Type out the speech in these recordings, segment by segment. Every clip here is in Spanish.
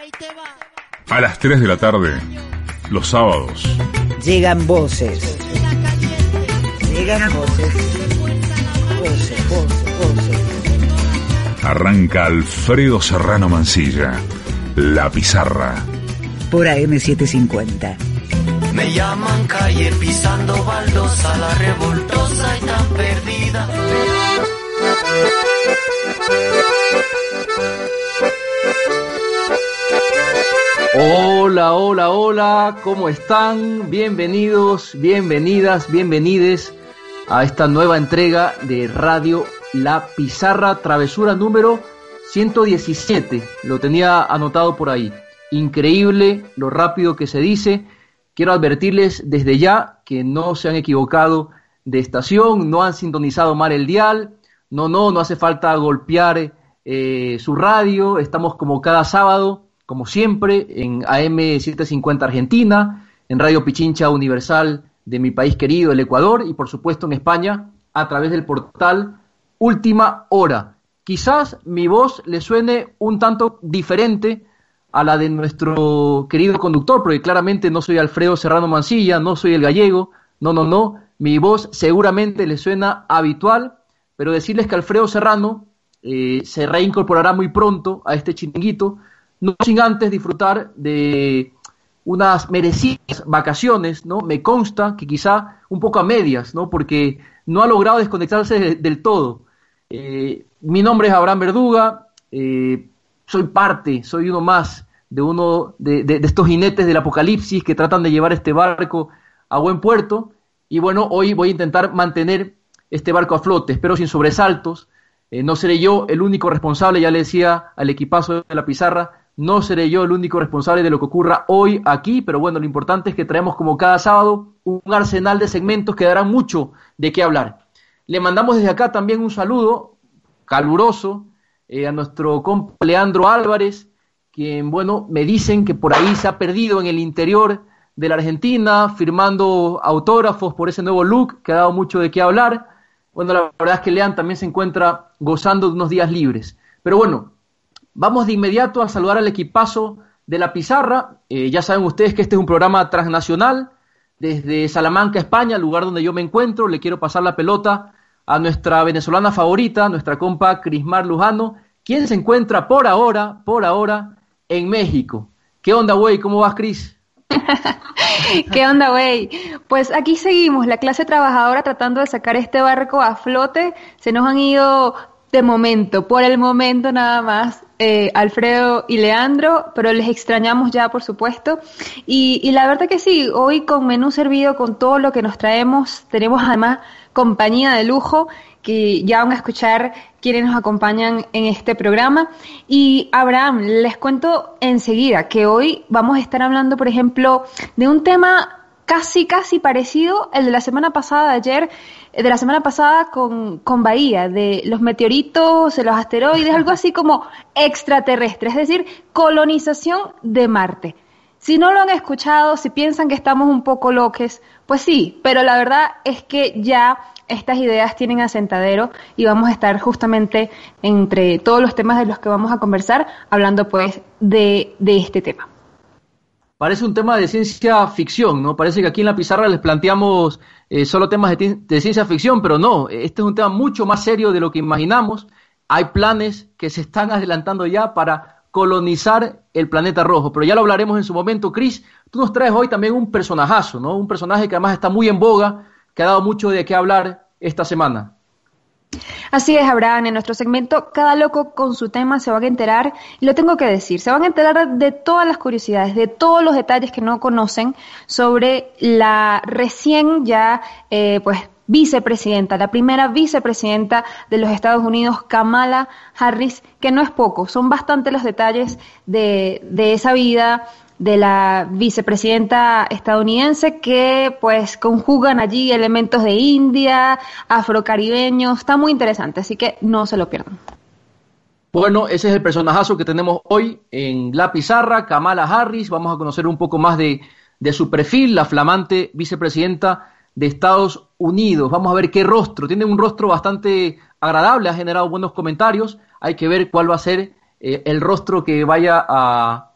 A las 3 de la tarde, los sábados. Llegan voces. Llegan voces. Voces. Arranca Alfredo Serrano Mancilla, La Pizarra. Por AM750. Me llaman calle pisando baldosa, la revoltosa y tan perdida. Hola, hola, hola, ¿cómo están? Bienvenidos, bienvenidas, bienvenides a esta nueva entrega de Radio La Pizarra, travesura número 117. Lo tenía anotado por ahí. Increíble lo rápido que se dice. Quiero advertirles desde ya que no se han equivocado de estación, no han sintonizado mal el dial, no hace falta golpear su radio. Estamos como cada sábado, como siempre, en AM750 Argentina, en Radio Pichincha Universal de mi país querido, el Ecuador, y por supuesto en España, a través del portal Última Hora. Quizás mi voz le suene un tanto diferente a la de nuestro querido conductor, porque claramente no soy Alfredo Serrano Mancilla, no soy el gallego, no, mi voz seguramente le suena habitual, pero decirles que Alfredo Serrano se reincorporará muy pronto a este chiringuito, no sin antes disfrutar de unas merecidas vacaciones, ¿no? Me consta que quizá un poco a medias, ¿no? Porque no ha logrado desconectarse del todo. Mi nombre es Abraham Verduga, soy uno más de estos jinetes del apocalipsis que tratan de llevar este barco a buen puerto, y bueno, hoy voy a intentar mantener este barco a flote, espero sin sobresaltos. No seré yo el único responsable, ya le decía al equipazo de La Pizarra, no seré yo el único responsable de lo que ocurra hoy aquí, pero bueno, lo importante es que traemos como cada sábado un arsenal de segmentos que darán mucho de qué hablar. Le mandamos desde acá también un saludo caluroso a nuestro compa Leandro Álvarez, quien, bueno, me dicen que por ahí se ha perdido en el interior de la Argentina, firmando autógrafos por ese nuevo look que ha dado mucho de qué hablar. Bueno, la verdad es que Lean también se encuentra gozando de unos días libres. Pero bueno, vamos de inmediato a saludar al equipazo de La Pizarra. Ya saben ustedes que este es un programa transnacional, desde Salamanca, España, lugar donde yo me encuentro. Le quiero pasar la pelota a nuestra venezolana favorita, nuestra compa Crismar Lujano, quien se encuentra por ahora en México. ¿Qué onda, güey? ¿Cómo vas, Cris? ¿Qué onda, güey? Pues aquí seguimos, la clase trabajadora tratando de sacar este barco a flote. Se nos han ido por el momento nada más, Alfredo y Leandro, pero les extrañamos ya, por supuesto. Y la verdad que sí, hoy con menú servido, con todo lo que nos traemos, tenemos además compañía de lujo, que ya van a escuchar quienes nos acompañan en este programa. Y Abraham, les cuento enseguida que hoy vamos a estar hablando, por ejemplo, de un tema casi parecido el de la semana pasada, con Bahía, de los meteoritos, de los asteroides, algo así como extraterrestre, es decir, colonización de Marte. Si no lo han escuchado, si piensan que estamos un poco loques, pues sí, pero la verdad es que ya estas ideas tienen asentadero y vamos a estar justamente entre todos los temas de los que vamos a conversar, hablando pues de este tema. Parece un tema de ciencia ficción, ¿no? Parece que aquí en La Pizarra les planteamos solo temas de ciencia ficción, pero no, este es un tema mucho más serio de lo que imaginamos. Hay planes que se están adelantando ya para colonizar el planeta rojo, pero ya lo hablaremos en su momento. Cris, tú nos traes hoy también un personajazo, ¿no? Un personaje que además está muy en boga, que ha dado mucho de qué hablar esta semana. Así es, Abraham, en nuestro segmento Cada Loco con su tema se van a enterar, y lo tengo que decir, se van a enterar de todas las curiosidades, de todos los detalles que no conocen sobre la recién ya vicepresidenta, la primera vicepresidenta de los Estados Unidos, Kamala Harris, que no es poco, son bastantes los detalles de esa vida de la vicepresidenta estadounidense, que pues conjugan allí elementos de India, afrocaribeños, está muy interesante, así que no se lo pierdan. Bueno, ese es el personajazo que tenemos hoy en La Pizarra, Kamala Harris. Vamos a conocer un poco más de su perfil, la flamante vicepresidenta de Estados Unidos. Vamos a ver qué rostro, tiene un rostro bastante agradable, ha generado buenos comentarios. Hay que ver cuál va a ser el rostro que vaya a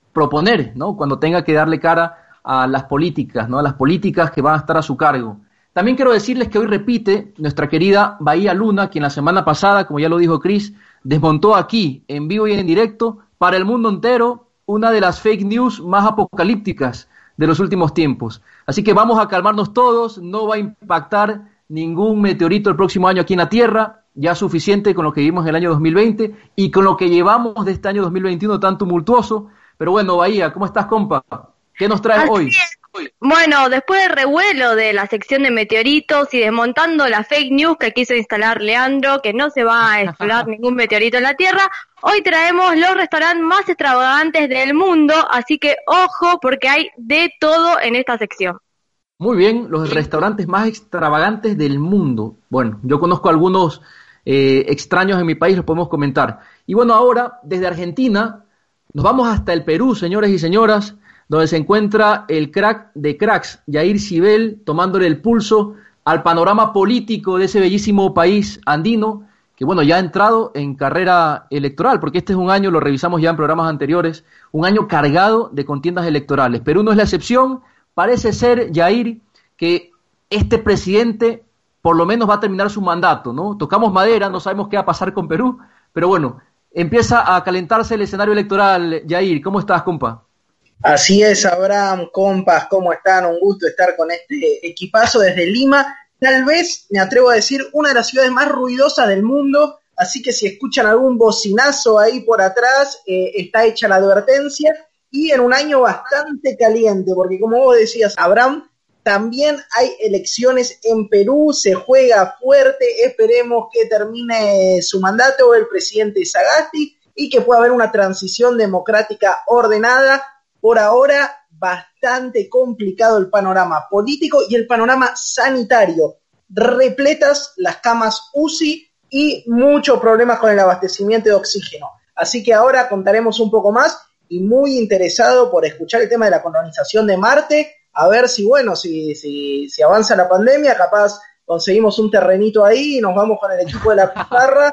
proponer, ¿no? Cuando tenga que darle cara a las políticas, ¿no? A las políticas que van a estar a su cargo. También quiero decirles que hoy repite nuestra querida Bahía Luna, quien la semana pasada, como ya lo dijo Chris, desmontó aquí, en vivo y en directo, para el mundo entero, una de las fake news más apocalípticas de los últimos tiempos. Así que vamos a calmarnos todos, no va a impactar ningún meteorito el próximo año aquí en la Tierra, ya suficiente con lo que vivimos en el año 2020 y con lo que llevamos de este año 2021 tan tumultuoso. Pero bueno, Bahía, ¿cómo estás, compa? ¿Qué nos traes hoy? Bueno, después del revuelo de la sección de meteoritos y desmontando la fake news que quiso instalar Leandro, que no se va a explorar ningún meteorito en la Tierra, hoy traemos los restaurantes más extravagantes del mundo, así que ojo porque hay de todo en esta sección. Muy bien, los restaurantes más extravagantes del mundo. Bueno, yo conozco algunos extraños en mi país, los podemos comentar. Y bueno, ahora, desde Argentina, nos vamos hasta el Perú, señores y señoras, donde se encuentra el crack de cracks, Yair Cibel, tomándole el pulso al panorama político de ese bellísimo país andino, que bueno, ya ha entrado en carrera electoral, porque este es un año, lo revisamos ya en programas anteriores, un año cargado de contiendas electorales. Perú no es la excepción, parece ser, Yair, que este presidente por lo menos va a terminar su mandato, ¿no? Tocamos madera, no sabemos qué va a pasar con Perú, pero bueno, empieza a calentarse el escenario electoral. Yair, ¿cómo estás, compa? Así es, Abraham, compas, ¿cómo están? Un gusto estar con este equipazo desde Lima, tal vez, me atrevo a decir, una de las ciudades más ruidosas del mundo, así que si escuchan algún bocinazo ahí por atrás, está hecha la advertencia, y en un año bastante caliente, porque como vos decías, Abraham, también hay elecciones en Perú, se juega fuerte, esperemos que termine su mandato el presidente Sagasti, y que pueda haber una transición democrática ordenada. Por ahora, bastante complicado el panorama político y el panorama sanitario. Repletas las camas UCI y muchos problemas con el abastecimiento de oxígeno. Así que ahora contaremos un poco más y muy interesado por escuchar el tema de la colonización de Marte, a ver si, bueno, si avanza la pandemia, capaz conseguimos un terrenito ahí y nos vamos con el equipo de la Pizarra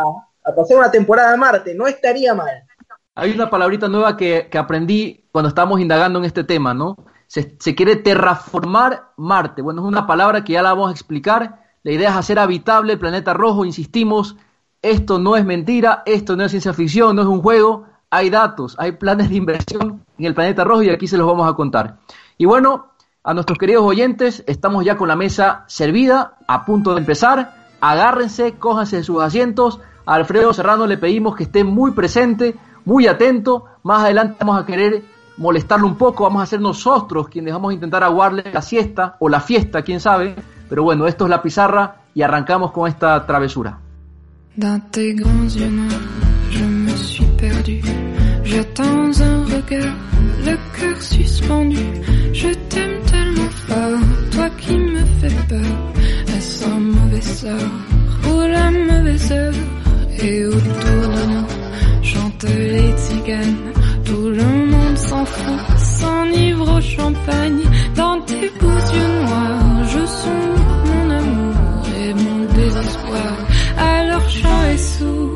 a pasar una temporada a Marte. No estaría mal. Hay una palabrita nueva que aprendí cuando estábamos indagando en este tema, ¿no? Se quiere terraformar Marte. Bueno, es una palabra que ya la vamos a explicar. La idea es hacer habitable el planeta rojo, insistimos. Esto no es mentira, esto no es ciencia ficción, no es un juego. Hay datos, hay planes de inversión en el planeta rojo y aquí se los vamos a contar. Y bueno, a nuestros queridos oyentes, estamos ya con la mesa servida, a punto de empezar. Agárrense, cójanse de sus asientos. A Alfredo Serrano le pedimos que esté muy presente, muy atento. Más adelante vamos a querer molestarlo un poco, vamos a ser nosotros quienes vamos a intentar aguarle la siesta o la fiesta, quién sabe. Pero bueno, esto es La Pizarra y arrancamos con esta travesura. Dans tes grands yeux noirs, je me suis perdu. J'attends un regard, le cœur suspendu. Je t'aime tellement fort, toi qui me fais peur. Est-ce un mauvais sort ou la mauvaise heure? Et autour de nous chantent les tziganes. Tout le monde s'en fout, s'enivre au champagne. Dans tes beaux yeux noirs, je sonde mon amour et mon désespoir. À leur chant est sourd.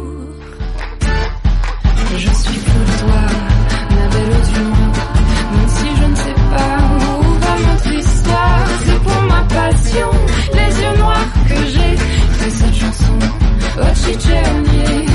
Je suis pour toi, ma belle aux yeux noirs. Même si je ne sais pas où va notre histoire. C'est pour ma passion, les yeux noirs que j'ai fait cette chanson. Oh, Chichérnier.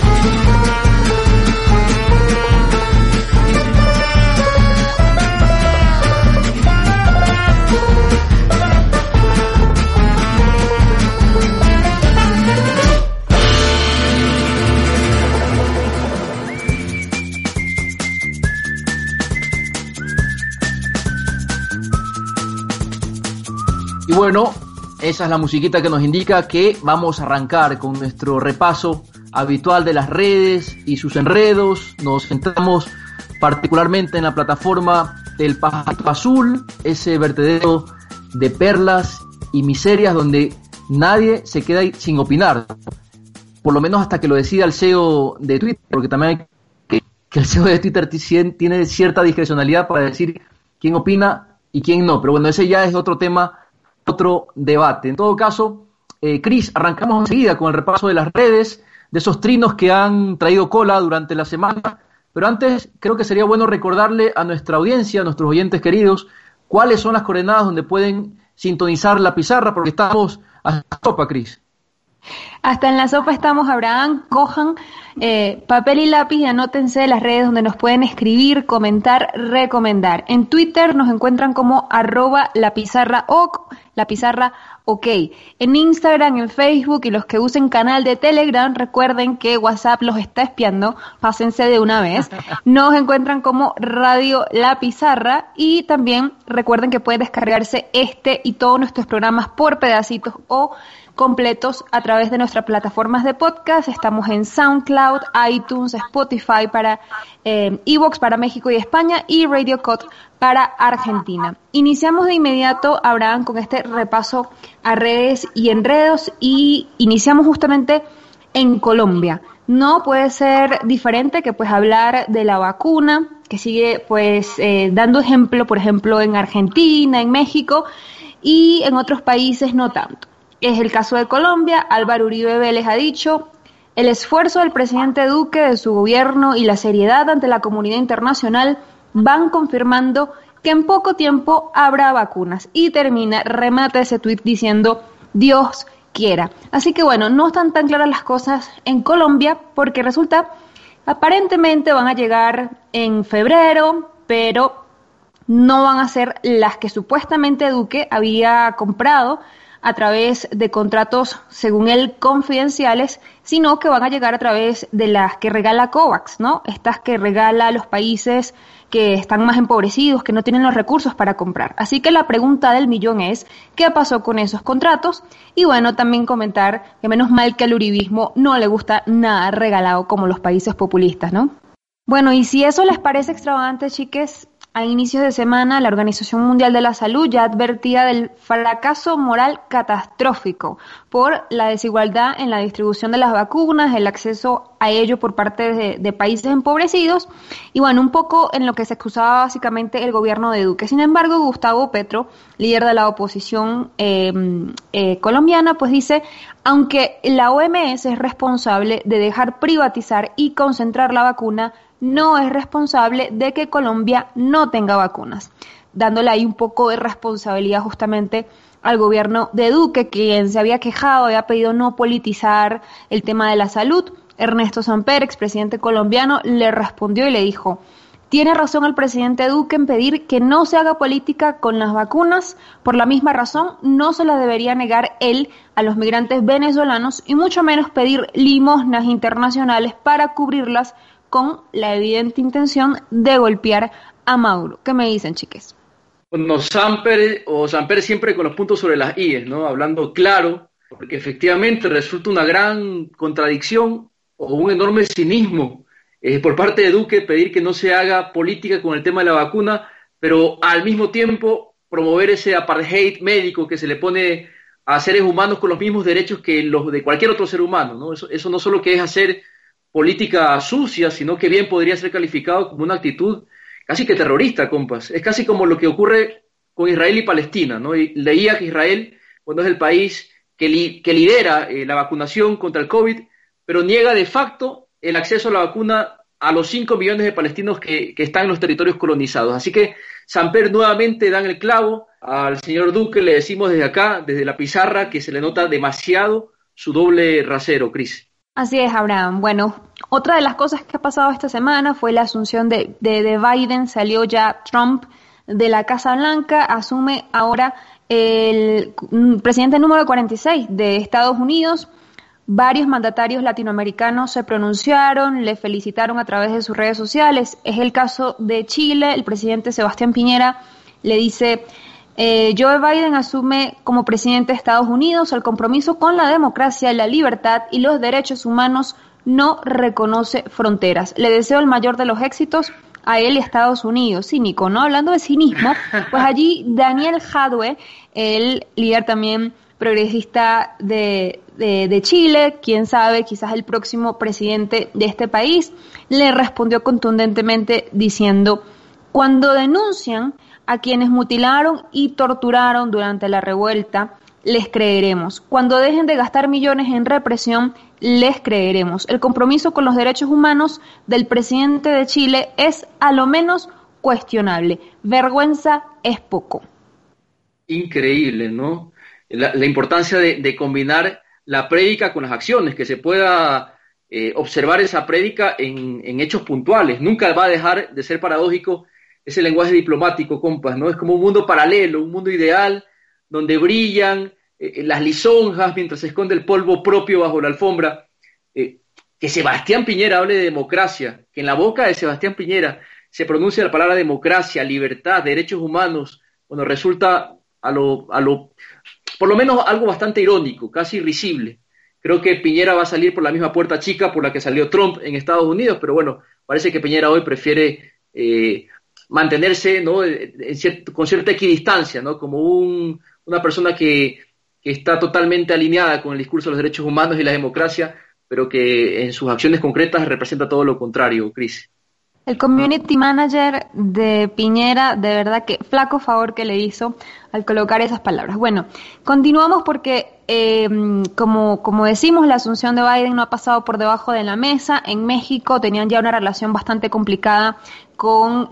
Y bueno, esa es la musiquita que nos indica que vamos a arrancar con nuestro repaso habitual de las redes y sus enredos. Nos centramos particularmente en la plataforma del Pajarito Azul, ese vertedero de perlas y miserias donde nadie se queda sin opinar, por lo menos hasta que lo decida el CEO de Twitter, porque también hay que el CEO de Twitter tiene cierta discrecionalidad para decir quién opina y quién no, pero bueno, ese ya es otro tema, otro debate. En todo caso, Chris, arrancamos enseguida con el repaso de las redes, de esos trinos que han traído cola durante la semana, pero antes creo que sería bueno recordarle a nuestra audiencia, a nuestros oyentes queridos, cuáles son las coordenadas donde pueden sintonizar La Pizarra, porque estamos a la sopa, Cris. Hasta en la sopa estamos, Abraham. Cojan papel y lápiz y anótense las redes donde nos pueden escribir, comentar, recomendar. En Twitter nos encuentran como @lapizarraok, ok. En Instagram, en Facebook y los que usen canal de Telegram, recuerden que WhatsApp los está espiando, pásense de una vez. Nos encuentran como Radio La Pizarra y también recuerden que pueden descargarse este y todos nuestros programas por pedacitos o completos a través de nuestras plataformas de podcast. Estamos en SoundCloud, iTunes, Spotify para iVoox para México y España y Radio Cut para Argentina. Iniciamos de inmediato, Abraham, con este repaso a redes y enredos y iniciamos justamente en Colombia. No puede ser diferente que pues hablar de la vacuna que sigue pues dando ejemplo, por ejemplo, en Argentina, en México y en otros países no tanto. Es el caso de Colombia. Álvaro Uribe Vélez ha dicho: el esfuerzo del presidente Duque, de su gobierno y la seriedad ante la comunidad internacional van confirmando que en poco tiempo habrá vacunas. Y remata ese tuit diciendo: Dios quiera. Así que bueno, no están tan claras las cosas en Colombia porque resulta, aparentemente van a llegar en febrero, pero no van a ser las que supuestamente Duque había comprado a través de contratos, según él, confidenciales, sino que van a llegar a través de las que regala COVAX, ¿no? Estas que regala a los países que están más empobrecidos, que no tienen los recursos para comprar. Así que la pregunta del millón es, ¿qué pasó con esos contratos? Y bueno, también comentar que menos mal que al uribismo no le gusta nada regalado como los países populistas, ¿no? Bueno, y si eso les parece extravagante, chiques, a inicios de semana, la Organización Mundial de la Salud ya advertía del fracaso moral catastrófico por la desigualdad en la distribución de las vacunas, el acceso a ello por parte de países empobrecidos y bueno, un poco en lo que se excusaba básicamente el gobierno de Duque. Sin embargo, Gustavo Petro, líder de la oposición colombiana, pues dice: aunque la OMS es responsable de dejar privatizar y concentrar la vacuna, no es responsable de que Colombia no tenga vacunas, dándole ahí un poco de responsabilidad justamente al gobierno de Duque, quien se había quejado, había pedido no politizar el tema de la salud. Ernesto Samper, expresidente colombiano, le respondió y le dijo: tiene razón el presidente Duque en pedir que no se haga política con las vacunas, por la misma razón no se las debería negar él a los migrantes venezolanos y mucho menos pedir limosnas internacionales para cubrirlas con la evidente intención de golpear a Maduro. ¿Qué me dicen, chiques? Bueno, Samper siempre con los puntos sobre las IES, ¿no? Hablando claro, porque efectivamente resulta una gran contradicción o un enorme cinismo por parte de Duque pedir que no se haga política con el tema de la vacuna, pero al mismo tiempo promover ese apartheid médico que se le pone a seres humanos con los mismos derechos que los de cualquier otro ser humano, ¿no? Eso no solo que es hacer política sucia, sino que bien podría ser calificado como una actitud casi que terrorista, compas. Es casi como lo que ocurre con Israel y Palestina, ¿no? Y leía que Israel, cuando es el país que lidera la vacunación contra el COVID, pero niega de facto el acceso a la vacuna a los 5 millones de palestinos que están en los territorios colonizados. Así que Samper nuevamente dan el clavo. Al señor Duque le decimos desde acá, desde la pizarra, que se le nota demasiado su doble rasero, Cris. Así es, Abraham. Bueno, otra de las cosas que ha pasado esta semana fue la asunción de Biden. Salió ya Trump de la Casa Blanca, asume ahora el presidente número 46 de Estados Unidos. Varios mandatarios latinoamericanos se pronunciaron, le felicitaron a través de sus redes sociales. Es el caso de Chile. El presidente Sebastián Piñera le dice: Joe Biden asume como presidente de Estados Unidos el compromiso con la democracia, la libertad y los derechos humanos. No reconoce fronteras. Le deseo el mayor de los éxitos a él y a Estados Unidos. Cínico, ¿no? Hablando de cinismo, pues allí Daniel Jadwe, el líder también progresista de Chile, quién sabe, quizás el próximo presidente de este país, le respondió contundentemente diciendo: cuando denuncian a quienes mutilaron y torturaron durante la revuelta, les creeremos. Cuando dejen de gastar millones en represión, les creeremos. El compromiso con los derechos humanos del presidente de Chile es a lo menos cuestionable. Vergüenza es poco. Increíble, ¿no? La importancia de combinar la prédica con las acciones, que se pueda observar esa prédica en hechos puntuales. Nunca va a dejar de ser paradójico ese lenguaje diplomático, compas, ¿no? Es como un mundo paralelo, un mundo ideal, donde brillan las lisonjas mientras se esconde el polvo propio bajo la alfombra. Que Sebastián Piñera hable de democracia, que en la boca de Sebastián Piñera se pronuncia la palabra democracia, libertad, derechos humanos, bueno, resulta por lo menos algo bastante irónico, casi risible. Creo que Piñera va a salir por la misma puerta chica por la que salió Trump en Estados Unidos, pero bueno, parece que Piñera hoy prefiere mantenerse, ¿no?, con cierta equidistancia, ¿no?, como una persona que está totalmente alineada con el discurso de los derechos humanos y la democracia, pero que en sus acciones concretas representa todo lo contrario, Cris. El community manager de Piñera, de verdad que flaco favor que le hizo al colocar esas palabras. Bueno, continuamos porque, como decimos, la asunción de Biden no ha pasado por debajo de la mesa. En México tenían ya una relación bastante complicada con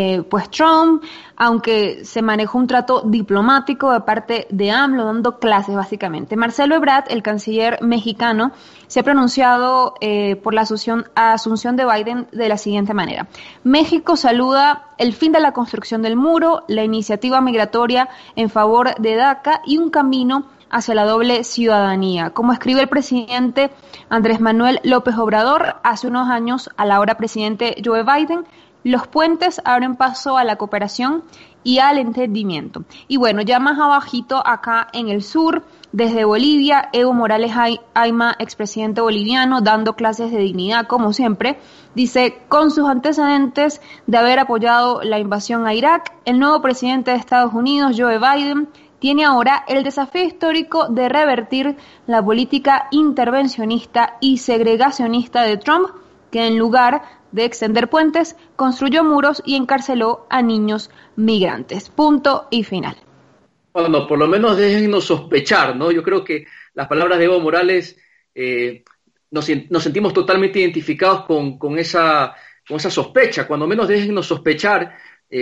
Trump, aunque se manejó un trato diplomático de parte de AMLO, dando clases básicamente. Marcelo Ebrard, el canciller mexicano, se ha pronunciado por la asunción de Biden de la siguiente manera: México saluda el fin de la construcción del muro, la iniciativa migratoria en favor de DACA y un camino hacia la doble ciudadanía. Como escribe el presidente Andrés Manuel López Obrador hace unos años a la ahora presidente Joe Biden, los puentes abren paso a la cooperación y al entendimiento. Y bueno, ya más abajito acá en el sur, desde Bolivia, Evo Morales Ayma, expresidente boliviano, dando clases de dignidad como siempre, dice: con sus antecedentes de haber apoyado la invasión a Irak, el nuevo presidente de Estados Unidos, Joe Biden, tiene ahora el desafío histórico de revertir la política intervencionista y segregacionista de Trump, que en lugar de extender puentes, construyó muros y encarceló a niños migrantes. Punto y final. Bueno, por lo menos déjennos sospechar, ¿no? Yo creo que las palabras de Evo Morales nos sentimos totalmente identificados con esa sospecha. Cuando menos déjennos sospechar,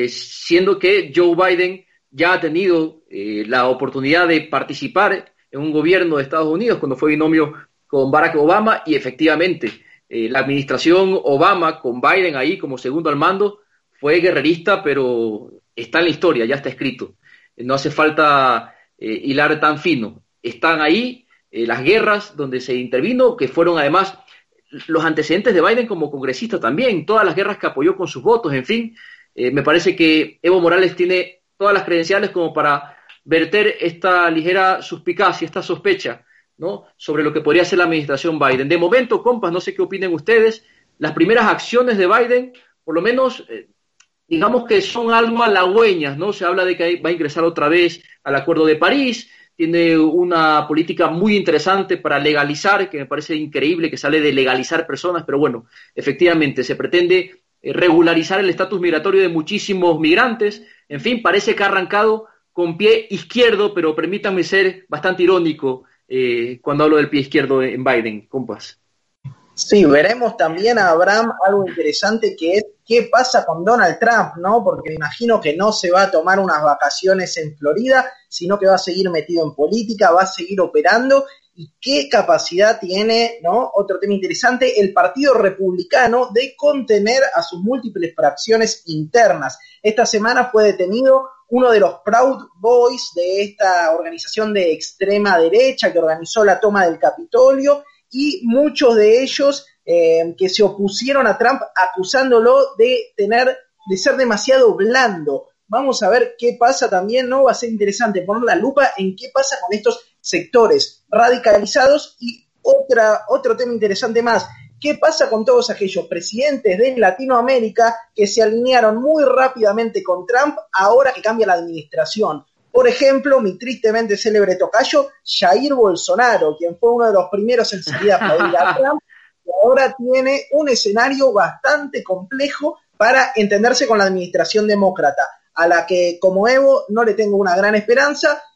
siendo que Joe Biden ya ha tenido la oportunidad de participar en un gobierno de Estados Unidos cuando fue binomio con Barack Obama, y efectivamente la administración Obama con Biden ahí como segundo al mando fue guerrerista, pero está en la historia, ya está escrito. No hace falta hilar tan fino. Están ahí las guerras donde se intervino, que fueron además los antecedentes de Biden como congresista también, todas las guerras que apoyó con sus votos, en fin. Me parece que Evo Morales tiene todas las credenciales como para verter esta ligera suspicacia, esta sospecha, ¿no?, sobre lo que podría ser la administración Biden. De momento, compas, no sé qué opinen ustedes, las primeras acciones de Biden, por lo menos, digamos que son algo halagüeñas, ¿no? Se habla de que va a ingresar otra vez al Acuerdo de París, tiene una política muy interesante para legalizar, que me parece increíble que sale de legalizar personas, pero bueno, efectivamente se pretende regularizar el estatus migratorio de muchísimos migrantes. En fin, parece que ha arrancado con pie izquierdo, pero permítanme ser bastante irónico cuando hablo del pie izquierdo en Biden, compas. Sí, veremos también, a Abraham, algo interesante, que es qué pasa con Donald Trump, ¿no? Porque me imagino que no se va a tomar unas vacaciones en Florida, sino que va a seguir metido en política, va a seguir operando. ¿Y qué capacidad tiene, ¿no?, otro tema interesante, el Partido Republicano de contener a sus múltiples fracciones internas? Esta semana fue detenido uno de los Proud Boys de esta organización de extrema derecha que organizó la toma del Capitolio, y muchos de ellos que se opusieron a Trump acusándolo de ser demasiado blando. Vamos a ver qué pasa también, ¿no? Va a ser interesante poner la lupa en qué pasa con estos sectores radicalizados. Y otro tema interesante más, ¿qué pasa con todos aquellos presidentes de Latinoamérica que se alinearon muy rápidamente con Trump ahora que cambia la administración? Por ejemplo, mi tristemente célebre tocayo, Jair Bolsonaro, quien fue uno de los primeros en salir a aplaudir a Trump, y ahora tiene un escenario bastante complejo para entenderse con la administración demócrata, a la que, como Evo, no le tengo una gran esperanza,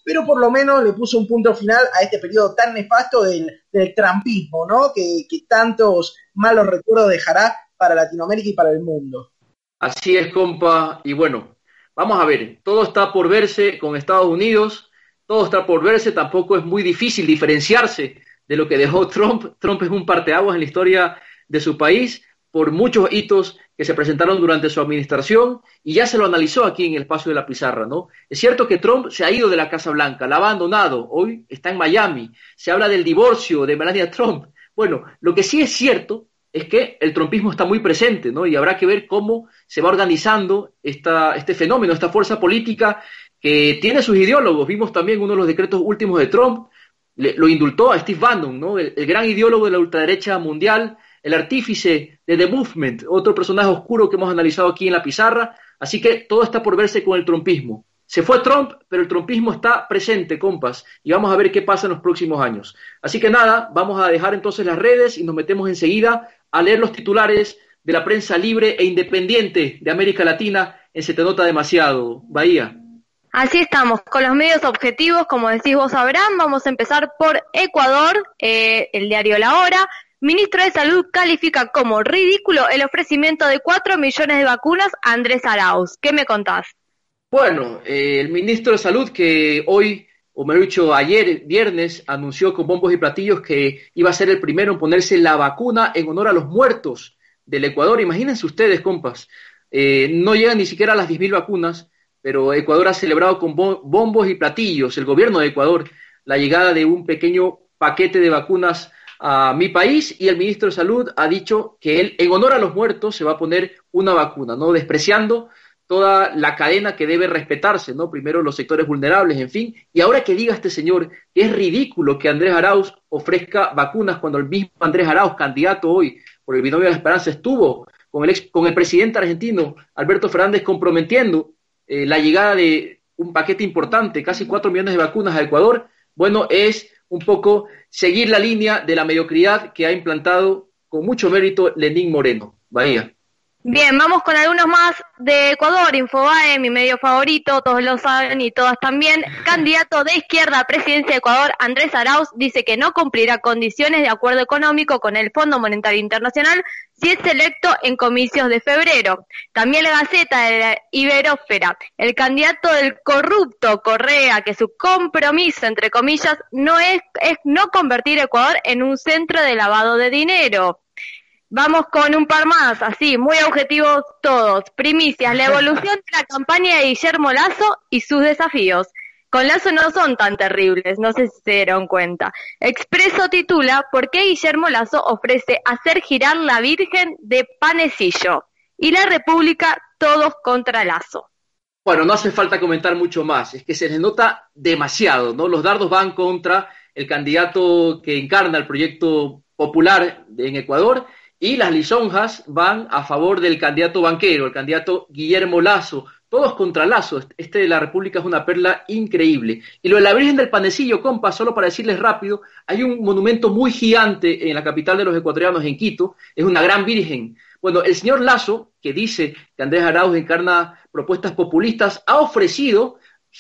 pero por lo menos le puso un punto final a este periodo tan nefasto del trumpismo, ¿no? Que tantos malos recuerdos dejará para Latinoamérica y para el mundo. Así es, compa, y bueno, vamos a ver, todo está por verse con Estados Unidos, todo está por verse, tampoco es muy difícil diferenciarse de lo que dejó Trump. Trump es un parteaguas en la historia de su país por muchos hitos que se presentaron durante su administración y ya se lo analizó aquí en el espacio de la pizarra, ¿no? Es cierto que Trump se ha ido de la Casa Blanca, la ha abandonado, hoy está en Miami, se habla del divorcio de Melania Trump. Bueno, lo que sí es cierto es que el trumpismo está muy presente, ¿no? Y habrá que ver cómo se va organizando este fenómeno, esta fuerza política que tiene sus ideólogos. Vimos también uno de los decretos últimos de Trump, lo indultó a Steve Bannon, ¿no? El gran ideólogo de la ultraderecha mundial, el artífice de The Movement, otro personaje oscuro que hemos analizado aquí en la pizarra. Así que todo está por verse con el trumpismo. Se fue Trump, pero el trumpismo está presente, compas, y vamos a ver qué pasa en los próximos años. Así que nada, vamos a dejar entonces las redes y nos metemos enseguida a leer los titulares de la prensa libre e independiente de América Latina en Se Te Nota Demasiado. Bahía. Así estamos, con los medios objetivos, como decís vos, Abraham. Vamos a empezar por Ecuador, el diario La Hora. Ministro de Salud califica como ridículo el ofrecimiento de 4 millones de vacunas a Andrés Arauz. ¿Qué me contás? Bueno, el ministro de Salud que hoy, o mejor dicho, ayer, viernes, anunció con bombos y platillos que iba a ser el primero en ponerse la vacuna en honor a los muertos del Ecuador. Imagínense ustedes, compas, no llegan ni siquiera a las 10.000 vacunas, pero Ecuador ha celebrado con bombos y platillos, el gobierno de Ecuador, la llegada de un pequeño paquete de vacunas a mi país, y el ministro de Salud ha dicho que él, en honor a los muertos, se va a poner una vacuna, ¿no? Despreciando toda la cadena que debe respetarse, ¿no? Primero los sectores vulnerables, en fin. Y ahora que diga este señor que es ridículo que Andrés Arauz ofrezca vacunas cuando el mismo Andrés Arauz, candidato hoy por el Binomio de la Esperanza, estuvo con el presidente argentino Alberto Fernández comprometiendo la llegada de un paquete importante, casi 4 millones de vacunas a Ecuador. Bueno, es un poco seguir la línea de la mediocridad que ha implantado con mucho mérito Lenín Moreno. Bahía. Bien, vamos con algunos más de Ecuador. Infobae, mi medio favorito, todos lo saben y todas también. Candidato de izquierda a presidencia de Ecuador, Andrés Arauz, dice que no cumplirá condiciones de acuerdo económico con el Fondo Monetario Internacional si es electo en comicios de febrero. También la Gaceta de la Iberósfera, el candidato del corrupto Correa, que su compromiso, entre comillas, no es no convertir a Ecuador en un centro de lavado de dinero. Vamos con un par más, así, muy objetivos todos. Primicias, la evolución de la campaña de Guillermo Lasso y sus desafíos. Con Lasso no son tan terribles, no sé si se dieron cuenta. Expreso titula, ¿por qué Guillermo Lasso ofrece hacer girar la Virgen de Panecillo? Y la República, todos contra Lasso. Bueno, no hace falta comentar mucho más, es que se les nota demasiado, ¿no? Los dardos van contra el candidato que encarna el proyecto popular en Ecuador, y las lisonjas van a favor del candidato banquero, el candidato Guillermo Lasso, todos contra Lasso. Este de la República es una perla increíble. Y lo de la Virgen del Panecillo, compa, solo para decirles rápido, hay un monumento muy gigante en la capital de los ecuatorianos, en Quito, es una gran virgen. Bueno, el señor Lasso, que dice que Andrés Arauz encarna propuestas populistas, ha ofrecido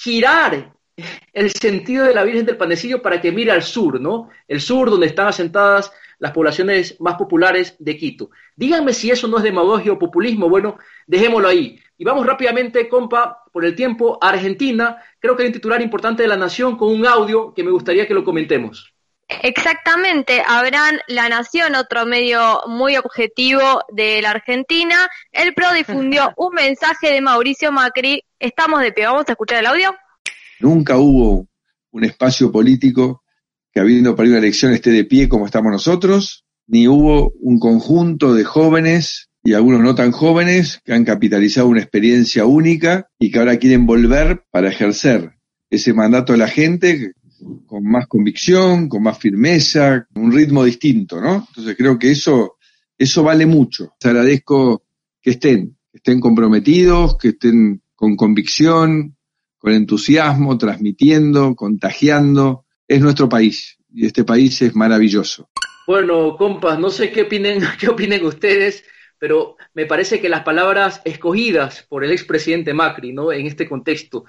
girar el sentido de la Virgen del Panecillo para que mire al sur, ¿no? El sur, donde están asentadas las poblaciones más populares de Quito. Díganme si eso no es demagogia o populismo. Bueno, dejémoslo ahí. Y vamos rápidamente, compa, por el tiempo, a Argentina. Creo que hay un titular importante de La Nación con un audio que me gustaría que lo comentemos. Exactamente, Abraham, La Nación, otro medio muy objetivo de la Argentina. El PRO difundió un mensaje de Mauricio Macri. Estamos de pie, vamos a escuchar el audio. Nunca hubo un espacio político que habiendo perdido una elección esté de pie como estamos nosotros, ni hubo un conjunto de jóvenes y algunos no tan jóvenes que han capitalizado una experiencia única y que ahora quieren volver para ejercer ese mandato de la gente con más convicción, con más firmeza, con un ritmo distinto, ¿no? Entonces creo que eso vale mucho. Les agradezco que estén comprometidos, que estén con convicción, con entusiasmo, transmitiendo, contagiando. Es nuestro país y este país es maravilloso. Bueno, compas, no sé qué opinen ustedes, pero me parece que las palabras escogidas por el expresidente Macri, ¿no? En este contexto,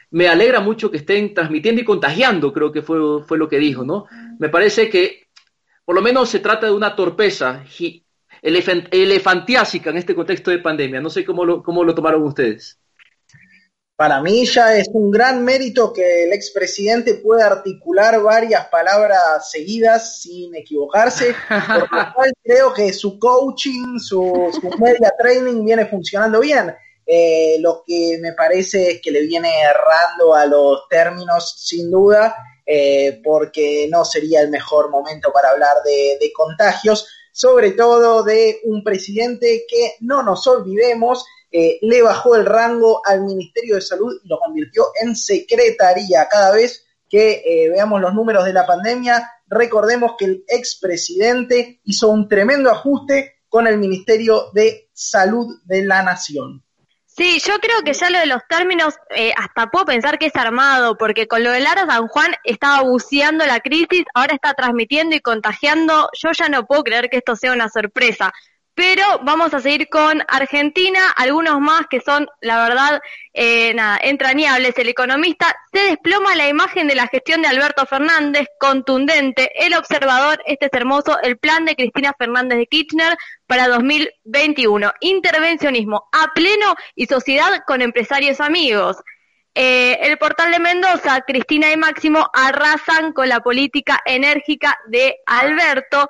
me alegra mucho que estén transmitiendo y contagiando, creo que fue lo que dijo, ¿no? Me parece que por lo menos se trata de una torpeza elefantiásica en este contexto de pandemia. No sé cómo lo tomaron ustedes. Para mí ya es un gran mérito que el expresidente pueda articular varias palabras seguidas sin equivocarse, por lo cual creo que su coaching, su media training viene funcionando bien. Lo que me parece es que le viene errando a los términos, sin duda, porque no sería el mejor momento para hablar de contagios, sobre todo de un presidente que, no nos olvidemos, le bajó el rango al Ministerio de Salud y lo convirtió en secretaría. Cada vez que veamos los números de la pandemia, recordemos que el expresidente hizo un tremendo ajuste con el Ministerio de Salud de la Nación. Sí, yo creo que ya lo de los términos, hasta puedo pensar que es armado, porque con lo de Lara San Juan estaba buceando la crisis, ahora está transmitiendo y contagiando. Yo ya no puedo creer que esto sea una sorpresa. Pero vamos a seguir con Argentina, algunos más que son, la verdad, entrañables. El Economista: se desploma la imagen de la gestión de Alberto Fernández, contundente. El Observador: este es hermoso, el plan de Cristina Fernández de Kirchner para 2021. Intervencionismo a pleno y sociedad con empresarios amigos. El Portal de Mendoza: Cristina y Máximo arrasan con la política enérgica de Alberto.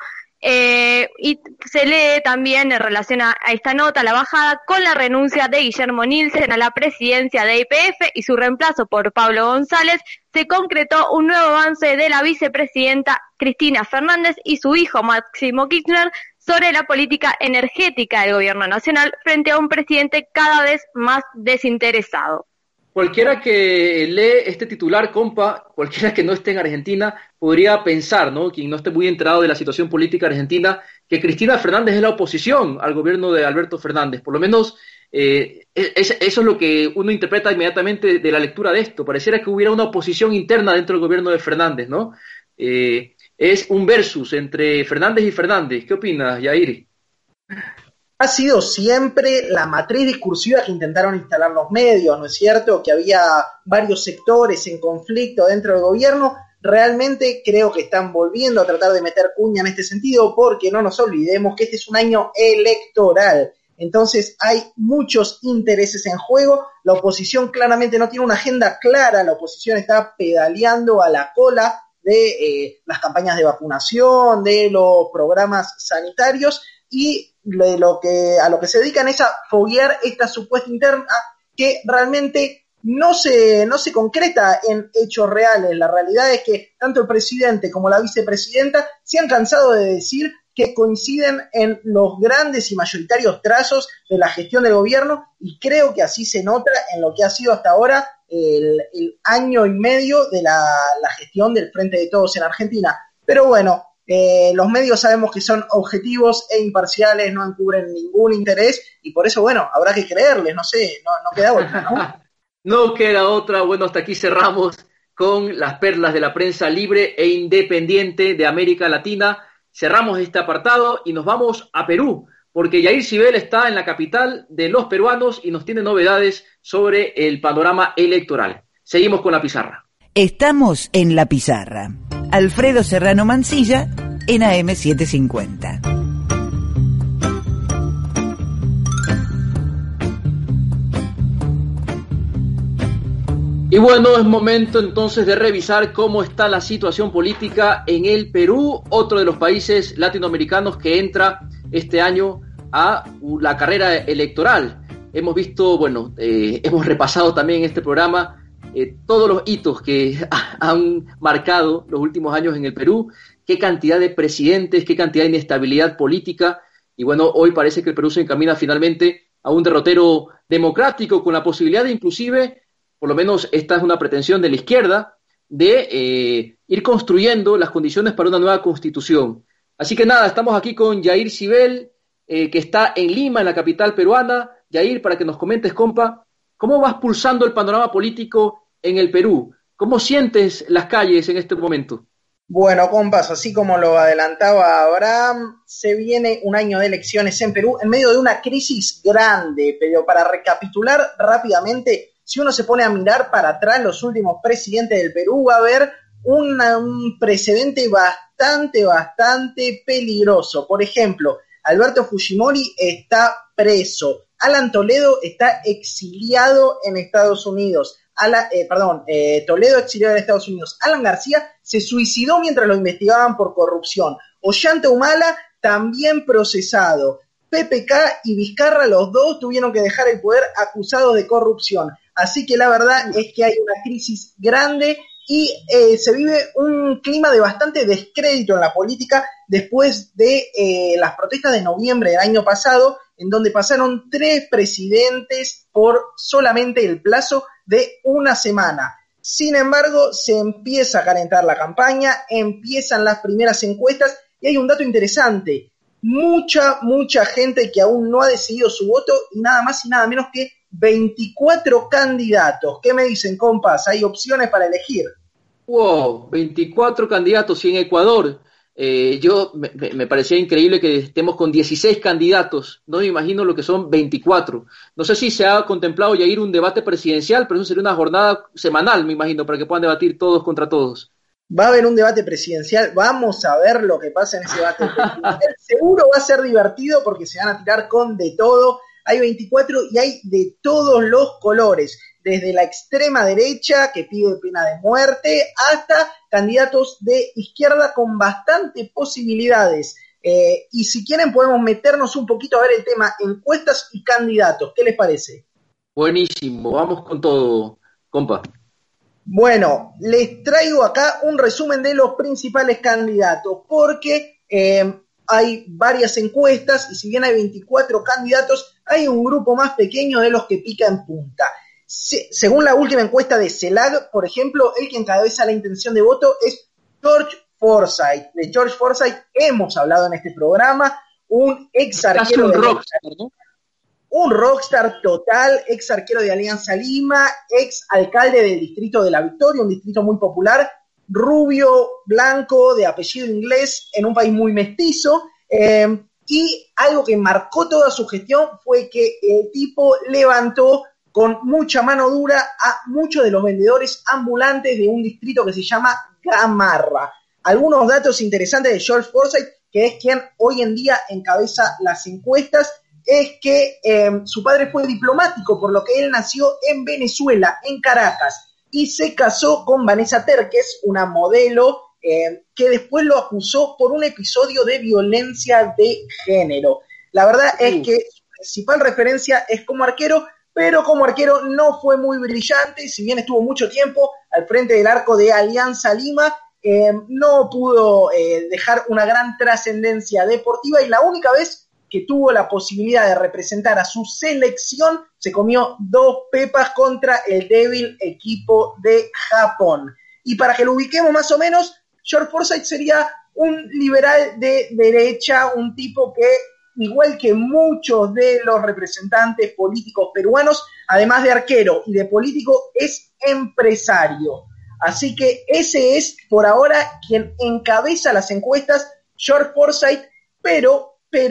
Y se lee también en relación a esta nota la bajada con la renuncia de Guillermo Nielsen a la presidencia de YPF y su reemplazo por Pablo González. Se concretó un nuevo avance de la vicepresidenta Cristina Fernández y su hijo Máximo Kirchner sobre la política energética del gobierno nacional frente a un presidente cada vez más desinteresado. Cualquiera que lee este titular, compa, cualquiera que no esté en Argentina, podría pensar, ¿no?, quien no esté muy enterado de la situación política argentina, que Cristina Fernández es la oposición al gobierno de Alberto Fernández. Por lo menos eso es lo que uno interpreta inmediatamente de la lectura de esto. Pareciera que hubiera una oposición interna dentro del gobierno de Fernández, ¿no? Es un versus entre Fernández y Fernández. ¿Qué opinas, Yair? Ha sido siempre la matriz discursiva que intentaron instalar los medios, ¿no es cierto? Que había varios sectores en conflicto dentro del gobierno. Realmente creo que están volviendo a tratar de meter cuña en este sentido, porque no nos olvidemos que este es un año electoral. Entonces hay muchos intereses en juego. La oposición claramente no tiene una agenda clara. La oposición está pedaleando a la cola de las campañas de vacunación, de los programas sanitarios, y a lo que se dedican es a foguear esta supuesta interna que realmente no se concreta en hechos reales. La realidad es que tanto el presidente como la vicepresidenta se han cansado de decir que coinciden en los grandes y mayoritarios trazos de la gestión del gobierno, y creo que así se nota en lo que ha sido hasta ahora el año y medio de la gestión del Frente de Todos en Argentina. Pero bueno, los medios sabemos que son objetivos e imparciales, no encubren ningún interés, y por eso, bueno, habrá que creerles, no sé, no queda otra, ¿no? No queda otra. Bueno, hasta aquí cerramos con las perlas de la prensa libre e independiente de América Latina. Cerramos este apartado y nos vamos a Perú, porque Yair Cibel está en la capital de los peruanos y nos tiene novedades sobre el panorama electoral. Seguimos con la pizarra. Estamos en la pizarra. Alfredo Serrano Mancilla en AM750. Y bueno, es momento entonces de revisar cómo está la situación política en el Perú, otro de los países latinoamericanos que entra este año a la carrera electoral. Hemos visto, hemos repasado también en este programa todos los hitos que han marcado los últimos años en el Perú, qué cantidad de presidentes, qué cantidad de inestabilidad política, y bueno, hoy parece que el Perú se encamina finalmente a un derrotero democrático con la posibilidad de inclusive, por lo menos esta es una pretensión de la izquierda, de ir construyendo las condiciones para una nueva constitución. Así que nada, estamos aquí con Yair Cibel, que está en Lima, en la capital peruana. Yair, para que nos comentes, compa, ¿cómo vas pulsando el panorama político en el Perú? ¿Cómo sientes las calles en este momento? Bueno, compas, así como lo adelantaba Abraham, se viene un año de elecciones en Perú en medio de una crisis grande, pero para recapitular rápidamente, si uno se pone a mirar para atrás los últimos presidentes del Perú, va a haber un precedente bastante peligroso. Por ejemplo, Alberto Fujimori está preso, Alan Toledo está exiliado en Estados Unidos, Toledo exiliado en Estados Unidos, Alan García se suicidó mientras lo investigaban por corrupción, Ollanta Humala también procesado, PPK y Vizcarra, los dos tuvieron que dejar el poder acusados de corrupción. Así que la verdad es que hay una crisis grande y se vive un clima de bastante descrédito en la política después de las protestas de noviembre del año pasado, en donde pasaron 3 presidentes por solamente el plazo de una semana. Sin embargo, se empieza a calentar la campaña, empiezan las primeras encuestas y hay un dato interesante. Mucha gente que aún no ha decidido su voto y nada más y nada menos que 24 candidatos. ¿Qué me dicen, compas? ¿Hay opciones para elegir? Wow, 24 candidatos y en Ecuador. Me parecía increíble que estemos con 16 candidatos. No me imagino lo que son 24. No sé si se ha contemplado ya ir un debate presidencial, pero eso sería una jornada semanal, me imagino, para que puedan debatir todos contra todos. Va a haber un debate presidencial, vamos a ver lo que pasa en ese debate presidencial. Seguro va a ser divertido porque se van a tirar con de todo. Hay 24 y hay de todos los colores, desde la extrema derecha que pide pena de muerte hasta candidatos de izquierda con bastante posibilidades. Y si quieren podemos meternos un poquito a ver el tema encuestas y candidatos. ¿Qué les parece? Buenísimo, vamos con todo, compa. Bueno, les traigo acá un resumen de los principales candidatos, porque hay varias encuestas y si bien hay 24 candidatos, hay un grupo más pequeño de los que pica en punta. Según la última encuesta de CELAC, por ejemplo, el que encabeza la intención de voto es George Forsyth. De George Forsyth hemos hablado en este programa, un ex arquero de rockstar, ¿no? Un rockstar total, ex arquero de Alianza Lima, ex alcalde del distrito de La Victoria, un distrito muy popular, rubio, blanco, de apellido inglés, en un país muy mestizo, y algo que marcó toda su gestión fue que el tipo levantó con mucha mano dura a muchos de los vendedores ambulantes de un distrito que se llama Gamarra. Algunos datos interesantes de George Forsyth, que es quien hoy en día encabeza las encuestas, es que su padre fue diplomático, por lo que él nació en Venezuela, en Caracas, y se casó con Vanessa Terques, una modelo que después lo acusó por un episodio de violencia de género. La verdad es que su principal referencia es como arquero, pero como arquero no fue muy brillante, si bien estuvo mucho tiempo al frente del arco de Alianza Lima, no pudo dejar una gran trascendencia deportiva, y la única vez que tuvo la posibilidad de representar a su selección, se comió 2 pepas contra el débil equipo de Japón. Y para que lo ubiquemos más o menos, George Forsyth sería un liberal de derecha, un tipo que, igual que muchos de los representantes políticos peruanos, además de arquero y de político, es empresario. Así que ese es, por ahora, quien encabeza las encuestas, George Forsyth, pero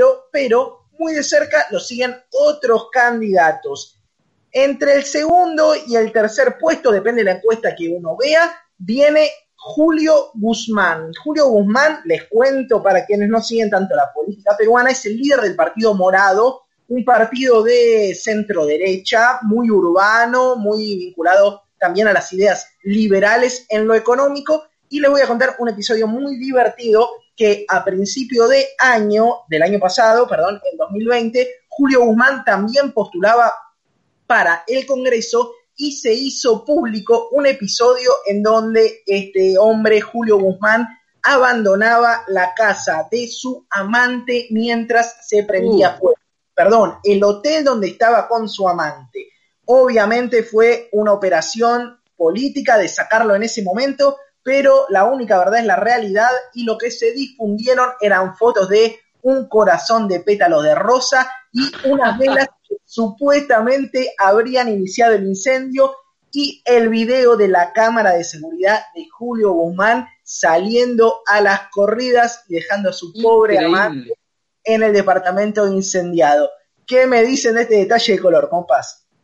muy de cerca lo siguen otros candidatos. Entre el segundo y el tercer puesto, depende de la encuesta que uno vea, viene Julio Guzmán. Julio Guzmán, les cuento para quienes no siguen tanto la política peruana, es el líder del Partido Morado, un partido de centro derecha, muy urbano, muy vinculado también a las ideas liberales en lo económico, y les voy a contar un episodio muy divertido que a principio del año pasado, en 2020, Julio Guzmán también postulaba para el Congreso y se hizo público un episodio en donde este hombre, Julio Guzmán, abandonaba la casa de su amante mientras se prendía fuego. El hotel donde estaba con su amante. Obviamente fue una operación política de sacarlo en ese momento, pero la única verdad es la realidad, y lo que se difundieron eran fotos de un corazón de pétalos de rosa y unas velas que supuestamente habrían iniciado el incendio, y el video de la cámara de seguridad de Julio Guzmán saliendo a las corridas y dejando a su pobre amante en el departamento incendiado. ¿Qué me dicen de este detalle de color, compas?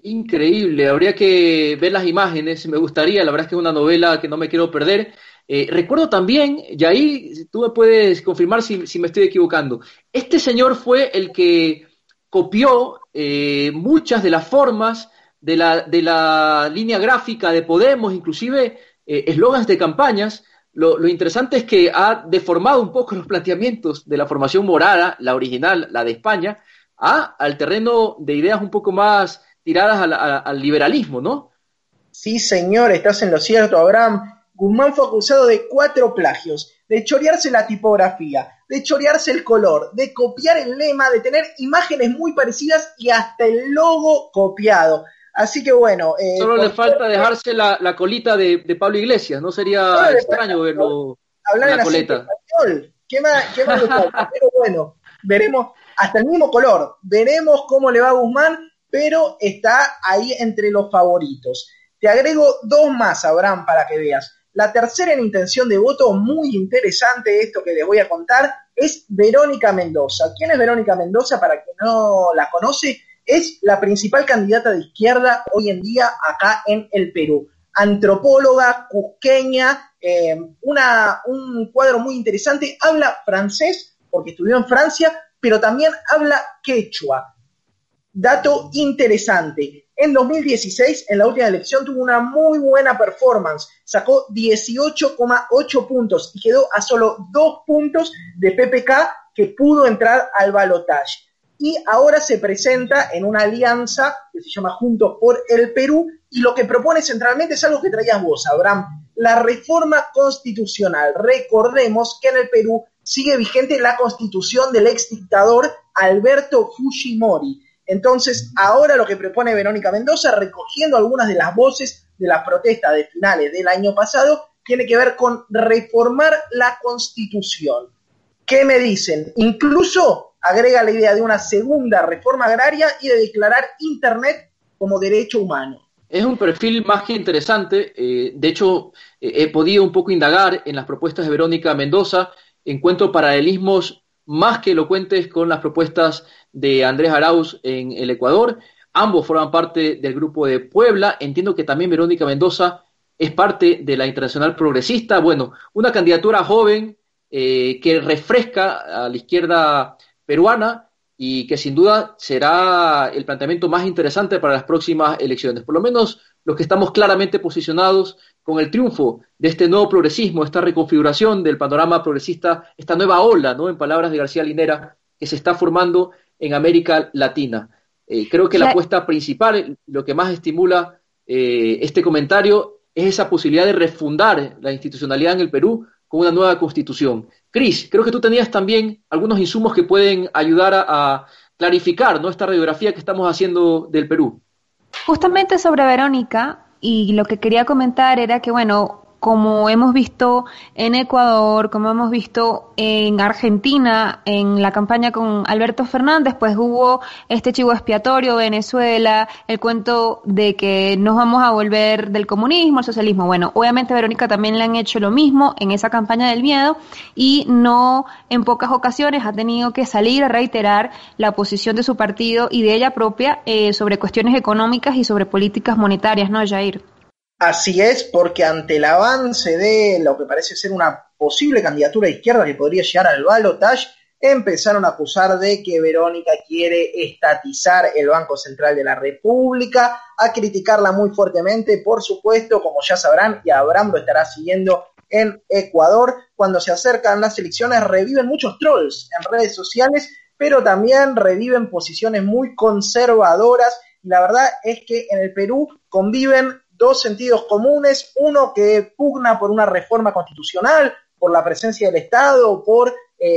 Increíble, habría que ver las imágenes, me gustaría, la verdad es que es una novela que no me quiero perder. Recuerdo también, y ahí tú me puedes confirmar si me estoy equivocando, este señor fue el que copió muchas de las formas de la línea gráfica de Podemos, inclusive eslogans de campañas. Lo interesante es que ha deformado un poco los planteamientos de la formación morada, la original, la de España, al terreno de ideas un poco más tiradas al liberalismo, ¿no? Sí, señor, estás en lo cierto, Abraham. Guzmán fue acusado de 4 plagios, de chorearse la tipografía, de chorearse el color, de copiar el lema, de tener imágenes muy parecidas y hasta el logo copiado. Así que bueno... Solo le falta dejarse la colita de Pablo Iglesias, ¿no? Sería extraño verlo hablar en la coleta. Español. ¿Qué más pero bueno, veremos, hasta el mismo color, veremos cómo le va a Guzmán, pero está ahí entre los favoritos. Te agrego 2 más, Abraham, para que veas. La tercera en intención de voto, muy interesante esto que les voy a contar, es Verónica Mendoza. ¿Quién es Verónica Mendoza? Para quien no la conoce, es la principal candidata de izquierda hoy en día acá en el Perú. Antropóloga, cusqueña, un cuadro muy interesante, habla francés, porque estudió en Francia, pero también habla quechua. Dato interesante. En 2016, en la última elección, tuvo una muy buena performance. Sacó 18,8 puntos y quedó a solo 2 puntos de PPK, que pudo entrar al balotaje. Y ahora se presenta en una alianza que se llama Juntos por el Perú, y lo que propone centralmente es algo que traías vos, Abraham, la reforma constitucional. Recordemos que en el Perú sigue vigente la constitución del ex dictador Alberto Fujimori. Entonces, ahora lo que propone Verónica Mendoza, recogiendo algunas de las voces de las protestas de finales del año pasado, tiene que ver con reformar la Constitución. ¿Qué me dicen? Incluso agrega la idea de una segunda reforma agraria y de declarar Internet como derecho humano. Es un perfil más que interesante. De hecho, he podido un poco indagar en las propuestas de Verónica Mendoza. Encuentro paralelismos más que elocuentes con las propuestas de Andrés Arauz en el Ecuador. Ambos forman parte del grupo de Puebla. Entiendo que también Verónica Mendoza es parte de la Internacional Progresista. Bueno, una candidatura joven que refresca a la izquierda peruana y que sin duda será el planteamiento más interesante para las próximas elecciones. Por lo menos los que estamos claramente posicionados con el triunfo de este nuevo progresismo, esta reconfiguración del panorama progresista, esta nueva ola, ¿no?, en palabras de García Linera, que se está formando en América Latina. Creo que la apuesta principal, lo que más estimula este comentario, es esa posibilidad de refundar la institucionalidad en el Perú con una nueva constitución. Cris, creo que tú tenías también algunos insumos que pueden ayudar a clarificar, ¿no?, esta radiografía que estamos haciendo del Perú. Justamente sobre Verónica, y lo que quería comentar era que, bueno, como hemos visto en Ecuador, como hemos visto en Argentina, en la campaña con Alberto Fernández, pues hubo este chivo expiatorio, Venezuela, el cuento de que nos vamos a volver del comunismo al socialismo. Bueno, obviamente a Verónica también le han hecho lo mismo en esa campaña del miedo, y no en pocas ocasiones ha tenido que salir a reiterar la posición de su partido y de ella propia sobre cuestiones económicas y sobre políticas monetarias, ¿no, Jair? Así es, porque ante el avance de lo que parece ser una posible candidatura de izquierda que podría llegar al balotaje, empezaron a acusar de que Verónica quiere estatizar el Banco Central de la República, a criticarla muy fuertemente, por supuesto, como ya sabrán, y Abraham lo estará siguiendo en Ecuador. Cuando se acercan las elecciones reviven muchos trolls en redes sociales, pero también reviven posiciones muy conservadoras, y la verdad es que en el Perú conviven 2 sentidos comunes, uno que pugna por una reforma constitucional, por la presencia del Estado, por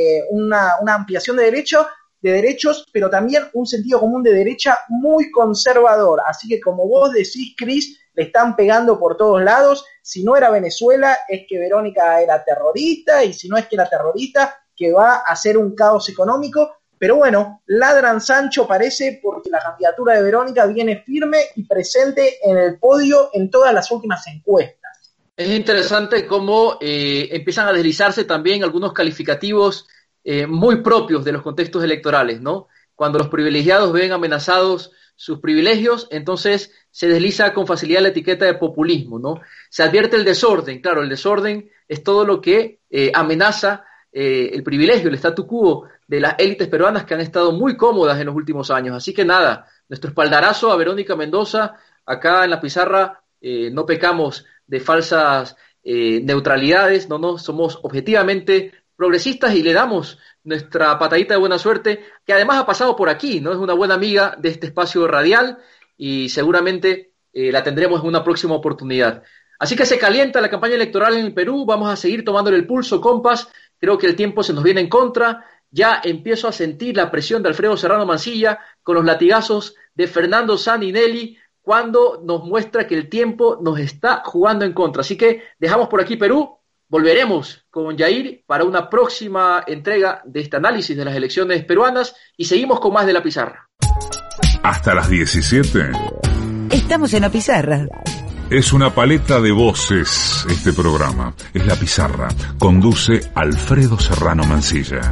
una ampliación de derechos, pero también un sentido común de derecha muy conservador. Así que, como vos decís, Cris, le están pegando por todos lados. Si no era Venezuela, es que Verónica era terrorista, y si no es que era terrorista, que va a hacer un caos económico. Pero bueno, ladran Sancho parece, porque la candidatura de Verónica viene firme y presente en el podio en todas las últimas encuestas. Es interesante cómo empiezan a deslizarse también algunos calificativos muy propios de los contextos electorales, ¿no? cuando los privilegiados ven amenazados sus privilegios, entonces se desliza con facilidad la etiqueta de populismo, ¿no? Se advierte el desorden, claro, el desorden es todo lo que amenaza el privilegio, el statu quo de las élites peruanas que han estado muy cómodas en los últimos años. Así que nada, nuestro espaldarazo a Verónica Mendoza, acá en la pizarra no pecamos de falsas neutralidades, no, somos objetivamente progresistas y le damos nuestra patadita de buena suerte, que además ha pasado por aquí, ¿no? Es una buena amiga de este espacio radial y seguramente la tendremos en una próxima oportunidad. Así que se calienta la campaña electoral en el Perú, vamos a seguir tomándole el pulso, compas, creo que el tiempo se nos viene en contra, ya empiezo a sentir la presión de Alfredo Serrano Mancilla con los latigazos de Fernando Saninelli cuando nos muestra que el tiempo nos está jugando en contra. Así que dejamos por aquí Perú, volveremos con Yair para una próxima entrega de este análisis de las elecciones peruanas y seguimos con más de La Pizarra. Hasta las 17. Estamos en La Pizarra. Es una paleta de voces este programa. Es La Pizarra. Conduce Alfredo Serrano Mancilla.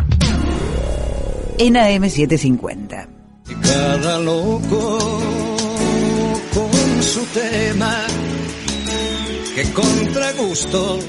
En AM750. Cada loco con su tema, que contra gustos.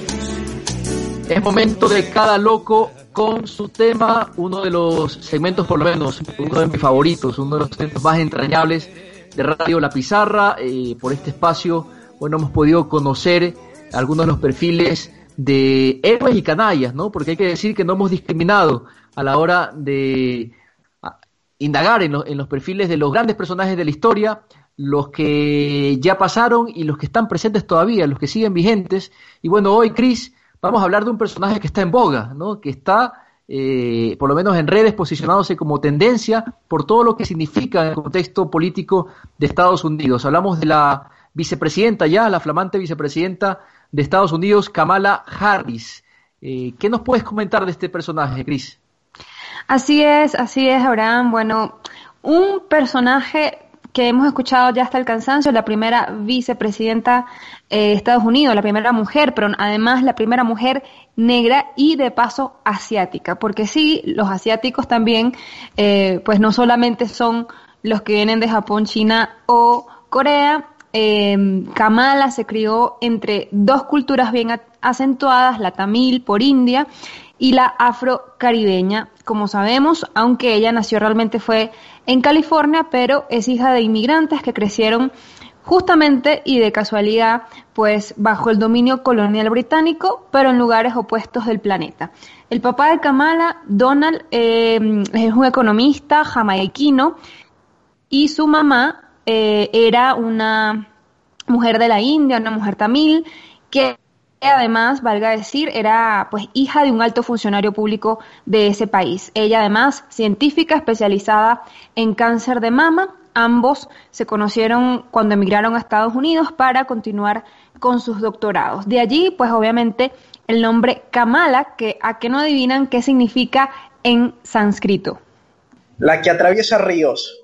Es momento de cada loco con su tema, uno de los segmentos, por lo menos, uno de mis favoritos, uno de los segmentos más entrañables de Radio La Pizarra. Por este espacio, bueno, hemos podido conocer algunos de los perfiles de héroes y canallas, ¿no? Porque hay que decir que no hemos discriminado a la hora de indagar en los perfiles de los grandes personajes de la historia, los que ya pasaron y los que están presentes todavía, los que siguen vigentes. Y bueno, hoy, Cris, vamos a hablar de un personaje que está en boga, ¿no? Que está, por lo menos en redes, posicionándose como tendencia por todo lo que significa en el contexto político de Estados Unidos. Hablamos de la vicepresidenta ya, la flamante vicepresidenta de Estados Unidos, Kamala Harris. ¿Qué nos puedes comentar de este personaje, Cris? Así es, Abraham. Bueno, un personaje que hemos escuchado ya hasta el cansancio, la primera vicepresidenta de Estados Unidos, la primera mujer, pero además la primera mujer negra y de paso asiática, porque sí, los asiáticos también, pues no solamente son los que vienen de Japón, China o Corea. Kamala se crió entre dos culturas bien acentuadas, la tamil por India y la afrocaribeña, como sabemos, aunque ella nació realmente fue en California, pero es hija de inmigrantes que crecieron justamente y de casualidad, pues bajo el dominio colonial británico, pero en lugares opuestos del planeta. El papá de Kamala, Donald, es un economista jamaiquino y su mamá era una mujer de la India, una mujer tamil, que además, valga decir, era pues hija de un alto funcionario público de ese país. Ella además, científica especializada en cáncer de mama. Ambos se conocieron cuando emigraron a Estados Unidos para continuar con sus doctorados. De allí, pues obviamente, el nombre Kamala, que a qué no adivinan qué significa en sánscrito. La que atraviesa ríos.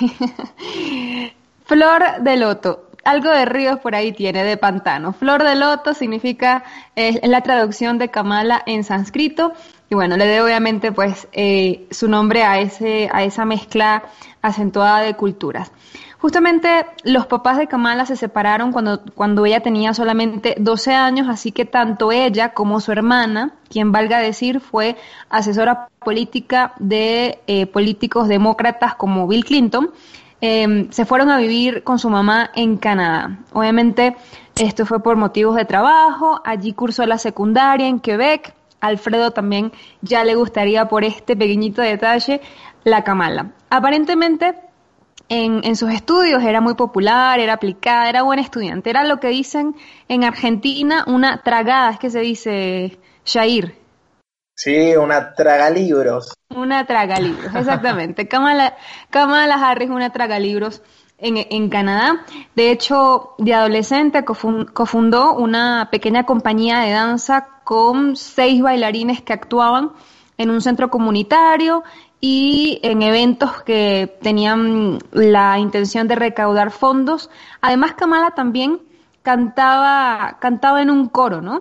Flor de loto. Algo de ríos por ahí tiene, de pantano. Flor de loto significa, es la traducción de Kamala en sánscrito. Y bueno, le debo obviamente pues su nombre a esa mezcla acentuada de culturas. Justamente los papás de Kamala se separaron cuando ella tenía solamente 12 años, así que tanto ella como su hermana, quien valga decir fue asesora política de políticos demócratas como Bill Clinton, se fueron a vivir con su mamá en Canadá. Obviamente esto fue por motivos de trabajo, allí cursó la secundaria en Quebec. Alfredo también ya le gustaría por este pequeñito detalle la Kamala. Aparentemente en sus estudios era muy popular, era aplicada, era buena estudiante, era lo que dicen en Argentina una tragada, es que se dice, Yair. Sí, una tragalibros. Una tragalibros, exactamente. Kamala Harris, una tragalibros en Canadá. De hecho, de adolescente cofundó una pequeña compañía de danza con 6 bailarines que actuaban en un centro comunitario y en eventos que tenían la intención de recaudar fondos. Además, Kamala también cantaba en un coro, ¿no?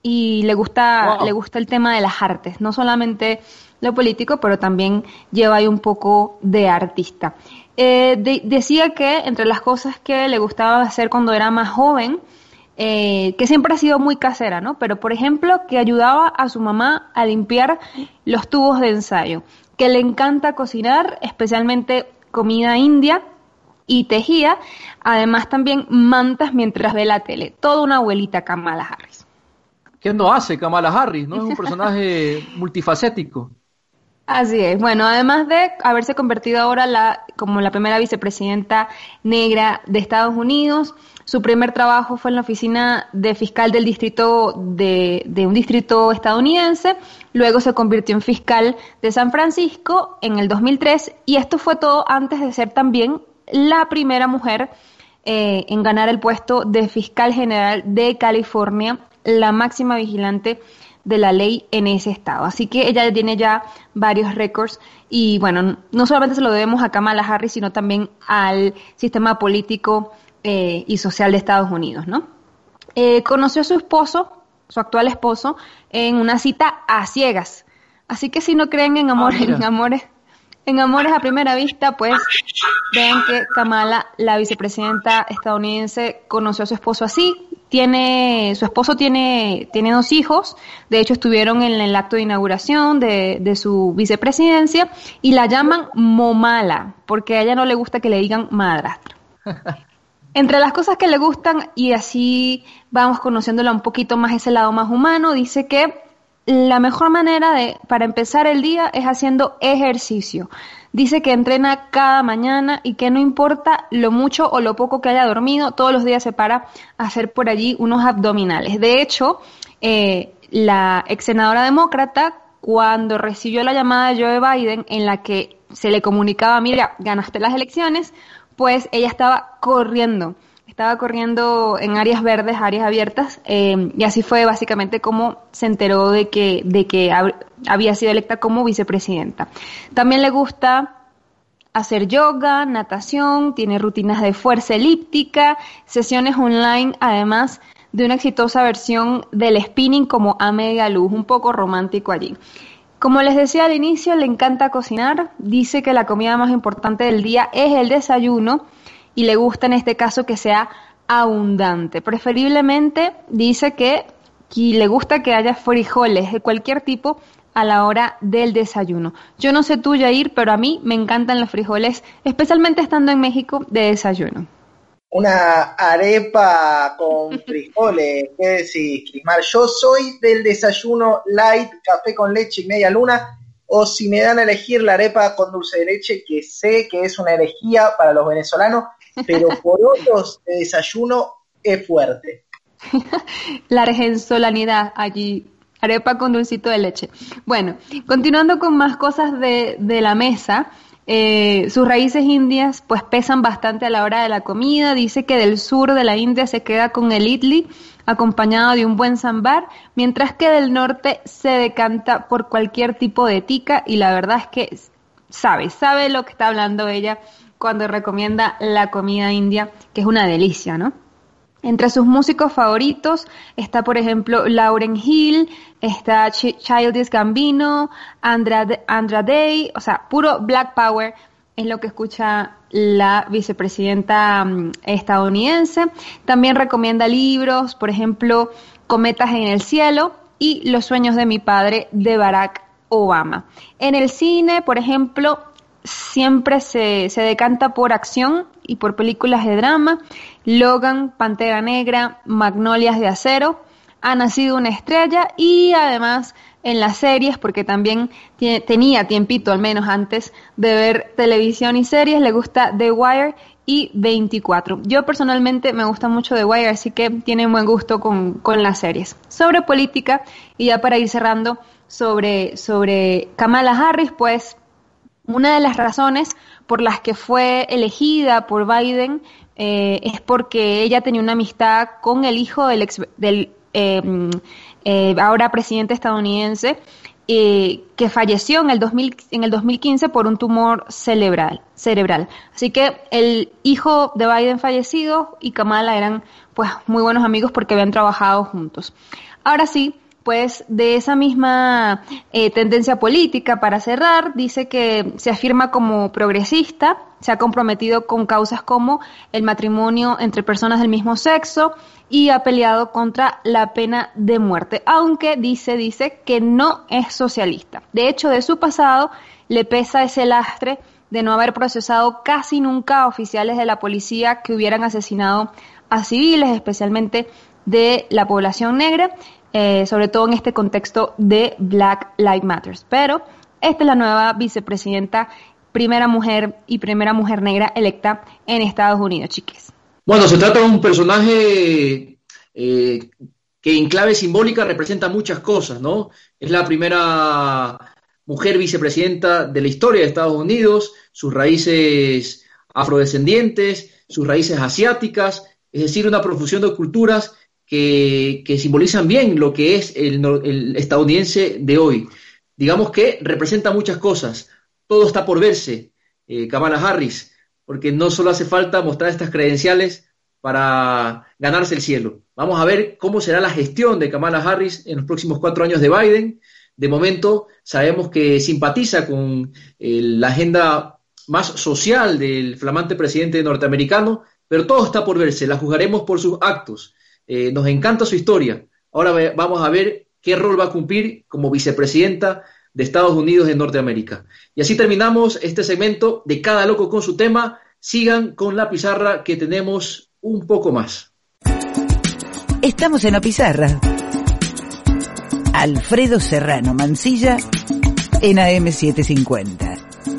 y le gusta el tema de las artes, no solamente lo político, pero también lleva ahí un poco de artista. Decía que entre las cosas que le gustaba hacer cuando era más joven, que siempre ha sido muy casera, ¿no? Pero, por ejemplo, que ayudaba a su mamá a limpiar los tubos de ensayo, que le encanta cocinar, especialmente comida india, y tejía, además también mantas mientras ve la tele. Toda una abuelita Kamala Harris. ¿Qué no hace Kamala Harris? ¿No es un personaje multifacético? Así es. Bueno, además de haberse convertido ahora como la primera vicepresidenta negra de Estados Unidos, su primer trabajo fue en la oficina de fiscal del distrito de un distrito estadounidense. Luego se convirtió en fiscal de San Francisco en el 2003, y esto fue todo antes de ser también la primera mujer en ganar el puesto de fiscal general de California, la máxima vigilante de la ley en ese estado. Así que ella tiene ya varios récords y bueno, no solamente se lo debemos a Kamala Harris, sino también al sistema político y social de Estados Unidos, ¿no? Conoció a su esposo, su actual esposo, en una cita a ciegas. Así que si no creen en amores a primera vista, pues vean que Kamala, la vicepresidenta estadounidense, conoció a su esposo así. Su esposo tiene 2 hijos, de hecho estuvieron en el acto de inauguración de su vicepresidencia y la llaman Momala, porque a ella no le gusta que le digan madrastra. Entre las cosas que le gustan, y así vamos conociéndola un poquito más ese lado más humano, dice que la mejor manera para empezar el día es haciendo ejercicio. Dice que entrena cada mañana y que no importa lo mucho o lo poco que haya dormido, todos los días se para a hacer por allí unos abdominales. De hecho, la ex senadora demócrata, cuando recibió la llamada de Joe Biden en la que se le comunicaba, mira, ganaste las elecciones, pues ella estaba corriendo en áreas verdes, áreas abiertas, y así fue básicamente como se enteró de que había sido electa como vicepresidenta. También le gusta hacer yoga, natación, tiene rutinas de fuerza elíptica, sesiones online, además de una exitosa versión del spinning como a media luz, un poco romántico allí. Como les decía al inicio, le encanta cocinar, dice que la comida más importante del día es el desayuno, y le gusta en este caso que sea abundante. Preferiblemente dice que le gusta que haya frijoles de cualquier tipo a la hora del desayuno. Yo no sé tú, Yair, pero a mí me encantan los frijoles, especialmente estando en México, de desayuno. Una arepa con frijoles, ¿qué decís, Crismar? Yo soy del desayuno light, café con leche y media luna, o si me dan a elegir la arepa con dulce de leche, que sé que es una herejía para los venezolanos, pero por otros de desayuno es fuerte. La argensolanidad allí, arepa con dulcito de leche. Bueno, continuando con más cosas de la mesa, sus raíces indias pues pesan bastante a la hora de la comida. Dice que del sur de la India se queda con el idli acompañado de un buen sambar, mientras que del norte se decanta por cualquier tipo de tikka, y la verdad es que sabe lo que está hablando ella cuando recomienda la comida india, que es una delicia, ¿no? Entre sus músicos favoritos está, por ejemplo, Lauryn Hill, está Childish Gambino, Andra Day, o sea, puro Black Power es lo que escucha la vicepresidenta estadounidense. También recomienda libros, por ejemplo, Cometas en el cielo y Los sueños de mi padre, de Barack Obama. En el cine, por ejemplo, siempre se decanta por acción y por películas de drama. Logan, Pantera Negra, Magnolias de acero, Ha nacido una estrella, y además en las series, porque también tenía tiempito al menos antes de ver televisión y series, le gusta The Wire y 24. Yo personalmente me gusta mucho The Wire, así que tiene buen gusto con las series. Sobre política, y ya para ir cerrando, sobre Kamala Harris, pues una de las razones por las que fue elegida por Biden es porque ella tenía una amistad con el hijo del ahora presidente estadounidense, que falleció en el 2015 por un tumor cerebral. Así que el hijo de Biden fallecido y Kamala eran pues muy buenos amigos porque habían trabajado juntos. Ahora sí, pues de esa misma tendencia política, para cerrar, dice que se afirma como progresista, se ha comprometido con causas como el matrimonio entre personas del mismo sexo y ha peleado contra la pena de muerte, aunque dice que no es socialista. De hecho, de su pasado le pesa ese lastre de no haber procesado casi nunca a oficiales de la policía que hubieran asesinado a civiles, especialmente de la población negra, sobre todo en este contexto de Black Lives Matter. Pero esta es la nueva vicepresidenta, primera mujer negra electa en Estados Unidos, chiques. Bueno, se trata de un personaje que en clave simbólica representa muchas cosas, ¿no? Es la primera mujer vicepresidenta de la historia de Estados Unidos, sus raíces afrodescendientes, sus raíces asiáticas, es decir, una profusión de culturas que simbolizan bien lo que es el estadounidense de hoy. Digamos que representa muchas cosas. Todo está por verse, Kamala Harris, porque no solo hace falta mostrar estas credenciales para ganarse el cielo. Vamos a ver cómo será la gestión de Kamala Harris en los próximos 4 años de Biden. De momento sabemos que simpatiza con la agenda más social del flamante presidente norteamericano, pero todo está por verse, la juzgaremos por sus actos. Nos encanta su historia. Ahora vamos a ver qué rol va a cumplir como vicepresidenta de Estados Unidos de Norteamérica. Y así terminamos este segmento de Cada Loco con su tema. Sigan con la pizarra que tenemos un poco más. Estamos en la pizarra. Alfredo Serrano Mansilla en AM750.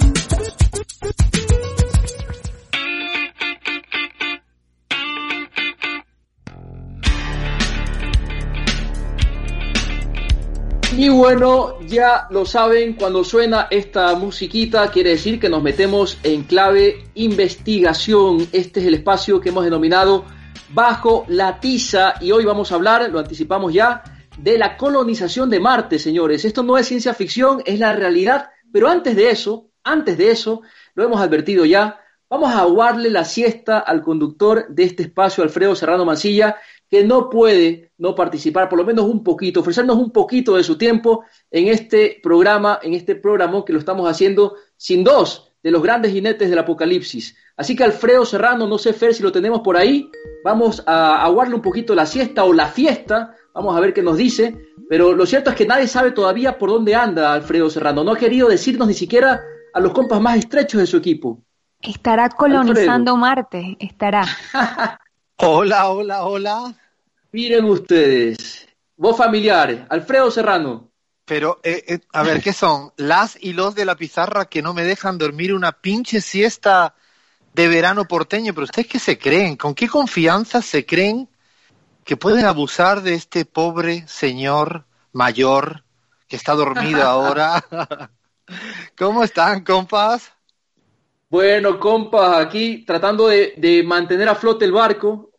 Y bueno, ya lo saben, cuando suena esta musiquita quiere decir que nos metemos en clave investigación. Este es el espacio que hemos denominado Bajo la Tiza y hoy vamos a hablar, lo anticipamos ya, de la colonización de Marte, señores. Esto no es ciencia ficción, es la realidad, pero antes de eso, lo hemos advertido ya, vamos a aguarle la siesta al conductor de este espacio, Alfredo Serrano Mansilla, que no puede no participar, por lo menos un poquito, ofrecernos un poquito de su tiempo en este programa, en este programa que lo estamos haciendo sin dos de los grandes jinetes del apocalipsis. Así que Alfredo Serrano, no sé, Fer, si lo tenemos por ahí, vamos a aguarle un poquito la siesta o la fiesta, vamos a ver qué nos dice, pero lo cierto es que nadie sabe todavía por dónde anda Alfredo Serrano, no ha querido decirnos ni siquiera a los compas más estrechos de su equipo. Estará colonizando Alfredo. Marte, estará. Hola. Miren ustedes, voz familiar, Alfredo Serrano. Pero, a ver, ¿qué son? Las y los de la pizarra que no me dejan dormir una pinche siesta de verano porteño. Pero ¿ustedes qué se creen? ¿Con qué confianza se creen que pueden abusar de este pobre señor mayor que está dormido ahora? ¿Cómo están, compas? Bueno, compas, aquí tratando de mantener a flote el barco.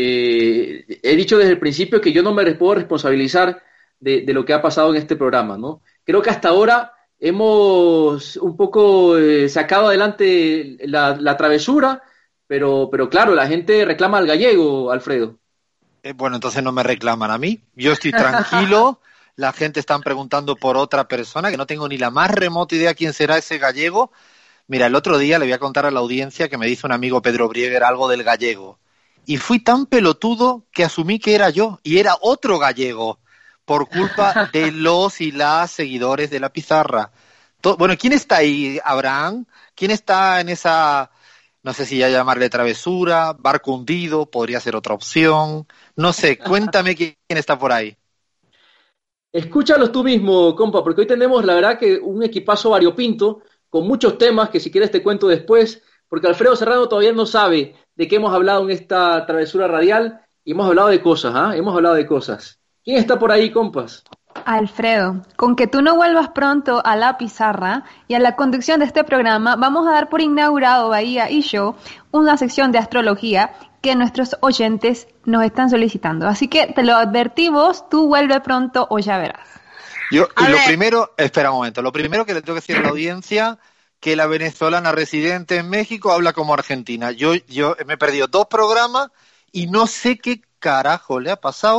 He dicho desde el principio que yo no me puedo responsabilizar de lo que ha pasado en este programa, ¿no? Creo que hasta ahora hemos un poco sacado adelante la travesura, pero claro, la gente reclama al gallego, Alfredo. Bueno, entonces no me reclaman a mí. Yo estoy tranquilo. La gente está preguntando por otra persona que no tengo ni la más remota idea quién será ese gallego. Mira, el otro día le voy a contar a la audiencia que me dice un amigo Pedro Brieger algo del gallego. Y fui tan pelotudo que asumí que era yo, y era otro gallego, por culpa de los y las seguidores de la pizarra. Bueno, ¿quién está ahí, Abraham? ¿Quién está en esa, no sé si ya llamarle travesura, barco hundido, podría ser otra opción? No sé, cuéntame quién está por ahí. Escúchalos tú mismo, compa, porque hoy tenemos, la verdad, que un equipazo variopinto, con muchos temas que si quieres te cuento después, porque Alfredo Serrano todavía no sabe de qué hemos hablado en esta travesura radial, y hemos hablado de cosas, hemos hablado de cosas. ¿Quién está por ahí, compas? Alfredo, con que tú no vuelvas pronto a la pizarra y a la conducción de este programa, vamos a dar por inaugurado Bahía y yo una sección de astrología que nuestros oyentes nos están solicitando. Así que te lo advertimos, tú vuelve pronto o ya verás. Espera un momento, lo primero que le tengo que decir a la audiencia, que la venezolana residente en México habla como argentina. Yo me he perdido 2 programas y no sé qué carajo le ha pasado,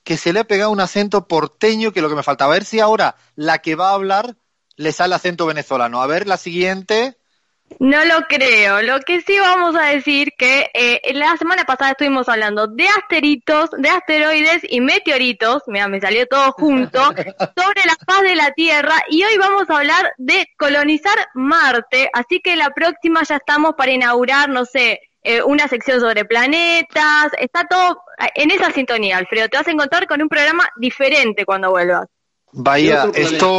que se le ha pegado un acento porteño, que lo que me falta. A ver si ahora la que va a hablar le sale acento venezolano. A ver, la siguiente. No lo creo. Lo que sí vamos a decir que la semana pasada estuvimos hablando de asteritos, de asteroides y meteoritos, mira, me salió todo junto, sobre la faz de la Tierra, y hoy vamos a hablar de colonizar Marte, así que la próxima ya estamos para inaugurar, no sé, una sección sobre planetas, está todo en esa sintonía, Alfredo, te vas a encontrar con un programa diferente cuando vuelvas. Vaya,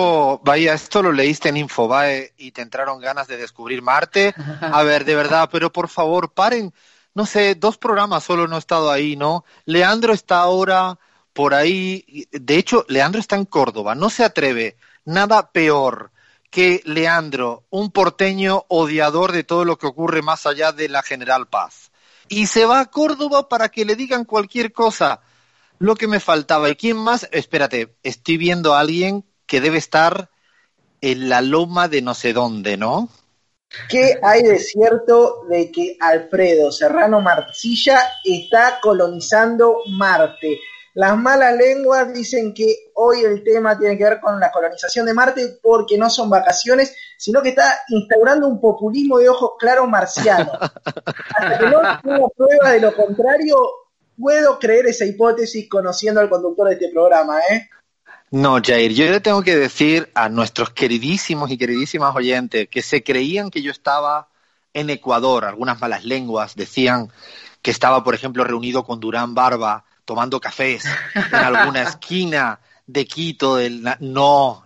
esto lo leíste en Infobae y te entraron ganas de descubrir Marte. A ver, de verdad, pero por favor, paren. No sé, 2 programas solo no he estado ahí, ¿no? Leandro está ahora por ahí. De hecho, Leandro está en Córdoba. No se atreve nada peor que Leandro, un porteño odiador de todo lo que ocurre más allá de la General Paz. Y se va a Córdoba para que le digan cualquier cosa. Lo que me faltaba. ¿Y quién más? Espérate, estoy viendo a alguien que debe estar en la loma de no sé dónde, ¿no? ¿Qué hay de cierto de que Alfredo Serrano Mancilla está colonizando Marte? Las malas lenguas dicen que hoy el tema tiene que ver con la colonización de Marte porque no son vacaciones, sino que está instaurando un populismo de ojos claros marciano. Hasta que no tenga prueba de lo contrario, puedo creer esa hipótesis conociendo al conductor de este programa, ¿eh? No, Jair, yo le tengo que decir a nuestros queridísimos y queridísimas oyentes que se creían que yo estaba en Ecuador. Algunas malas lenguas decían que estaba, por ejemplo, reunido con Durán Barba tomando cafés en alguna esquina de Quito. No.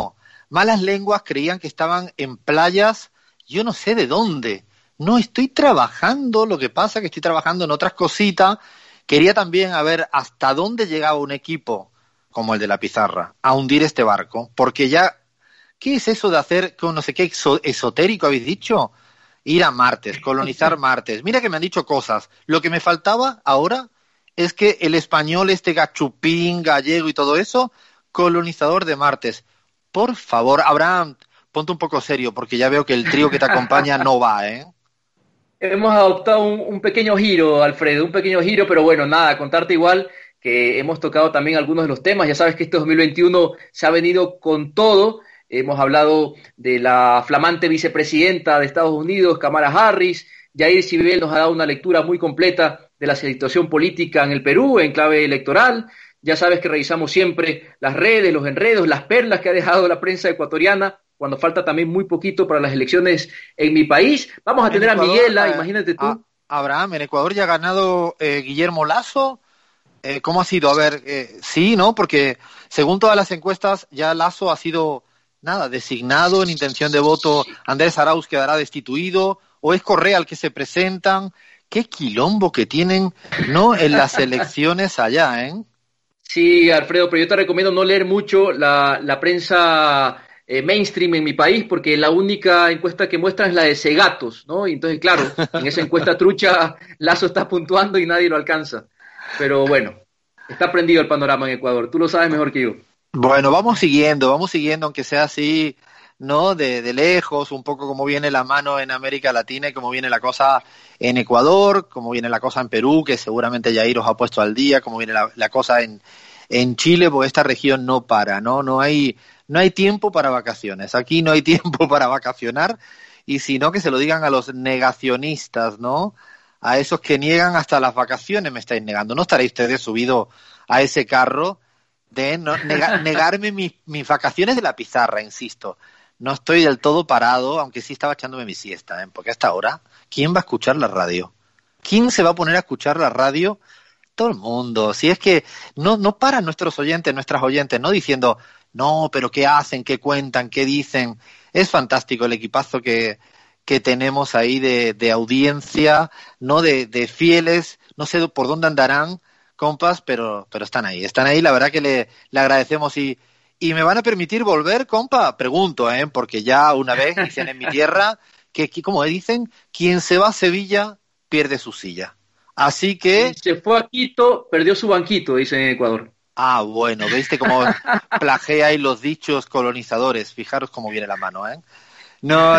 Malas lenguas creían que estaban en playas, yo no sé de dónde. No, estoy trabajando, lo que pasa es que estoy trabajando en otras cositas. Quería también a ver hasta dónde llegaba un equipo como el de la Pizarra a hundir este barco, porque ya, ¿qué es eso de hacer con no sé qué esotérico habéis dicho? Ir a Martes, colonizar Martes. Mira que me han dicho cosas. Lo que me faltaba ahora es que el español, este gachupín, gallego y todo eso, colonizador de Martes. Por favor, Abraham, ponte un poco serio, porque ya veo que el trío que te acompaña no va, ¿eh? Hemos adoptado un pequeño giro, Alfredo, un pequeño giro, pero bueno, nada, contarte igual que hemos tocado también algunos de los temas. Ya sabes que este 2021 se ha venido con todo. Hemos hablado de la flamante vicepresidenta de Estados Unidos, Kamala Harris. Yair Cibel nos ha dado una lectura muy completa de la situación política en el Perú en clave electoral. Ya sabes que revisamos siempre las redes, los enredos, las perlas que ha dejado la prensa ecuatoriana, cuando falta también muy poquito para las elecciones en mi país. Vamos a tener a Miguela, imagínate tú. Abraham, en Ecuador ya ha ganado Guillermo Lasso. ¿Cómo ha sido? A ver, sí, ¿no? Porque según todas las encuestas ya Lasso ha sido, designado en intención de voto. Andrés Arauz quedará destituido, o es Correa el que se presentan. Qué quilombo que tienen, ¿no? En las elecciones allá, ¿eh? Sí, Alfredo, pero yo te recomiendo no leer mucho la prensa mainstream en mi país, porque la única encuesta que muestran es la de Segatos, ¿no? Y entonces, claro, en esa encuesta trucha, Lasso está puntuando y nadie lo alcanza. Pero bueno, está prendido el panorama en Ecuador, tú lo sabes mejor que yo. Bueno, vamos siguiendo, aunque sea así, ¿no? De lejos, un poco como viene la mano en América Latina y cómo viene la cosa en Ecuador, cómo viene la cosa en Perú, que seguramente Yair os ha puesto al día, cómo viene la cosa en Chile, porque esta región no para, ¿no? No hay tiempo para vacaciones, aquí no hay tiempo para vacacionar, y si no, que se lo digan a los negacionistas, ¿no? A esos que niegan hasta las vacaciones, me estáis negando. ¿No estaréis ustedes subidos a ese carro de negarme mis vacaciones de la Pizarra, insisto? No estoy del todo parado, aunque sí estaba echándome mi siesta, ¿eh? Porque hasta ahora, ¿quién va a escuchar la radio? ¿Quién se va a poner a escuchar la radio? Todo el mundo. Si es que no paran nuestros oyentes, nuestras oyentes, no diciendo, no, pero ¿qué hacen? ¿Qué cuentan? ¿Qué dicen? Es fantástico el equipazo que tenemos ahí de audiencia, no de fieles, no sé por dónde andarán, compas, pero están ahí, la verdad que le agradecemos y me van a permitir volver, compa, pregunto, porque ya una vez dicen en mi tierra que como dicen, quien se va a Sevilla pierde su silla, así que... Se fue a Quito, perdió su banquito, dicen en Ecuador. Ah, bueno, ¿viste cómo plagiáis los dichos colonizadores? Fijaros cómo viene la mano, ¿eh? No.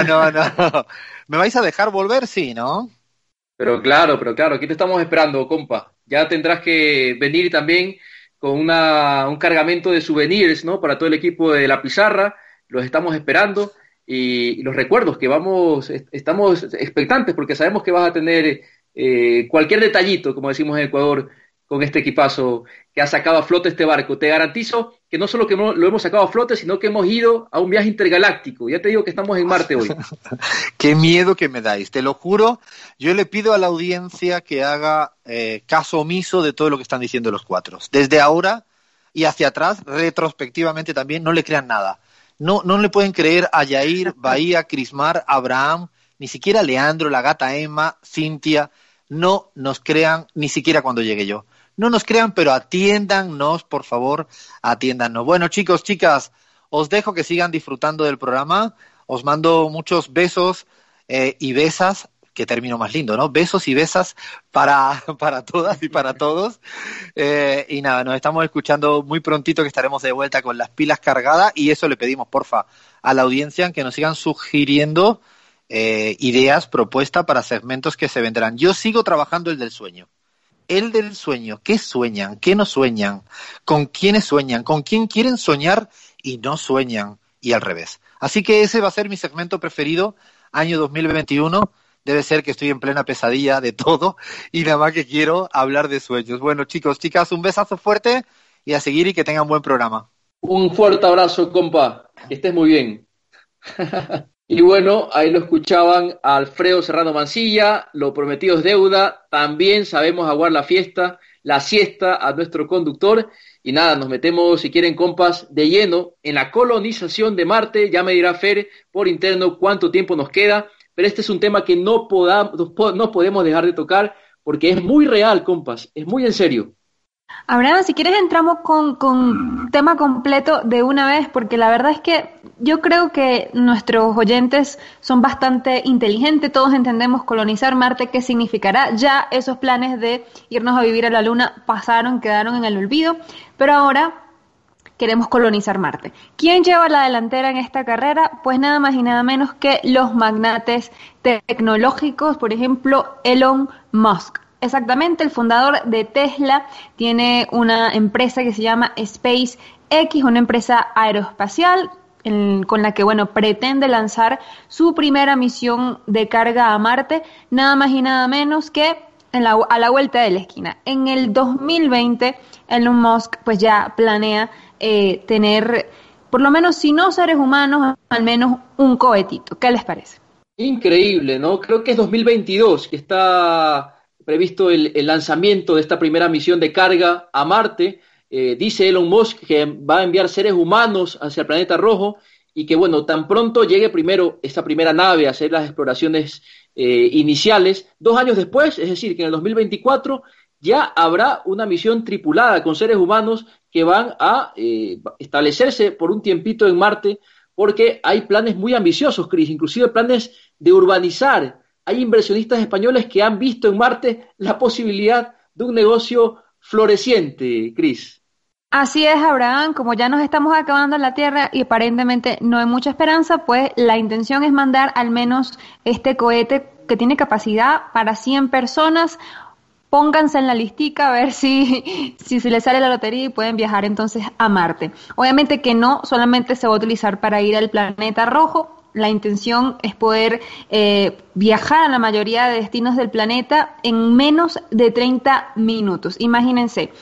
¿Me vais a dejar volver? Sí, ¿no? Pero claro, aquí te estamos esperando, compa. Ya tendrás que venir también con un cargamento de souvenirs, ¿no? Para todo el equipo de La Pizarra. Los estamos esperando y los recuerdos que estamos expectantes porque sabemos que vas a tener cualquier detallito, como decimos en Ecuador, con este equipazo que ha sacado a flote este barco. Te garantizo que no solo que lo hemos sacado a flote, sino que hemos ido a un viaje intergaláctico. Ya te digo que estamos en Marte hoy. Qué miedo que me dais, te lo juro. Yo le pido a la audiencia que haga caso omiso de todo lo que están diciendo los cuatro. Desde ahora y hacia atrás, retrospectivamente también, no le crean nada. No le pueden creer a Yair, Bahía, Crismar, Abraham, ni siquiera a Leandro, la gata Emma, Cintia. No nos crean ni siquiera cuando llegue yo. No nos crean, pero atiéndannos, por favor, atiéndannos. Bueno, chicos, chicas, os dejo que sigan disfrutando del programa. Os mando muchos besos y besas, qué término más lindo, ¿no? Besos y besas para todas y para todos. Y nada, nos estamos escuchando muy prontito, que estaremos de vuelta con las pilas cargadas, y eso le pedimos, porfa, a la audiencia que nos sigan sugiriendo ideas, propuestas para segmentos que se vendrán. Yo sigo trabajando el del sueño. El del sueño. ¿Qué sueñan? ¿Qué no sueñan? ¿Con quiénes sueñan? ¿Con quién quieren soñar y no sueñan? Y al revés. Así que ese va a ser mi segmento preferido, año 2021. Debe ser que estoy en plena pesadilla de todo y nada más que quiero hablar de sueños. Bueno, chicos, chicas, un besazo fuerte y a seguir y que tengan buen programa. Un fuerte abrazo, compa. Que estés muy bien. Y bueno, ahí lo escuchaban a Alfredo Serrano Mancilla, lo prometido es deuda, también sabemos aguar la siesta a nuestro conductor, y nada, nos metemos, si quieren compas, de lleno en la colonización de Marte. Ya me dirá Fer por interno cuánto tiempo nos queda, pero este es un tema que no podemos dejar de tocar, porque es muy real, compas, es muy en serio. Abraham, si quieres entramos con tema completo de una vez, porque la verdad es que yo creo que nuestros oyentes son bastante inteligentes, todos entendemos colonizar Marte, qué significará. Ya esos planes de irnos a vivir a la Luna quedaron en el olvido, pero ahora queremos colonizar Marte. ¿Quién lleva la delantera en esta carrera? Pues nada más y nada menos que los magnates tecnológicos, por ejemplo, Elon Musk. Exactamente, el fundador de Tesla tiene una empresa que se llama SpaceX, una empresa aeroespacial con la que, pretende lanzar su primera misión de carga a Marte, nada más y nada menos que a la vuelta de la esquina. En el 2020, Elon Musk pues ya planea tener, por lo menos si no seres humanos, al menos un cohetito. ¿Qué les parece? Increíble, ¿no? Creo que es 2022 que está previsto el lanzamiento de esta primera misión de carga a Marte. Dice Elon Musk que va a enviar seres humanos hacia el planeta rojo y que, tan pronto llegue primero esta primera nave a hacer las exploraciones iniciales, 2 años después, es decir, que en el 2024 ya habrá una misión tripulada con seres humanos que van a establecerse por un tiempito en Marte, porque hay planes muy ambiciosos, Cris, inclusive planes de urbanizar. Hay inversionistas españoles que han visto en Marte la posibilidad de un negocio floreciente, Cris. Así es, Abraham, como ya nos estamos acabando en la Tierra y aparentemente no hay mucha esperanza, pues la intención es mandar al menos este cohete que tiene capacidad para 100 personas. Pónganse en la listica a ver si se les sale la lotería y pueden viajar entonces a Marte. Obviamente que no solamente se va a utilizar para ir al planeta rojo. La intención es poder viajar a la mayoría de destinos del planeta en menos de 30 minutos. Imagínense,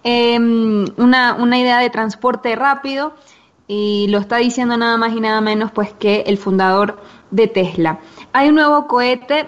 una idea de transporte rápido, y lo está diciendo nada más y nada menos pues que el fundador de Tesla. Hay un nuevo cohete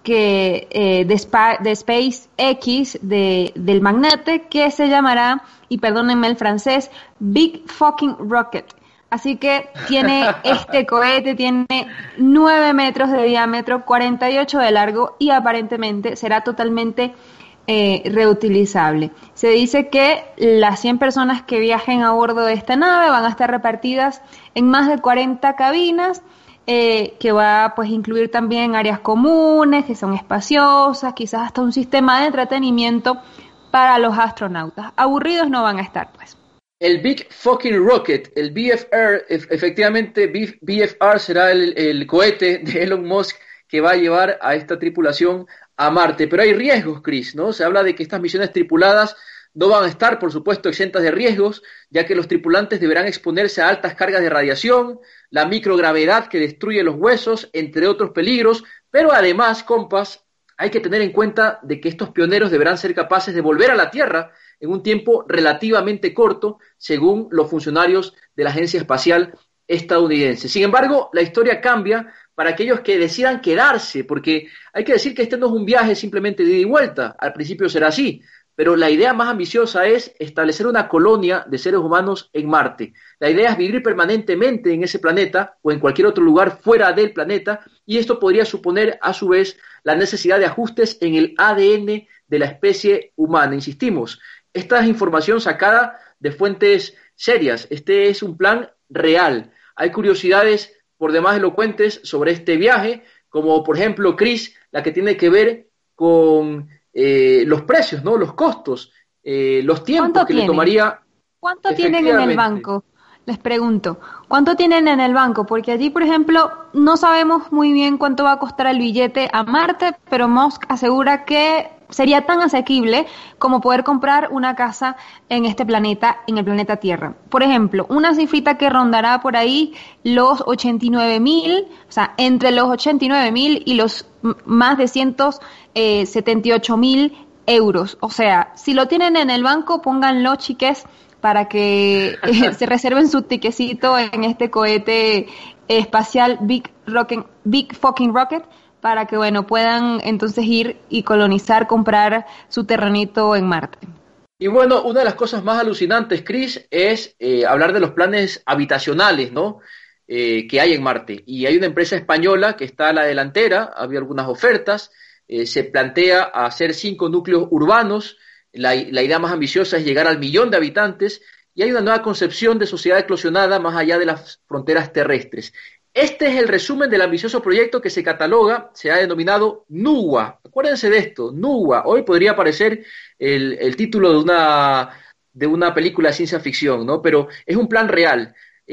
de SpaceX del magnate que se llamará, y perdónenme el francés, Big Fucking Rocket. Así que este cohete tiene 9 metros de diámetro, 48 de largo y aparentemente será totalmente reutilizable. Se dice que las 100 personas que viajen a bordo de esta nave van a estar repartidas en más de 40 cabinas, que va pues incluir también áreas comunes, que son espaciosas, quizás hasta un sistema de entretenimiento para los astronautas. Aburridos no van a estar, pues. El Big Fucking Rocket, el BFR, efectivamente BFR será el cohete de Elon Musk que va a llevar a esta tripulación a Marte. Pero hay riesgos, Chris, ¿no? Se habla de que estas misiones tripuladas no van a estar, por supuesto, exentas de riesgos, ya que los tripulantes deberán exponerse a altas cargas de radiación, la microgravedad que destruye los huesos, entre otros peligros, pero además, compas, hay que tener en cuenta de que estos pioneros deberán ser capaces de volver a la Tierra en un tiempo relativamente corto, según los funcionarios de la Agencia Espacial Estadounidense. Sin embargo, la historia cambia para aquellos que decidan quedarse, porque hay que decir que este no es un viaje simplemente de ida y vuelta, al principio será así, pero la idea más ambiciosa es establecer una colonia de seres humanos en Marte. La idea es vivir permanentemente en ese planeta o en cualquier otro lugar fuera del planeta, y esto podría suponer a su vez la necesidad de ajustes en el ADN de la especie humana. Insistimos, esta es información sacada de fuentes serias, este es un plan real. Hay curiosidades por demás elocuentes sobre este viaje, como por ejemplo, Chris, la que tiene que ver con los precios, ¿no? Los costos, los tiempos que le tomaría. ¿Cuánto tienen en el banco? Les pregunto, ¿cuánto tienen en el banco? Porque allí, por ejemplo, no sabemos muy bien cuánto va a costar el billete a Marte, pero Musk asegura que sería tan asequible como poder comprar una casa en este planeta, en el planeta Tierra. Por ejemplo, una cifrita que rondará por ahí los 89.000, o sea, entre los 89.000 y los más de 178.000 euros. O sea, si lo tienen en el banco, pónganlo, chiques, para que se reserven su tiquecito en este cohete espacial Big Fucking Rocket, para que, bueno, puedan entonces ir y colonizar, comprar su terrenito en Marte. Y bueno, una de las cosas más alucinantes, Chris, es hablar de los planes habitacionales, ¿no? Que hay en Marte. Y hay una empresa española que está a la delantera, había algunas ofertas, se plantea hacer 5 núcleos urbanos. La idea más ambiciosa es llegar al 1.000.000 de habitantes, y hay una nueva concepción de sociedad eclosionada más allá de las fronteras terrestres. Este es el resumen del ambicioso proyecto que se cataloga, se ha denominado NUWA. Acuérdense de esto, NUWA. Hoy podría parecer el título de una película de ciencia ficción, ¿no? Pero es un plan real,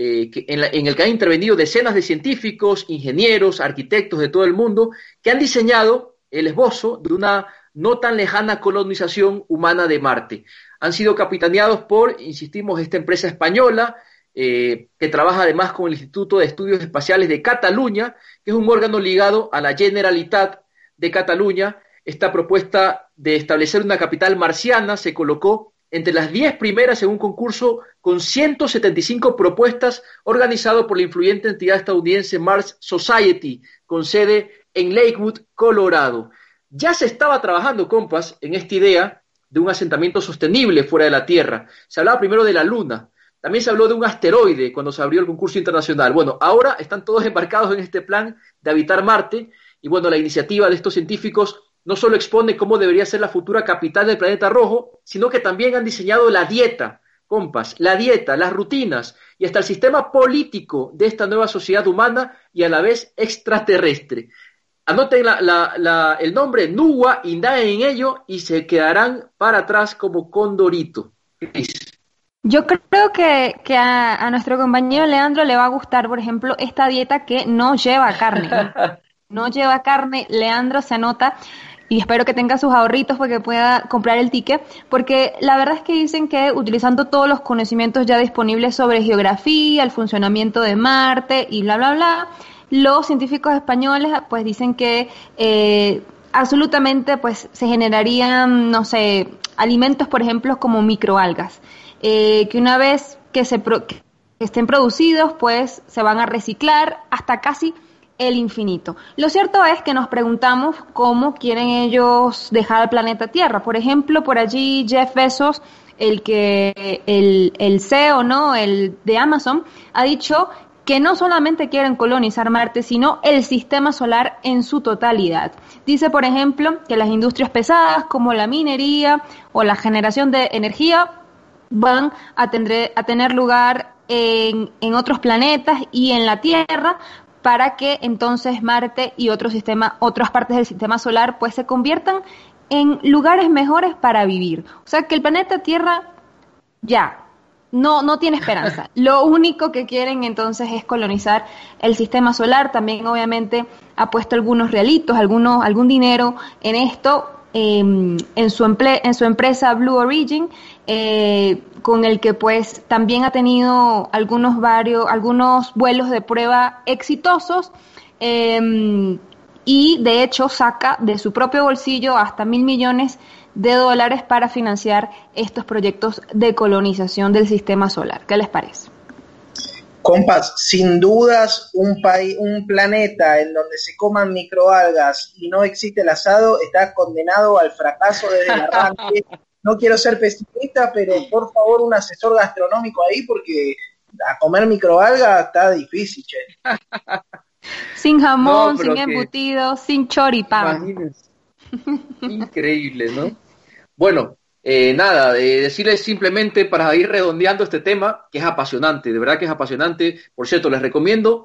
en el que han intervenido decenas de científicos, ingenieros, arquitectos de todo el mundo, que han diseñado el esbozo de una no tan lejana colonización humana de Marte. Han sido capitaneados por, insistimos, esta empresa española, que trabaja además con el Instituto de Estudios Espaciales de Cataluña, que es un órgano ligado a la Generalitat de Cataluña. Esta propuesta de establecer una capital marciana se colocó entre las 10 primeras en un concurso con 175 propuestas organizado por la influyente entidad estadounidense Mars Society, con sede en Lakewood, Colorado. Ya se estaba trabajando, compas, en esta idea de un asentamiento sostenible fuera de la Tierra. Se hablaba primero de la Luna, también se habló de un asteroide cuando se abrió el concurso internacional. Bueno, ahora están todos embarcados en este plan de habitar Marte, y bueno, la iniciativa de estos científicos no solo expone cómo debería ser la futura capital del planeta rojo, sino que también han diseñado la dieta, compas, la dieta, las rutinas y hasta el sistema político de esta nueva sociedad humana y a la vez extraterrestre. Anoten el nombre NUWA, indaguen en ello y se quedarán para atrás como Condorito. Yo creo que a nuestro compañero Leandro le va a gustar, por ejemplo, esta dieta que no lleva carne. No lleva carne, Leandro se anota, y espero que tenga sus ahorritos para que pueda comprar el ticket, porque la verdad es que dicen que utilizando todos los conocimientos ya disponibles sobre geografía, el funcionamiento de Marte y bla, bla, bla, los científicos españoles pues dicen que absolutamente pues se generarían, no sé, alimentos, por ejemplo, como microalgas, que una vez que estén producidos pues se van a reciclar hasta casi el infinito. Lo cierto es que nos preguntamos cómo quieren ellos dejar el planeta Tierra. Por ejemplo, por allí Jeff Bezos, el CEO, ¿no?, el de Amazon, ha dicho que no solamente quieren colonizar Marte, sino el sistema solar en su totalidad. Dice, por ejemplo, que las industrias pesadas como la minería o la generación de energía van a tener lugar en otros planetas y en la Tierra, para que entonces Marte y otras partes del sistema solar pues se conviertan en lugares mejores para vivir. O sea que el planeta Tierra ya no tiene esperanza. Lo único que quieren entonces es colonizar el sistema solar. También obviamente ha puesto algunos realitos, algún dinero en esto, en su empresa Blue Origin, con el que pues también ha tenido algunos vuelos de prueba exitosos, y de hecho saca de su propio bolsillo hasta $1.000 millones para financiar estos proyectos de colonización del sistema solar. ¿Qué les parece? Compas, sin dudas un planeta en donde se coman microalgas y no existe el asado está condenado al fracaso desde el arranque. No quiero ser pesimista, pero por favor un asesor gastronómico ahí, porque a comer microalgas está difícil, che. Sin jamón, sin embutido, sin choripán. Imagínense. Increíble, ¿no? Bueno, decirles simplemente para ir redondeando este tema, que es apasionante, de verdad que es apasionante. Por cierto, les recomiendo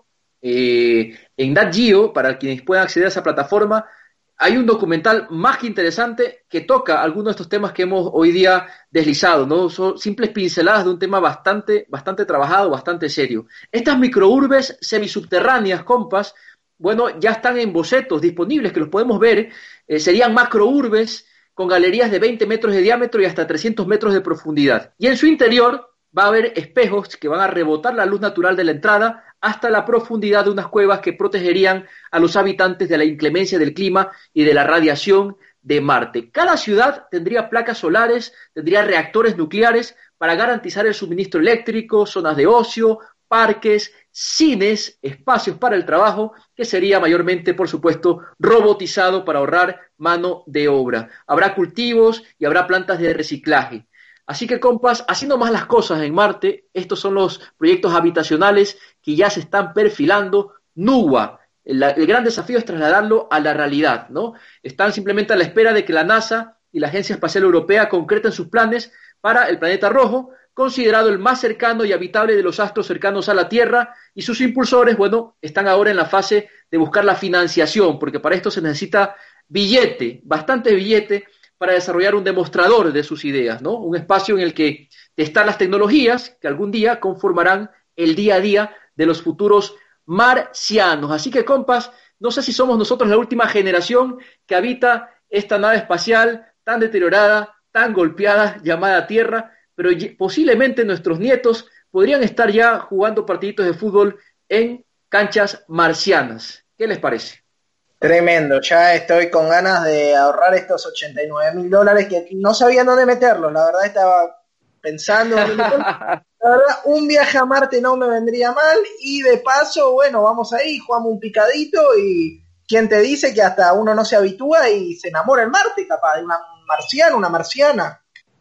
en Nat Geo, para quienes puedan acceder a esa plataforma, hay un documental más que interesante que toca algunos de estos temas que hemos hoy día deslizado, ¿no? Son simples pinceladas de un tema bastante trabajado, bastante serio. Estas microurbes semisubterráneas, compas, bueno, ya están en bocetos disponibles que los podemos ver. Serían macrourbes con galerías de 20 metros de diámetro y hasta 300 metros de profundidad. Y en su interior va a haber espejos que van a rebotar la luz natural de la entrada hasta la profundidad de unas cuevas que protegerían a los habitantes de la inclemencia del clima y de la radiación de Marte. Cada ciudad tendría placas solares, tendría reactores nucleares para garantizar el suministro eléctrico, zonas de ocio, parques, cines, espacios para el trabajo, que sería mayormente, por supuesto, robotizado para ahorrar mano de obra. Habrá cultivos y habrá plantas de reciclaje. Así que, compas, haciendo más las cosas en Marte, estos son los proyectos habitacionales que ya se están perfilando. NUWA, el gran desafío es trasladarlo a la realidad, ¿no? Están simplemente a la espera de que la NASA y la Agencia Espacial Europea concreten sus planes para el planeta rojo, considerado el más cercano y habitable de los astros cercanos a la Tierra, y sus impulsores, bueno, están ahora en la fase de buscar la financiación, porque para esto se necesita billete, bastante billete, para desarrollar un demostrador de sus ideas, ¿no? Un espacio en el que testar las tecnologías que algún día conformarán el día a día de los futuros marcianos. Así que, compas, no sé si somos nosotros la última generación que habita esta nave espacial tan deteriorada, tan golpeada, llamada Tierra, pero posiblemente nuestros nietos podrían estar ya jugando partiditos de fútbol en canchas marcianas. ¿Qué les parece? Tremendo, ya estoy con ganas de ahorrar estos $89.000 que no sabía dónde meterlos, la verdad estaba pensando, la verdad un viaje a Marte no me vendría mal, y de paso, bueno, vamos ahí, jugamos un picadito, y ¿quién te dice que hasta uno no se habitúa y se enamora en Marte, capaz de una marciana?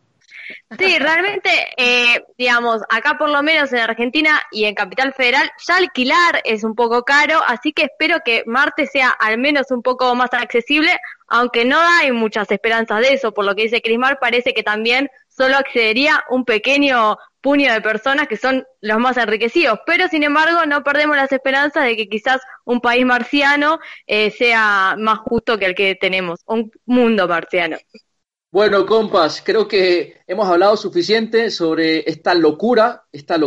Sí, realmente, digamos, acá por lo menos en Argentina y en Capital Federal, ya alquilar es un poco caro, así que espero que Marte sea al menos un poco más accesible, aunque no hay muchas esperanzas de eso, por lo que dice Crismar, parece que también solo accedería un pequeño puño de personas que son los más enriquecidos, pero sin embargo no perdemos las esperanzas de que quizás un país marciano sea más justo que el que tenemos, un mundo marciano. Bueno, compas, creo que hemos hablado suficiente sobre esta locura,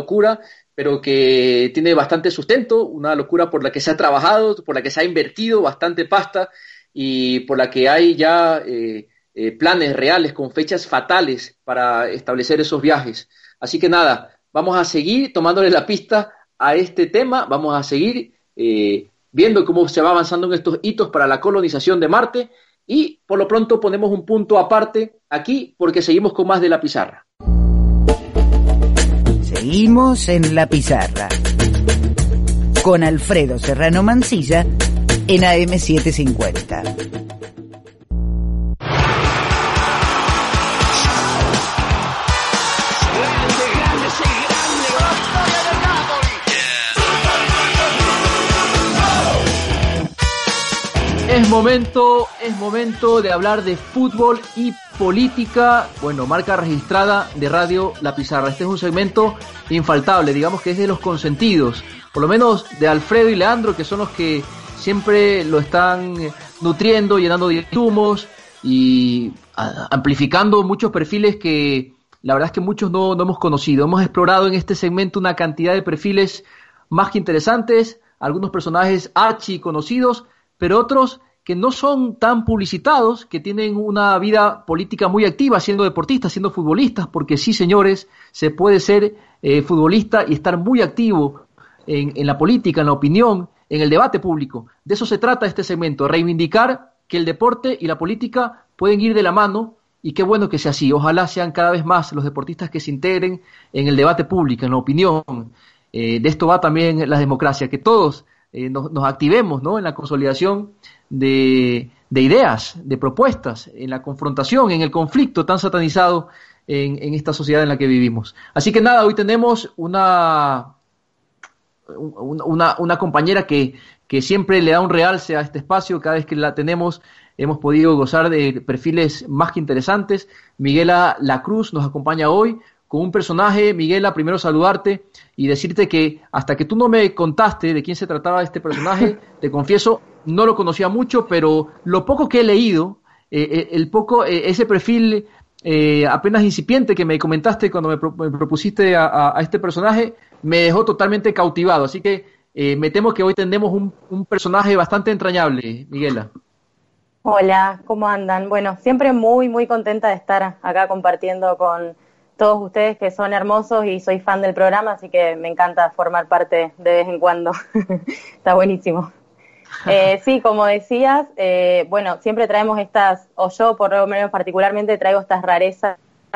pero que tiene bastante sustento, una locura por la que se ha trabajado, por la que se ha invertido bastante pasta y por la que hay ya planes reales con fechas fatales para establecer esos viajes. Así que nada, vamos a seguir tomándole la pista a este tema, vamos a seguir viendo cómo se va avanzando en estos hitos para la colonización de Marte. Y por lo pronto ponemos un punto aparte aquí porque seguimos con más de La Pizarra. Seguimos en La Pizarra con Alfredo Serrano Mancilla en AM750. Es momento de hablar de fútbol y política. Bueno, marca registrada de Radio La Pizarra. Este es un segmento infaltable, digamos que es de los consentidos, por lo menos de Alfredo y Leandro, que son los que siempre lo están nutriendo, llenando de insumos y amplificando muchos perfiles que la verdad es que muchos no hemos conocido. Hemos explorado en este segmento una cantidad de perfiles más que interesantes, algunos personajes archi conocidos, pero otros que no son tan publicitados, que tienen una vida política muy activa, siendo deportistas, siendo futbolistas, porque sí, señores, se puede ser futbolista y estar muy activo en la política, en la opinión, en el debate público. De eso se trata este segmento, reivindicar que el deporte y la política pueden ir de la mano, y qué bueno que sea así. Ojalá sean cada vez más los deportistas que se integren en el debate público, en la opinión. De esto va también la democracia, que todos nos activemos, ¿no?, en la consolidación de ideas, de propuestas, en la confrontación, en el conflicto tan satanizado en esta sociedad en la que vivimos. Así que nada, hoy tenemos una compañera que siempre le da un realce a este espacio. Cada vez que la tenemos hemos podido gozar de perfiles más que interesantes. Miguela Lacruz nos acompaña hoy con un personaje. Miguela, primero saludarte y decirte que hasta que tú no me contaste de quién se trataba este personaje, te confieso, no lo conocía mucho, pero lo poco que he leído, ese perfil apenas incipiente que me comentaste cuando me propusiste a este personaje, me dejó totalmente cautivado. Así que me temo que hoy tendremos un personaje bastante entrañable, Miguela. Hola, ¿cómo andan? Bueno, siempre muy, muy contenta de estar acá compartiendo con todos ustedes que son hermosos y soy fan del programa, así que me encanta formar parte de vez en cuando. Está buenísimo. Sí, como decías, bueno, siempre traemos estas, o yo por lo menos particularmente traigo estas rarezas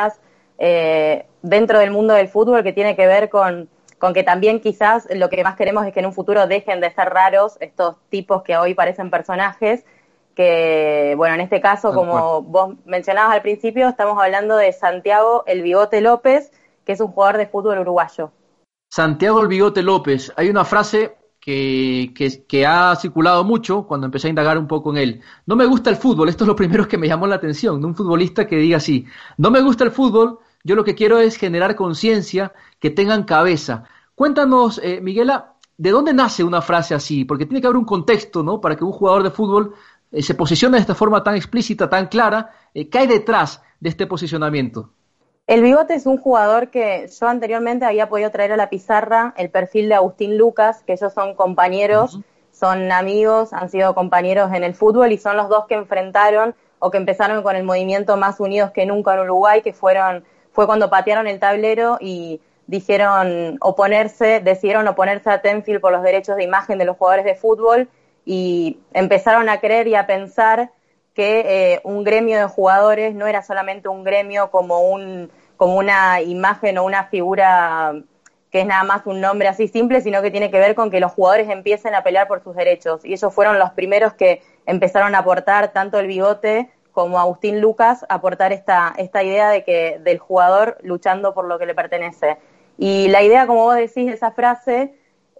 dentro del mundo del fútbol que tiene que ver con que también quizás lo que más queremos es que en un futuro dejen de ser raros estos tipos que hoy parecen personajes, que, bueno, en este caso, como vos mencionabas al principio, estamos hablando de Santiago El Bigote López, que es un jugador de fútbol uruguayo. Santiago El Bigote López. Hay una frase que ha circulado mucho cuando empecé a indagar un poco en él. No me gusta el fútbol, esto es lo primero que me llamó la atención, de un futbolista que diga así: no me gusta el fútbol, yo lo que quiero es generar conciencia, que tengan cabeza. Cuéntanos, Miguela, ¿de dónde nace una frase así? Porque tiene que haber un contexto, ¿no?, para que un jugador de fútbol se posiciona de esta forma tan explícita, tan clara. ¿Qué hay detrás de este posicionamiento? El Bigote es un jugador que yo anteriormente había podido traer a la pizarra el perfil de Agustín Lucas, que ellos son compañeros, son amigos, han sido compañeros en el fútbol y son los dos que enfrentaron o que empezaron con el movimiento Más Unidos que Nunca en Uruguay, que fue cuando patearon el tablero y decidieron oponerse a Tenfield por los derechos de imagen de los jugadores de fútbol, y empezaron a creer y a pensar que un gremio de jugadores no era solamente un gremio como una imagen o una figura que es nada más un nombre así simple, sino que tiene que ver con que los jugadores empiecen a pelear por sus derechos. Y ellos fueron los primeros que empezaron a aportar, tanto el Bigote como Agustín Lucas, a aportar esta idea del jugador luchando por lo que le pertenece. Y la idea, como vos decís, de esa frase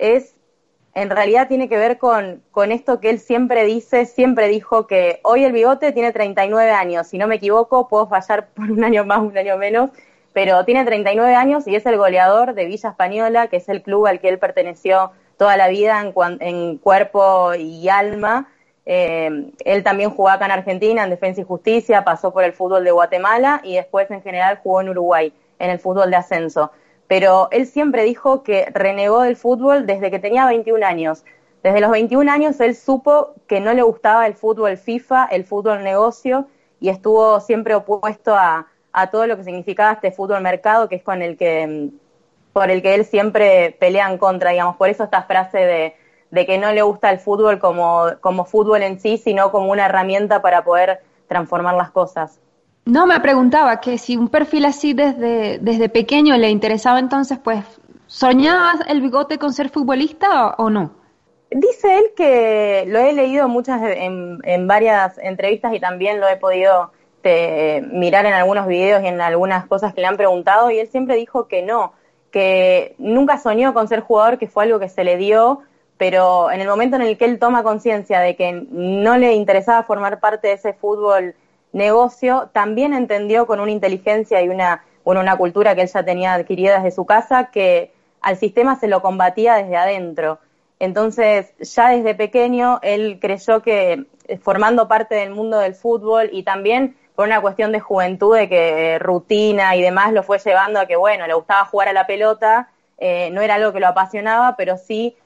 en realidad tiene que ver con esto que él siempre dijo, que hoy el Bigote tiene 39 años, si no me equivoco, puedo fallar por un año más, un año menos, pero tiene 39 años y es el goleador de Villa Española, que es el club al que él perteneció toda la vida en cuerpo y alma. Él también jugó acá en Argentina, en Defensa y Justicia, pasó por el fútbol de Guatemala y después en general jugó en Uruguay, en el fútbol de ascenso. Pero él siempre dijo que renegó del fútbol desde que tenía 21 años. Desde los 21 años él supo que no le gustaba el fútbol FIFA, el fútbol negocio, y estuvo siempre opuesto a todo lo que significaba este fútbol mercado, que es por el que él siempre pelea en contra, digamos. Por eso esta frase de que no le gusta el fútbol como fútbol en sí, sino como una herramienta para poder transformar las cosas. No, me preguntaba que si un perfil así desde pequeño le interesaba, entonces, pues, ¿soñaba el Bigote con ser futbolista o no? Dice él que lo he leído en varias entrevistas y también lo he podido mirar en algunos videos y en algunas cosas que le han preguntado, y él siempre dijo que no, que nunca soñó con ser jugador, que fue algo que se le dio, pero en el momento en el que él toma conciencia de que no le interesaba formar parte de ese fútbol negocio, también entendió con una inteligencia y una cultura que él ya tenía adquirida desde su casa, que al sistema se lo combatía desde adentro. Entonces, ya desde pequeño, él creyó que formando parte del mundo del fútbol, y también por una cuestión de juventud, de que rutina y demás lo fue llevando a que, bueno, le gustaba jugar a la pelota, no era algo que lo apasionaba, pero sí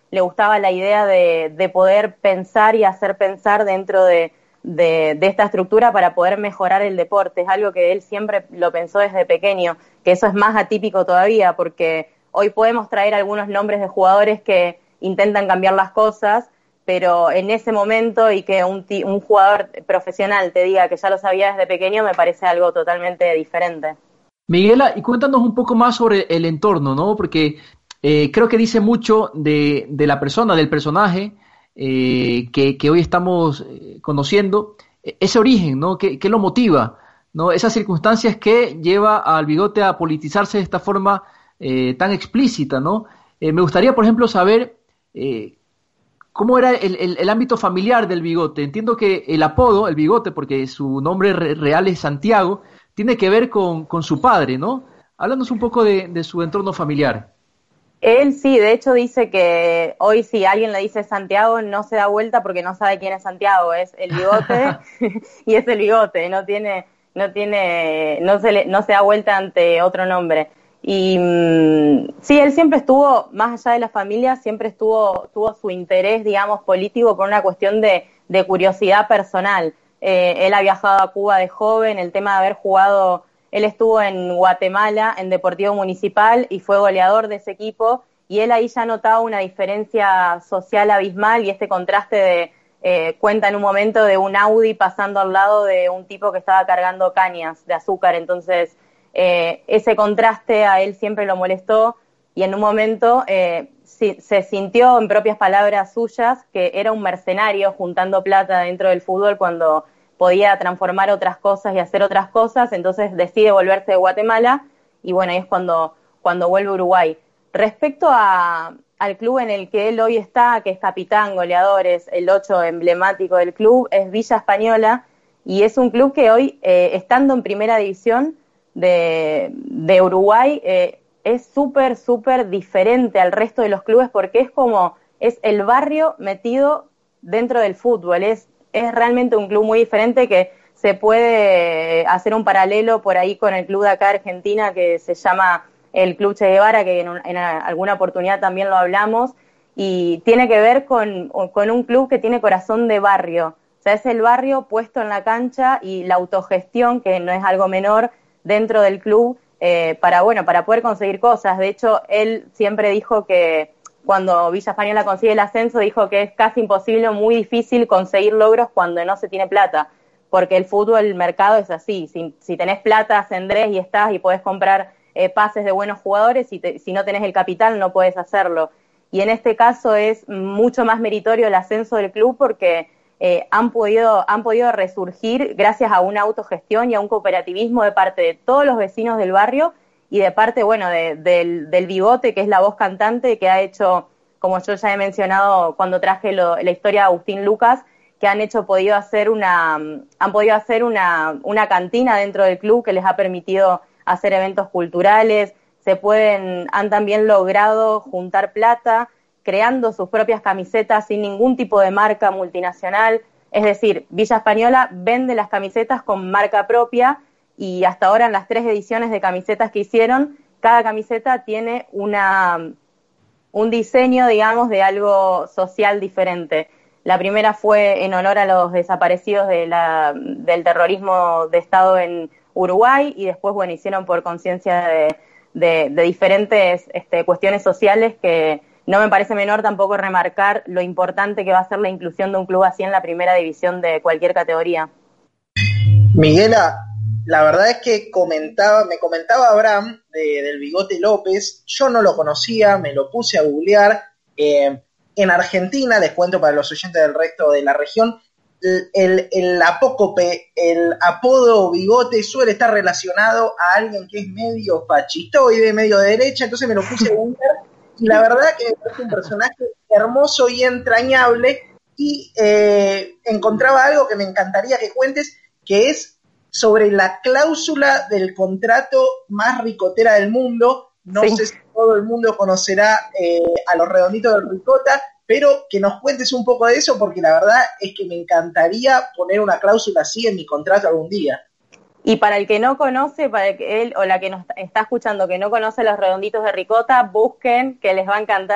le gustaba la idea de poder pensar y hacer pensar dentro de esta estructura para poder mejorar el deporte. Es algo que él siempre lo pensó desde pequeño, que eso es más atípico todavía, porque hoy podemos traer algunos nombres de jugadores que intentan cambiar las cosas, pero en ese momento y que un jugador profesional te diga que ya lo sabía desde pequeño me parece algo totalmente diferente. Miguela, y cuéntanos un poco más sobre el entorno, ¿no? Porque creo que dice mucho de la persona, del personaje que hoy estamos conociendo, ese origen, ¿no? ¿Qué lo motiva, ¿no? Esas circunstancias que lleva al Bigote a politizarse de esta forma tan explícita, ¿no? Me gustaría, por ejemplo, saber cómo era el ámbito familiar del Bigote. Entiendo que el apodo, el Bigote, porque su nombre real es Santiago, tiene que ver con su padre, ¿no? Háblanos un poco de su entorno familiar. Él sí, de hecho dice que hoy si alguien le dice Santiago no se da vuelta porque no sabe quién es Santiago, es el Bigote y es el Bigote, no se da vuelta ante otro nombre. Y sí, él siempre estuvo, más allá de la familia, siempre tuvo su interés, digamos, político por una cuestión de curiosidad personal. Él ha viajado a Cuba de joven, el tema de haber jugado, él estuvo en Guatemala, en Deportivo Municipal, y fue goleador de ese equipo, y él ahí ya notaba una diferencia social abismal, y este contraste cuenta en un momento de un Audi pasando al lado de un tipo que estaba cargando cañas de azúcar. Entonces ese contraste a él siempre lo molestó, y en un momento se sintió, en propias palabras suyas, que era un mercenario juntando plata dentro del fútbol cuando podía transformar otras cosas y hacer otras cosas. Entonces decide volverse de Guatemala, y bueno, ahí es cuando vuelve a Uruguay. Respecto al club en el que él hoy está, que es capitán, goleador, es el 8 emblemático del club, es Villa Española, y es un club que hoy, estando en primera división de Uruguay, es súper diferente al resto de los clubes, porque es el barrio metido dentro del fútbol. Es realmente un club muy diferente, que se puede hacer un paralelo por ahí con el club de acá de Argentina que se llama el Club Che Guevara, que en alguna oportunidad también lo hablamos, y tiene que ver con un club que tiene corazón de barrio. O sea, es el barrio puesto en la cancha, y la autogestión, que no es algo menor, dentro del club, para poder conseguir cosas. De hecho, él siempre dijo que cuando Villa Española consigue el ascenso, dijo que es casi imposible, muy difícil conseguir logros cuando no se tiene plata, porque el fútbol, el mercado es así. Si tenés plata, ascendés y estás y podés comprar pases de buenos jugadores, si no tenés el capital no podés hacerlo. Y en este caso es mucho más meritorio el ascenso del club, porque han podido resurgir gracias a una autogestión y a un cooperativismo de parte de todos los vecinos del barrio, y de parte, del Bigote, que es la voz cantante, que ha hecho, como yo ya he mencionado cuando traje la historia de Agustín Lucas, que han podido hacer una cantina dentro del club que les ha permitido hacer eventos culturales. Han también logrado juntar plata, creando sus propias camisetas sin ningún tipo de marca multinacional. Es decir, Villa Española vende las camisetas con marca propia, y hasta ahora en las 3 ediciones de camisetas que hicieron, cada camiseta tiene un diseño, digamos, de algo social diferente. La primera fue en honor a los desaparecidos del terrorismo de Estado en Uruguay, y después, hicieron por conciencia de diferentes cuestiones sociales, que no me parece menor tampoco remarcar lo importante que va a ser la inclusión de un club así en la primera división de cualquier categoría. Miguela, la verdad es que me comentaba Abraham del Bigote López. Yo no lo conocía, me lo puse a googlear. En Argentina, les cuento para los oyentes del resto de la región, el apócope, el apodo Bigote suele estar relacionado a alguien que es medio fascistoide, medio de derecha. Entonces me lo puse a googlear, y la verdad que es un personaje hermoso y entrañable, y encontraba algo que me encantaría que cuentes, que es sobre la cláusula del contrato más ricotera del mundo. No sé si todo el mundo conocerá a los redonditos del Ricota, pero que nos cuentes un poco de eso, porque la verdad es que me encantaría poner una cláusula así en mi contrato algún día. Y para el que no conoce, para que él o la que nos está escuchando que no conoce los redonditos de Ricota, busquen, que les va a encantar.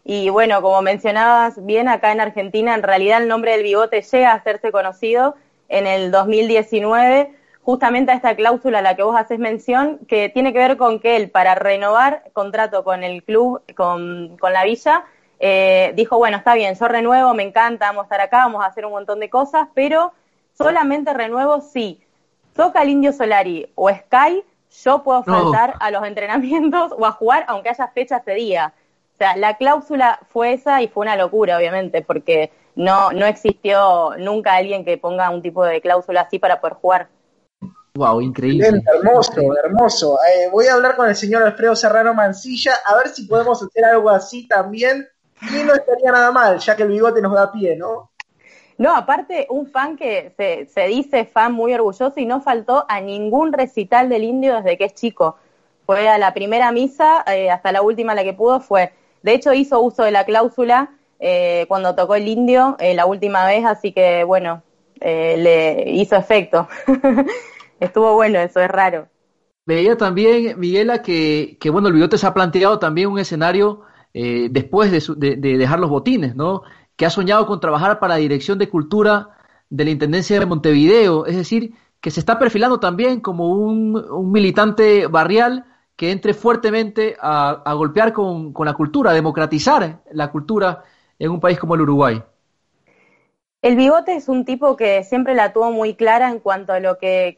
Y bueno, como mencionabas bien, acá en Argentina en realidad el nombre del Bigote llega a hacerse conocido en el 2019, justamente a esta cláusula a la que vos haces mención, que tiene que ver con que él, para renovar contrato con el club, con la Villa, dijo, bueno, está bien, yo renuevo, me encanta, vamos a estar acá, vamos a hacer un montón de cosas, pero solamente renuevo si toca el Indio Solari o Sky, yo puedo faltar a los entrenamientos o a jugar aunque haya fecha ese día. O sea, la cláusula fue esa y fue una locura, obviamente, porque no existió nunca alguien que ponga un tipo de cláusula así para poder jugar. Wow, increíble. Excelente, hermoso. Voy a hablar con el señor Alfredo Serrano Mancilla a ver si podemos hacer algo así también. Y no estaría nada mal, ya que el Bigote nos da pie, ¿no? No, aparte, un fan que se dice fan muy orgulloso y no faltó a ningún recital del Indio desde que es chico. Fue a la primera misa, hasta la última la que pudo fue. De hecho, hizo uso de la cláusula cuando tocó el Indio la última vez, así que, bueno, le hizo efecto. Estuvo bueno, eso es raro. Veía también, Miguela, que bueno, el Bigote se ha planteado también un escenario después de dejar los botines, ¿no? Que ha soñado con trabajar para la Dirección de Cultura de la Intendencia de Montevideo, es decir, que se está perfilando también como un militante barrial que entre fuertemente a golpear con la cultura, a democratizar la cultura en un país como el Uruguay. El Bigote es un tipo que siempre la tuvo muy clara en cuanto a lo que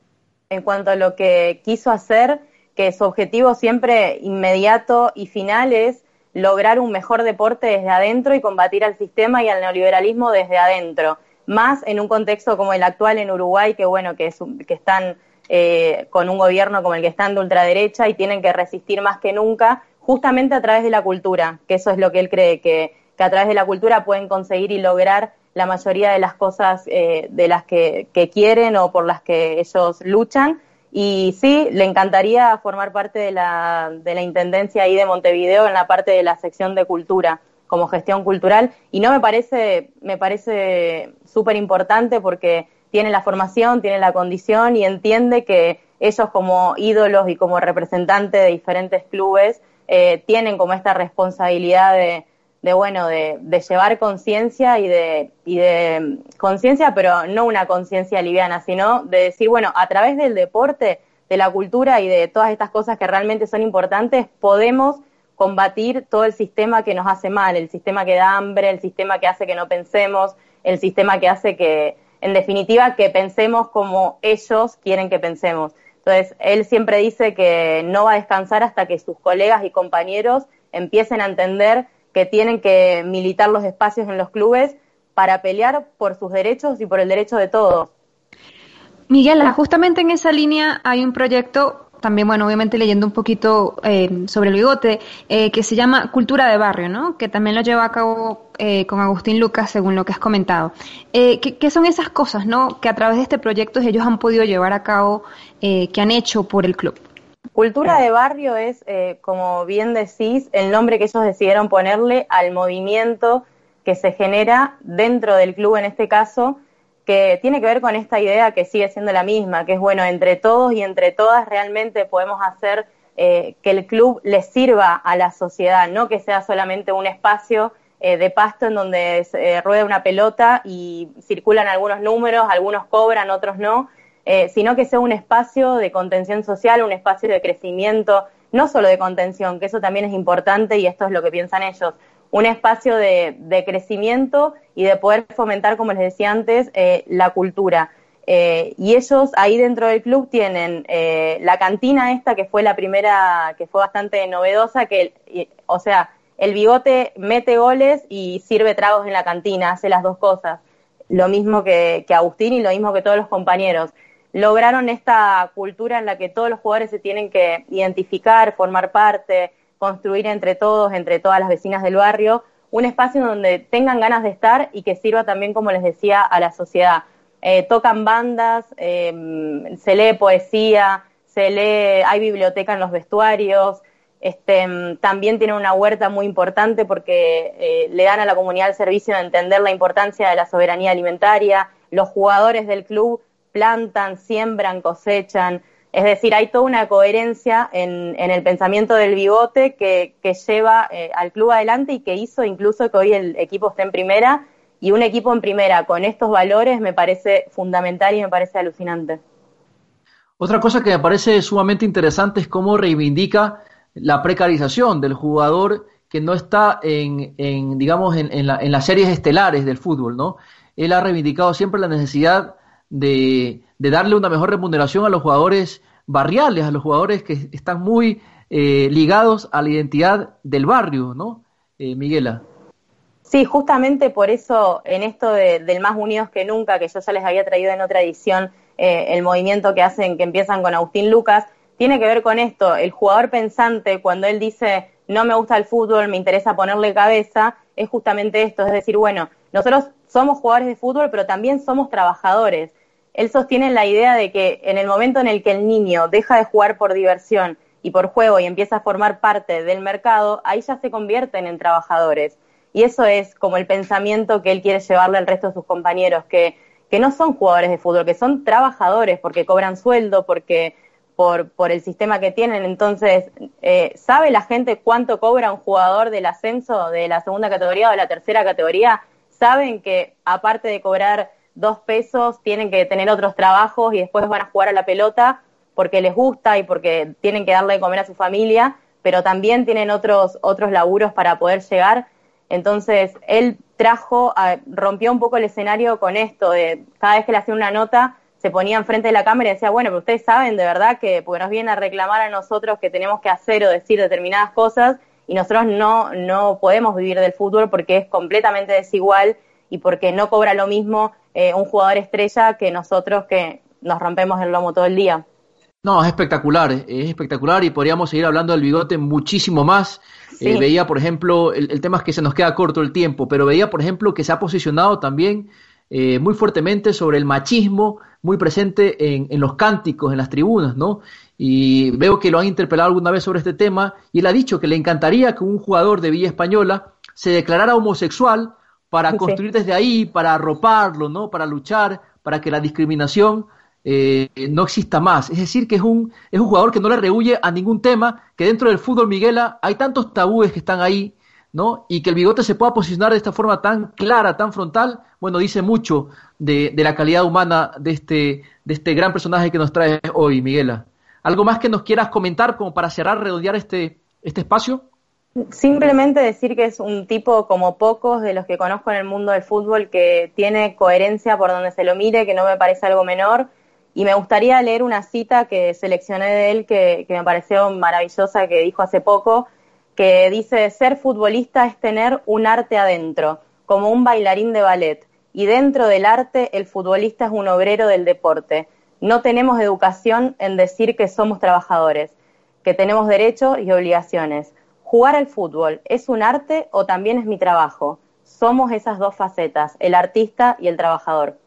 quiso hacer, que su objetivo siempre inmediato y final es lograr un mejor deporte desde adentro y combatir al sistema y al neoliberalismo desde adentro, más en un contexto como el actual en Uruguay, que bueno, que están con un gobierno como el que están de ultraderecha y tienen que resistir más que nunca, justamente a través de la cultura, que eso es lo que él cree, que a través de la cultura pueden conseguir y lograr la mayoría de las cosas de las que quieren o por las que ellos luchan. Y sí, le encantaría formar parte de la Intendencia ahí de Montevideo en la parte de la sección de cultura, como gestión cultural, y me parece súper importante porque tiene la formación, tiene la condición y entiende que ellos como ídolos y como representantes de diferentes clubes tienen como esta responsabilidad de llevar conciencia y de conciencia, pero no una conciencia liviana, sino de decir, bueno, a través del deporte, de la cultura y de todas estas cosas que realmente son importantes, podemos combatir todo el sistema que nos hace mal, el sistema que da hambre, el sistema que hace que no pensemos, el sistema que hace que, en definitiva, que pensemos como ellos quieren que pensemos. Entonces, él siempre dice que no va a descansar hasta que sus colegas y compañeros empiecen a entender que tienen que militar los espacios en los clubes para pelear por sus derechos y por el derecho de todos. Miguel, justamente en esa línea hay un proyecto, también, bueno, obviamente leyendo un poquito sobre el Bigote, que se llama Cultura de Barrio, ¿no? Que también lo lleva a cabo con Agustín Lucas, según lo que has comentado. ¿Qué son esas cosas, ¿no? Que a través de este proyecto ellos han podido llevar a cabo, que han hecho por el club. Cultura de barrio es, como bien decís, el nombre que ellos decidieron ponerle al movimiento que se genera dentro del club en este caso, que tiene que ver con esta idea que sigue siendo la misma, que es, bueno, entre todos y entre todas realmente podemos hacer que el club les sirva a la sociedad, no que sea solamente un espacio de pasto en donde se rueda una pelota y circulan algunos números, algunos cobran, otros no, sino que sea un espacio de contención social, un espacio de crecimiento, no solo de contención, que eso también es importante y esto es lo que piensan ellos, un espacio de crecimiento y de poder fomentar, como les decía antes, la cultura. Y ellos ahí dentro del club tienen la cantina esta, que fue la primera, que fue bastante novedosa, o sea, el Bigote mete goles y sirve tragos en la cantina, hace las dos cosas, lo mismo que Agustín y lo mismo que todos los compañeros. Lograron esta cultura en la que todos los jugadores se tienen que identificar, formar parte, construir entre todos, entre todas las vecinas del barrio, un espacio donde tengan ganas de estar y que sirva también, como les decía, a la sociedad. Tocan bandas, se lee poesía, hay biblioteca en los vestuarios, también tienen una huerta muy importante porque le dan a la comunidad el servicio de entender la importancia de la soberanía alimentaria. Los jugadores del club plantan, siembran, cosechan, Es decir, hay toda una coherencia en el pensamiento del Bigote que lleva al club adelante y que hizo incluso que hoy el equipo esté en primera, y un equipo en primera con estos valores me parece fundamental y me parece alucinante. Otra cosa que me parece sumamente interesante es cómo reivindica la precarización del jugador que no está en las series estelares del fútbol, ¿no? Él ha reivindicado siempre la necesidad de darle una mejor remuneración a los jugadores barriales, a los jugadores que están muy ligados a la identidad del barrio, ¿no? Miguela. Sí, justamente por eso en esto del Más Unidos que Nunca, que yo ya les había traído en otra edición, el movimiento que empiezan con Agustín Lucas, tiene que ver con esto. El jugador pensante, cuando él dice no me gusta el fútbol, me interesa ponerle cabeza, es justamente esto, es decir, bueno, nosotros somos jugadores de fútbol, pero también somos trabajadores. Él sostiene la idea de que en el momento en el que el niño deja de jugar por diversión y por juego y empieza a formar parte del mercado, ahí ya se convierten en trabajadores. Y eso es como el pensamiento que él quiere llevarle al resto de sus compañeros, que no son jugadores de fútbol, que son trabajadores porque cobran sueldo, porque por el sistema que tienen. Entonces, ¿sabe la gente cuánto cobra un jugador del ascenso, de la segunda categoría o de la tercera categoría? Saben que aparte de cobrar 2 pesos, tienen que tener otros trabajos y después van a jugar a la pelota porque les gusta y porque tienen que darle de comer a su familia, pero también tienen otros laburos para poder llegar. Entonces, él rompió un poco el escenario con esto, de cada vez que le hacía una nota, se ponía enfrente de la cámara y decía, bueno, pero ustedes saben de verdad que, porque nos vienen a reclamar a nosotros que tenemos que hacer o decir determinadas cosas, y nosotros no podemos vivir del fútbol porque es completamente desigual y porque no cobra lo mismo un jugador estrella que nosotros que nos rompemos el lomo todo el día. No, es espectacular y podríamos seguir hablando del Bigote muchísimo más. Sí. Veía, por ejemplo, el tema es que se nos queda corto el tiempo, pero veía, por ejemplo, que se ha posicionado también muy fuertemente sobre el machismo, muy presente en los cánticos, en las tribunas, ¿no? Y veo que lo han interpelado alguna vez sobre este tema, y él ha dicho que le encantaría que un jugador de Villa Española se declarara homosexual para construir desde ahí, para arroparlo, ¿no? Para luchar, para que la discriminación no exista más. Es decir, que es un jugador que no le rehuye a ningún tema, que dentro del fútbol, Miguela, hay tantos tabúes que están ahí, ¿no? Y que el Bigote se pueda posicionar de esta forma tan clara, tan frontal, bueno, dice mucho de la calidad humana de este gran personaje que nos trae hoy, Miguela. ¿Algo más que nos quieras comentar como para cerrar, redondear este espacio? Simplemente decir que es un tipo como pocos de los que conozco en el mundo del fútbol, que tiene coherencia por donde se lo mire, que no me parece algo menor. Y me gustaría leer una cita que seleccioné de él que me pareció maravillosa, que dijo hace poco, que dice: ser futbolista es tener un arte adentro, como un bailarín de ballet, y dentro del arte el futbolista es un obrero del deporte. No tenemos educación en decir que somos trabajadores, que tenemos derechos y obligaciones. ¿Jugar al fútbol es un arte o también es mi trabajo? Somos esas dos facetas, el artista y el trabajador.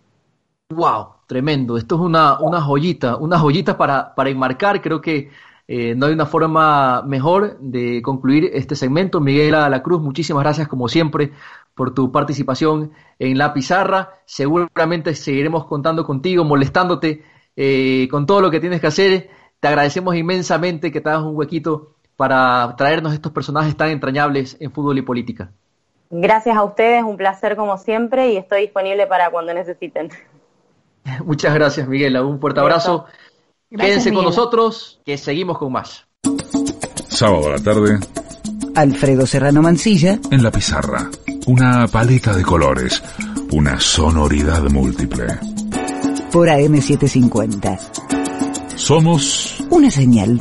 ¡Wow! Tremendo. Esto es una joyita para enmarcar. Creo que no hay una forma mejor de concluir este segmento. Miguel de la Cruz, muchísimas gracias como siempre por tu participación en La Pizarra. Seguramente seguiremos contando contigo, molestándote con todo lo que tienes que hacer. Te agradecemos inmensamente que te hagas un huequito para traernos estos personajes tan entrañables en fútbol y política. Gracias a ustedes, un placer como siempre, y estoy disponible para cuando necesiten. Muchas gracias, Miguel. Un fuerte abrazo. Gracias, quédense Miguel con nosotros, que seguimos con más. Sábado a la tarde, Alfredo Serrano Mansilla en La Pizarra. Una paleta de colores, una sonoridad múltiple. Por AM750. Somos una señal.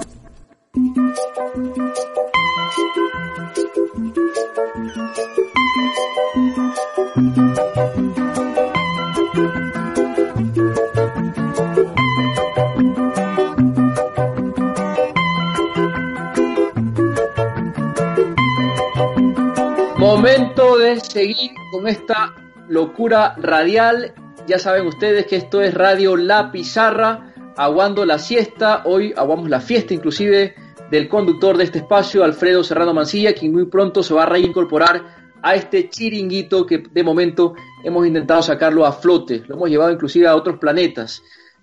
Momento de seguir con esta locura radial. Ya saben ustedes que esto es Radio La Pizarra, aguando la siesta. Hoy aguamos la fiesta inclusive del conductor de este espacio, Alfredo Serrano Mansilla, quien muy pronto se va a reincorporar a este chiringuito que de momento hemos intentado sacarlo a flote. Lo hemos llevado inclusive a otros planetas.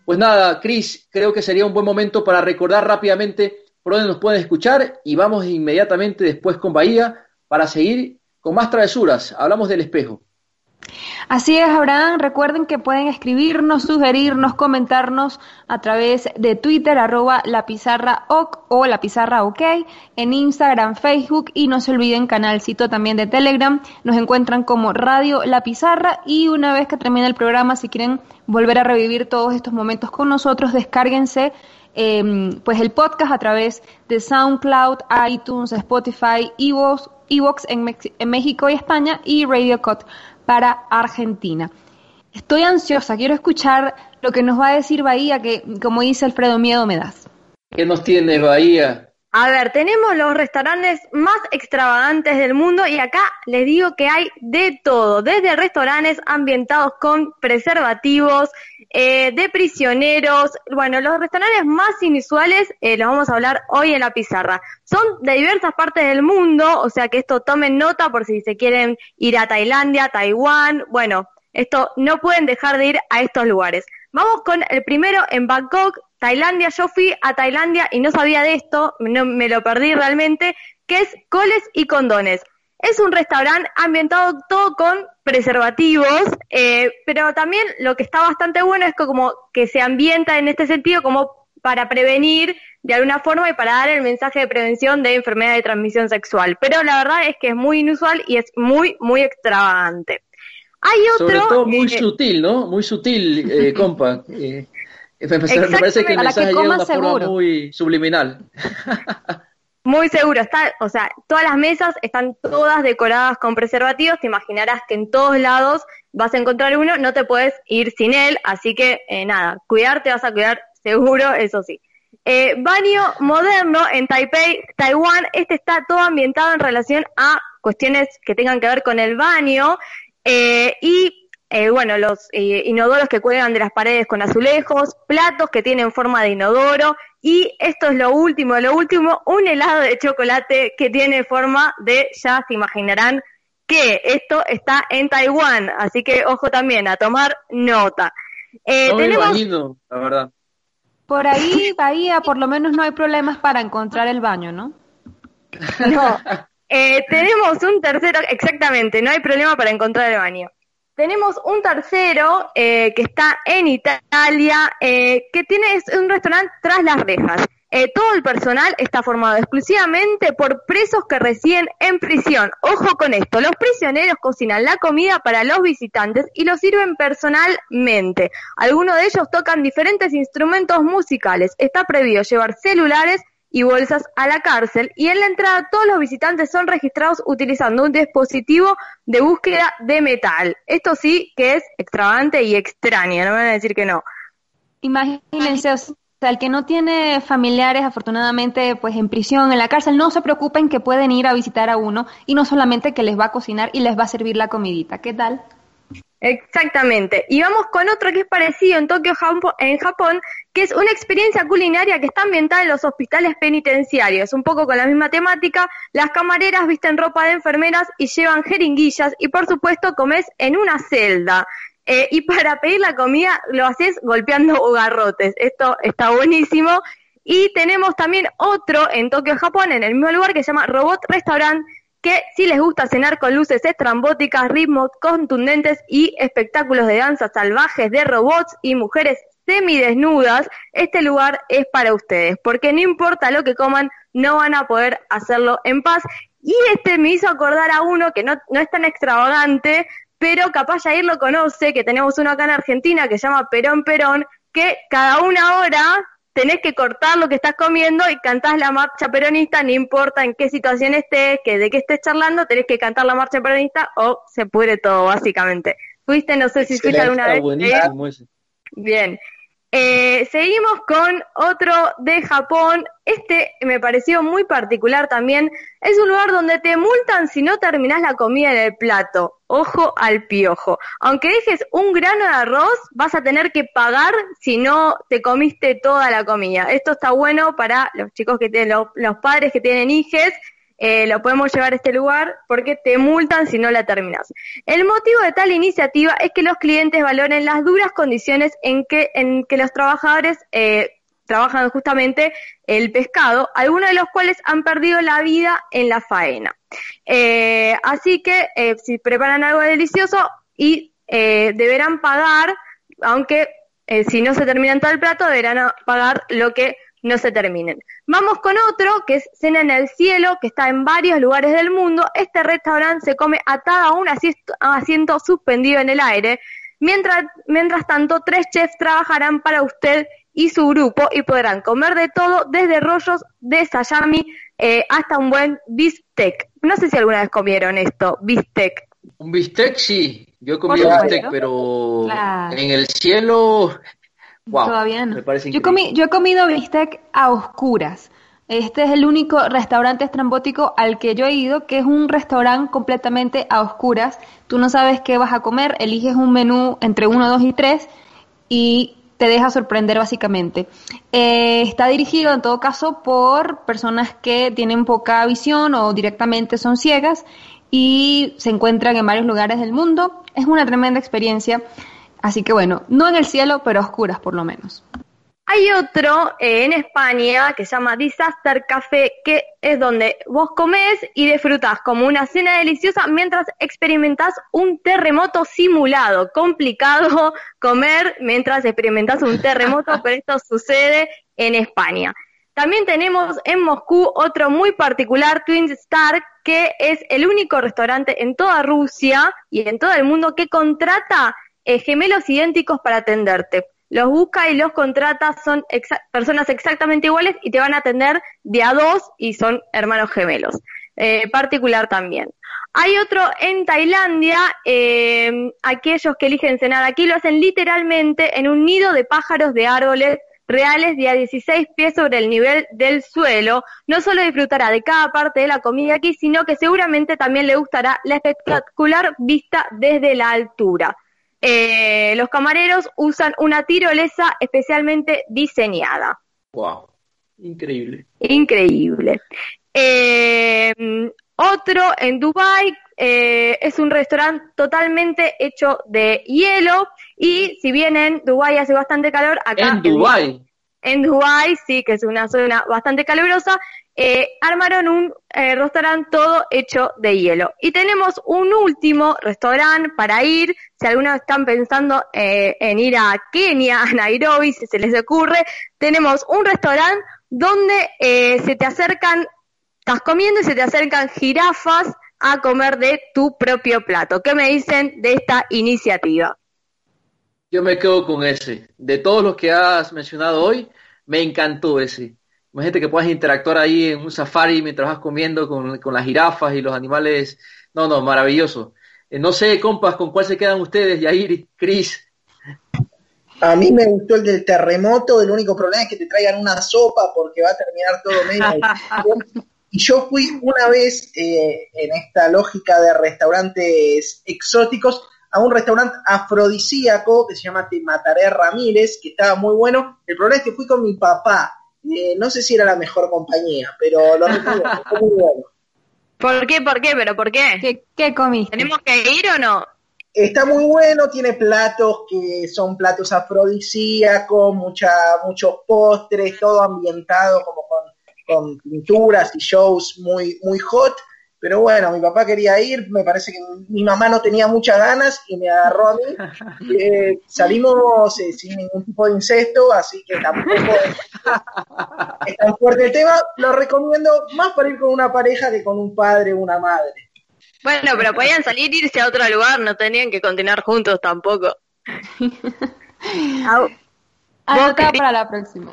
Pues nada, Cris, creo que sería un buen momento para recordar rápidamente por dónde nos pueden escuchar y vamos inmediatamente después con Bahía para seguir con más travesuras. Hablamos del espejo. Así es, Abraham. Recuerden que pueden escribirnos, sugerirnos, comentarnos a través de Twitter, @lapizarraoc o lapizarraok, en Instagram, Facebook y no se olviden canalcito también de Telegram. Nos encuentran como Radio La Pizarra y una vez que termine el programa, si quieren volver a revivir todos estos momentos con nosotros, descárguense pues el podcast a través de SoundCloud, iTunes, Spotify, iVoox en México y España y Radio Cut para Argentina. Estoy ansiosa, quiero escuchar lo que nos va a decir Bahía, que como dice Alfredo, miedo me das. ¿Qué nos tienes, Bahía? A ver, tenemos los restaurantes más extravagantes del mundo y acá les digo que hay de todo, desde restaurantes ambientados con preservativos, de prisioneros. Bueno, los restaurantes más inusuales los vamos a hablar hoy en La Pizarra. Son de diversas partes del mundo, o sea que esto tomen nota por si se quieren ir a Tailandia, Taiwán. Bueno, esto no pueden dejar de ir a estos lugares. Vamos con el primero en Bangkok, Tailandia. Yo fui a Tailandia y no sabía de esto, no, me lo perdí realmente, que es Coles y Condones. Es un restaurante ambientado todo con preservativos, pero también lo que está bastante bueno es que como que se ambienta en este sentido como para prevenir de alguna forma y para dar el mensaje de prevención de enfermedad de transmisión sexual. Pero la verdad es que es muy inusual y es muy, muy extravagante. Hay otro, sobre todo muy sutil, ¿no? Muy sutil, compa. Me parece que el mensaje llega de una forma muy subliminal. Muy seguro, o sea, todas las mesas están todas decoradas con preservativos, te imaginarás que en todos lados vas a encontrar uno, no te puedes ir sin él, así que nada, cuidarte vas a cuidar seguro, eso sí. Baño moderno en Taipei, Taiwán, este está todo ambientado en relación a cuestiones que tengan que ver con el baño, bueno, los inodoros que cuelgan de las paredes con azulejos, platos que tienen forma de inodoro, y esto es lo último, un helado de chocolate que tiene forma de, ya se imaginarán que esto está en Taiwán, así que ojo también a tomar nota. Tenemos, la verdad. Por ahí, Bahía, por lo menos no hay problemas para encontrar el baño, ¿no? No, tenemos un tercero, exactamente, no hay problema para encontrar el baño. Tenemos un tercero que está en Italia, que es un restaurante tras las rejas. Todo el personal está formado exclusivamente por presos que residen en prisión. Ojo con esto, los prisioneros cocinan la comida para los visitantes y lo sirven personalmente. Algunos de ellos tocan diferentes instrumentos musicales. Está prohibido llevar celulares y bolsas a la cárcel, y en la entrada todos los visitantes son registrados utilizando un dispositivo de búsqueda de metal. Esto sí que es extravagante y extraño, no me van a decir que no. Imagínense, o sea, el que no tiene familiares, afortunadamente, pues en prisión, en la cárcel, no se preocupen que pueden ir a visitar a uno, y no solamente que les va a cocinar y les va a servir la comidita. ¿Qué tal? Exactamente. Y vamos con otro que es parecido en Tokio, en Japón, que es una experiencia culinaria que está ambientada en los hospitales penitenciarios, un poco con la misma temática. Las camareras visten ropa de enfermeras y llevan jeringuillas, y por supuesto comes en una celda. Y para pedir la comida lo haces golpeando garrotes. Esto está buenísimo. Y tenemos también otro en Tokio, Japón, en el mismo lugar, que se llama Robot Restaurant, que si les gusta cenar con luces estrambóticas, ritmos contundentes y espectáculos de danza salvajes de robots y mujeres semidesnudas, este lugar es para ustedes, porque no importa lo que coman, no van a poder hacerlo en paz. Y este me hizo acordar a uno que no es tan extravagante, pero capaz Jair lo conoce, que tenemos uno acá en Argentina que se llama Perón Perón, que cada una hora tenés que cortar lo que estás comiendo y cantás la marcha peronista, no importa en qué situación estés, de qué estés charlando, tenés que cantar la marcha peronista o se pudre todo, básicamente. ¿Fuiste? No sé si fuiste alguna vez. Buenísimo ese. Bien. Seguimos con otro de Japón. Este me pareció muy particular también. Es un lugar donde te multan si no terminás la comida en el plato. Ojo al piojo. Aunque dejes un grano de arroz, vas a tener que pagar si no te comiste toda la comida. Esto está bueno para los chicos que tienen, los padres que tienen hijes. lo podemos llevar a este lugar porque te multan si no la terminas. El motivo de tal iniciativa es que los clientes valoren las duras condiciones en que los trabajadores trabajan justamente el pescado, algunos de los cuales han perdido la vida en la faena. Así que si preparan algo delicioso y deberán pagar, aunque si no se terminan todo el plato, deberán pagar lo que no se terminen. Vamos con otro, que es Cena en el Cielo, que está en varios lugares del mundo. Este restaurante se come atado a un asiento suspendido en el aire. Mientras tanto, 3 chefs trabajarán para usted y su grupo y podrán comer de todo, desde rollos de salami hasta un buen bistec. No sé si alguna vez comieron esto, bistec. Un bistec, sí. Yo he comido bistec, pero en el cielo... Wow, todavía no. Me parece yo he comido bistec a oscuras. Este es el único restaurante estrambótico al que yo he ido, que es un restaurante completamente a oscuras. Tú no sabes qué vas a comer, eliges un menú entre 1, 2 y 3 y te deja sorprender básicamente. Está dirigido en todo caso por personas que tienen poca visión o directamente son ciegas y se encuentran en varios lugares del mundo. Es una tremenda experiencia. Así que bueno, no en el cielo, pero a oscuras por lo menos. Hay otro en España que se llama Disaster Café, que es donde vos comés y disfrutás como una cena deliciosa mientras experimentás un terremoto simulado. Complicado comer mientras experimentás un terremoto, pero esto sucede en España. También tenemos en Moscú otro muy particular, Twin Star, que es el único restaurante en toda Rusia y en todo el mundo que contrata gemelos idénticos para atenderte. Los busca y los contrata, son personas exactamente iguales y te van a atender de a 2 y son hermanos gemelos. Particular también. Hay otro en Tailandia, aquellos que eligen cenar aquí lo hacen literalmente en un nido de pájaros de árboles reales de a 16 pies sobre el nivel del suelo. No solo disfrutará de cada parte de la comida aquí, sino que seguramente también le gustará la espectacular vista desde la altura. Los camareros usan una tirolesa especialmente diseñada. Wow, increíble. Increíble. Otro en Dubái, es un restaurante totalmente hecho de hielo y si bien en Dubái hace bastante calor, acá... En Dubái, sí, que es una zona bastante calurosa, armaron un restaurante todo hecho de hielo. Y tenemos un último restaurante para ir, si algunos están pensando en ir a Kenia, a Nairobi, si se les ocurre, tenemos un restaurante donde se te acercan, estás comiendo y se te acercan jirafas a comer de tu propio plato. ¿Qué me dicen de esta iniciativa? Yo me quedo con ese. De todos los que has mencionado hoy, me encantó ese. Imagínate que puedas interactuar ahí en un safari mientras vas comiendo con las jirafas y los animales. No, maravilloso. No sé, compas, ¿con cuál se quedan ustedes, Yair, Cris? A mí me gustó el del terremoto. El único problema es que te traigan una sopa porque va a terminar todo medio. Y yo fui una vez, en esta lógica de restaurantes exóticos, a un restaurante afrodisíaco que se llama Te Mataré Ramírez, que estaba muy bueno. El problema es que fui con mi papá. No sé si era la mejor compañía, pero lo recuerdo, fue muy bueno. ¿Por qué? ¿Pero por qué? ¿Qué comiste? ¿Tenemos que ir o no? Está muy bueno, tiene platos que son platos afrodisíacos, muchos postres, todo ambientado como con pinturas y shows muy, muy hot. Pero bueno, mi papá quería ir, me parece que mi mamá no tenía muchas ganas y me agarró a mí. Salimos sin ningún tipo de incesto, así que tampoco es tan fuerte el tema. Lo recomiendo más para ir con una pareja que con un padre o una madre. Bueno, pero podían salir, irse a otro lugar, no tenían que continuar juntos tampoco. Anota para la próxima.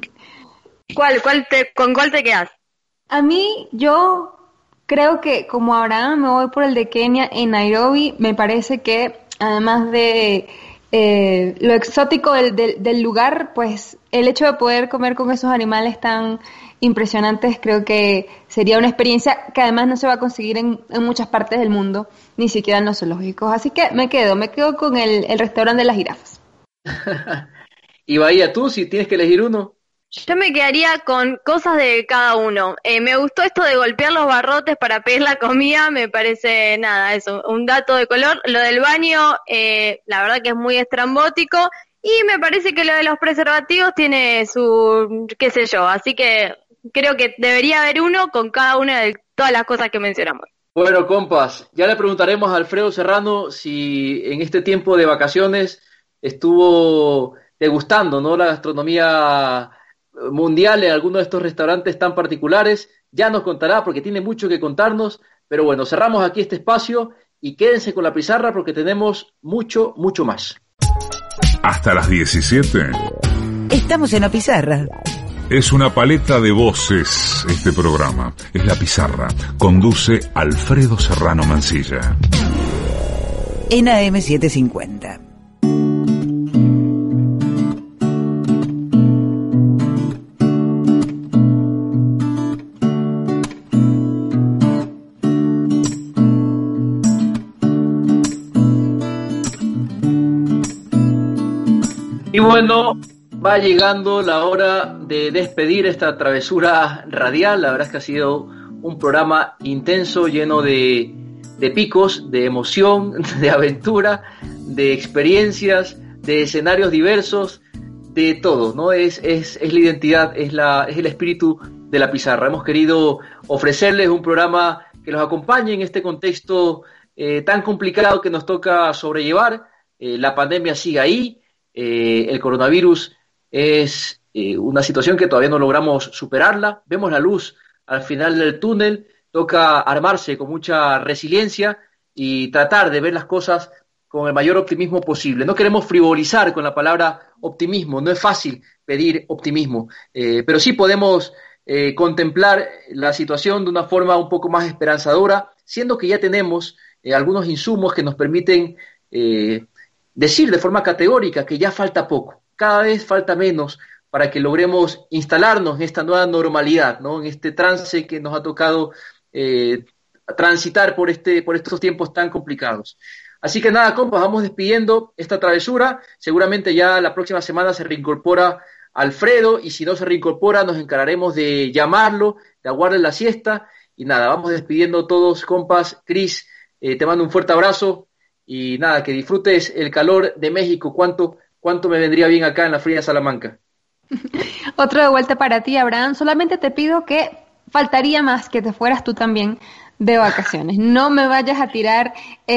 ¿Con cuál te quedas? A mí, yo creo que como Abraham me voy por el de Kenia en Nairobi. Me parece que además de lo exótico del lugar, pues el hecho de poder comer con esos animales tan impresionantes creo que sería una experiencia que además no se va a conseguir en muchas partes del mundo, ni siquiera en los zoológicos. Así que me quedo con el restaurante de las jirafas. Y Bahía, tú, si tienes que elegir uno. Yo me quedaría con cosas de cada uno. Me gustó esto de golpear los barrotes para pedir la comida, me parece nada, eso, un dato de color. Lo del baño, la verdad que es muy estrambótico. Y me parece que lo de los preservativos tiene su, qué sé yo, así que creo que debería haber uno con cada una de todas las cosas que mencionamos. Bueno, compas, ya le preguntaremos a Alfredo Serrano si en este tiempo de vacaciones estuvo degustando, ¿no?, la gastronomía mundial en alguno de estos restaurantes tan particulares. Ya nos contará porque tiene mucho que contarnos, pero bueno, cerramos aquí este espacio y quédense con la pizarra porque tenemos mucho, mucho más. Hasta las 17. Estamos en la pizarra. Es una paleta de voces este programa. Es La Pizarra. Conduce Alfredo Serrano Mansilla. En AM750. Y bueno, va llegando la hora de despedir esta travesura radial. La verdad es que ha sido un programa intenso, lleno de picos, de emoción, de aventura, de experiencias, de escenarios diversos, de todo, ¿no? Es la identidad, es el espíritu de La Pizarra. Hemos querido ofrecerles un programa que los acompañe en este contexto tan complicado que nos toca sobrellevar. La pandemia sigue ahí. El coronavirus es una situación que todavía no logramos superarla. Vemos la luz al final del túnel. Toca armarse con mucha resiliencia y tratar de ver las cosas con el mayor optimismo posible. No queremos frivolizar con la palabra optimismo. No es fácil pedir optimismo, pero sí podemos contemplar la situación de una forma un poco más esperanzadora, siendo que ya tenemos algunos insumos que nos permiten decir de forma categórica que ya falta poco, cada vez falta menos para que logremos instalarnos en esta nueva normalidad, ¿no?, en este trance que nos ha tocado transitar por estos tiempos tan complicados. Así que nada, compas, vamos despidiendo esta travesura. Seguramente ya la próxima semana se reincorpora Alfredo, y si no se reincorpora nos encargaremos de llamarlo, de aguardarle la siesta. Y nada, vamos despidiendo todos, compas. Cris, te mando un fuerte abrazo. Y nada, que disfrutes el calor de México. ¿Cuánto me vendría bien acá en la fría Salamanca? Otro de vuelta para ti, Abraham. Solamente te pido que faltaría más que te fueras tú también de vacaciones. No me vayas a tirar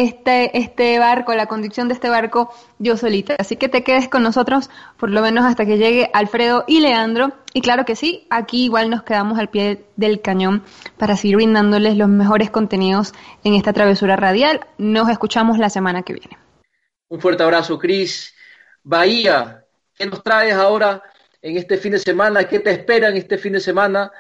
este barco, la conducción de este barco yo solita. Así que te quedes con nosotros por lo menos hasta que llegue Alfredo y Leandro. Y claro que sí, aquí igual nos quedamos al pie del cañón para seguir brindándoles los mejores contenidos en esta travesura radial. Nos escuchamos la semana que viene. Un fuerte abrazo, Cris. Bahía, ¿qué nos traes ahora en este fin de semana? ¿Qué te espera en este fin de semana?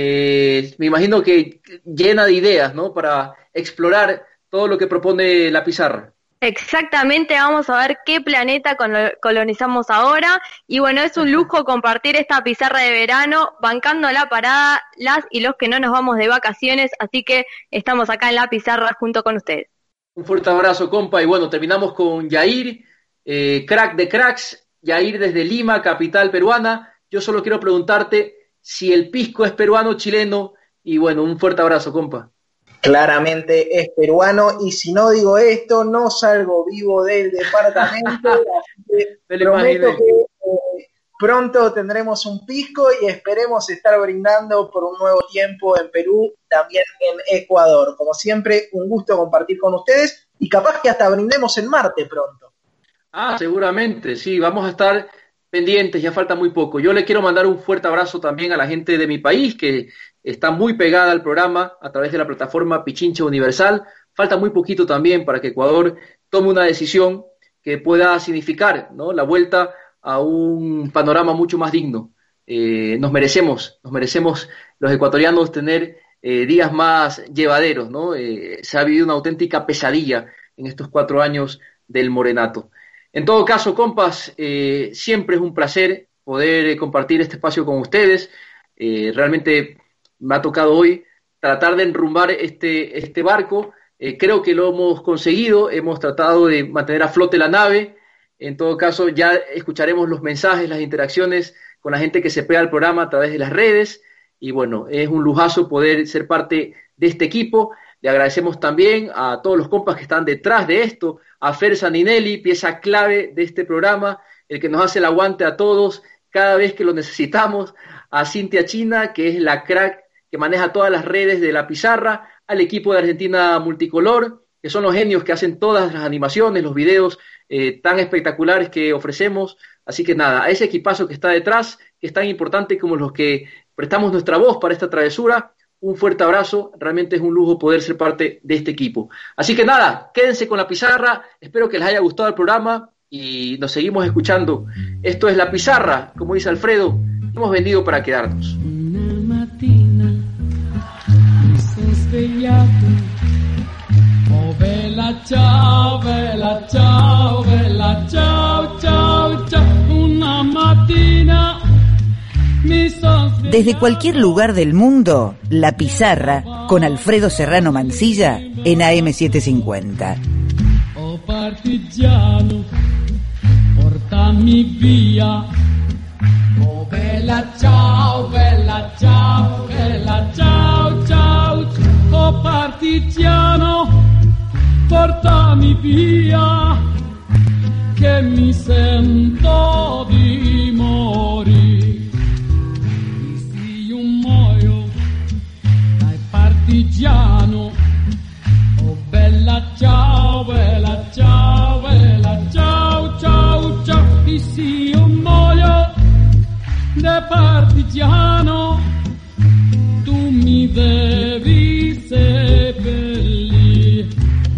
Me imagino que llena de ideas, ¿no?, para explorar todo lo que propone La Pizarra. Exactamente, vamos a ver qué planeta colonizamos ahora. Y bueno, es un lujo compartir esta pizarra de verano, bancando la parada, las y los que no nos vamos de vacaciones. Así que estamos acá en La Pizarra junto con ustedes. Un fuerte abrazo, compa. Y bueno, terminamos con Yair, crack de cracks. Yair desde Lima, capital peruana. Yo solo quiero preguntarte si el pisco es peruano o chileno. Y bueno, un fuerte abrazo, compa. Claramente es peruano, y si no digo esto, no salgo vivo del departamento. Así que prometo que pronto tendremos un pisco y esperemos estar brindando por un nuevo tiempo en Perú, también en Ecuador. Como siempre, un gusto compartir con ustedes, y capaz que hasta brindemos en Marte pronto. Seguramente, sí, vamos a estar pendientes, ya falta muy poco. Yo le quiero mandar un fuerte abrazo también a la gente de mi país, que está muy pegada al programa a través de la plataforma Pichincha Universal. Falta muy poquito también para que Ecuador tome una decisión que pueda significar, ¿no?, la vuelta a un panorama mucho más digno. Nos merecemos los ecuatorianos tener días más llevaderos, ¿no? Se ha vivido una auténtica pesadilla en estos 4 años del morenato. En todo caso, compas, siempre es un placer poder compartir este espacio con ustedes. Realmente me ha tocado hoy tratar de enrumbar este barco. Creo que lo hemos conseguido, hemos tratado de mantener a flote la nave. En todo caso, ya escucharemos los mensajes, las interacciones con la gente que se pega al programa a través de las redes, y bueno, es un lujazo poder ser parte de este equipo. Le agradecemos también a todos los compas que están detrás de esto, a Fer Sandinelli, pieza clave de este programa, el que nos hace el aguante a todos cada vez que lo necesitamos, a Cintia China, que es la crack que maneja todas las redes de La Pizarra, al equipo de Argentina Multicolor, que son los genios que hacen todas las animaciones, los videos tan espectaculares que ofrecemos. Así que nada, a ese equipazo que está detrás, que es tan importante como los que prestamos nuestra voz para esta travesura, un fuerte abrazo. Realmente es un lujo poder ser parte de este equipo. Así que nada, quédense con La Pizarra, espero que les haya gustado el programa y nos seguimos escuchando. Esto es La Pizarra, como dice Alfredo, hemos venido para quedarnos. Una mattina mi sono svegliato, oh bella ciao, bella ciao, bella ciao, ciao, ciao, una mattina mi sono svegliato. Desde cualquier lugar del mundo, La Pizarra con Alfredo Serrano Mancilla en AM750. Oh partigiano, portami via. Oh bella ciao, bella ciao, bella ciao, ciao. Oh partigiano, portami via, che mi sento di morire. E se io muoio dai partigiano, oh bella ciao, bella ciao, bella ciao, ciao, ciao. E se io muoio da partigiano, tu mi devi seppellire.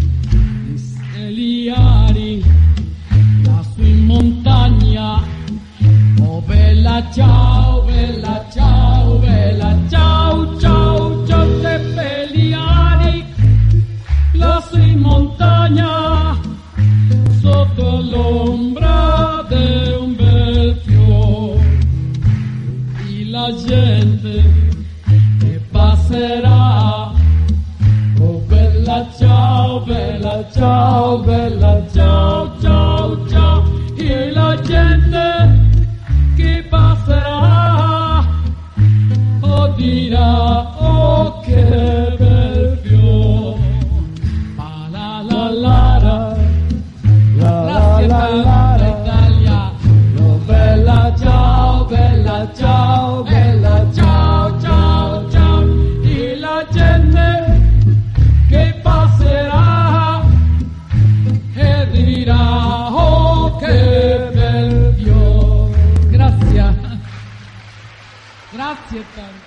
Eliari lassù in montagna, oh bella ciao, bella ciao, bella ciao, ciao, ciao. Seppelliari lassù in montagna, sotto l'ombra di un bel fiore. La gente che passerà, oh bella ciao, bella ciao, bella ciao, ciao, ciao. E la gente che passerà, oh dirà, oh che bel fiore. Ma la la la la, grazie tanta Italia, oh bella ciao, bella ciao, bella ciao, ciao, ciao. E la gente che passerà e dirà, oh che bel fiore. Grazie, grazie tanto.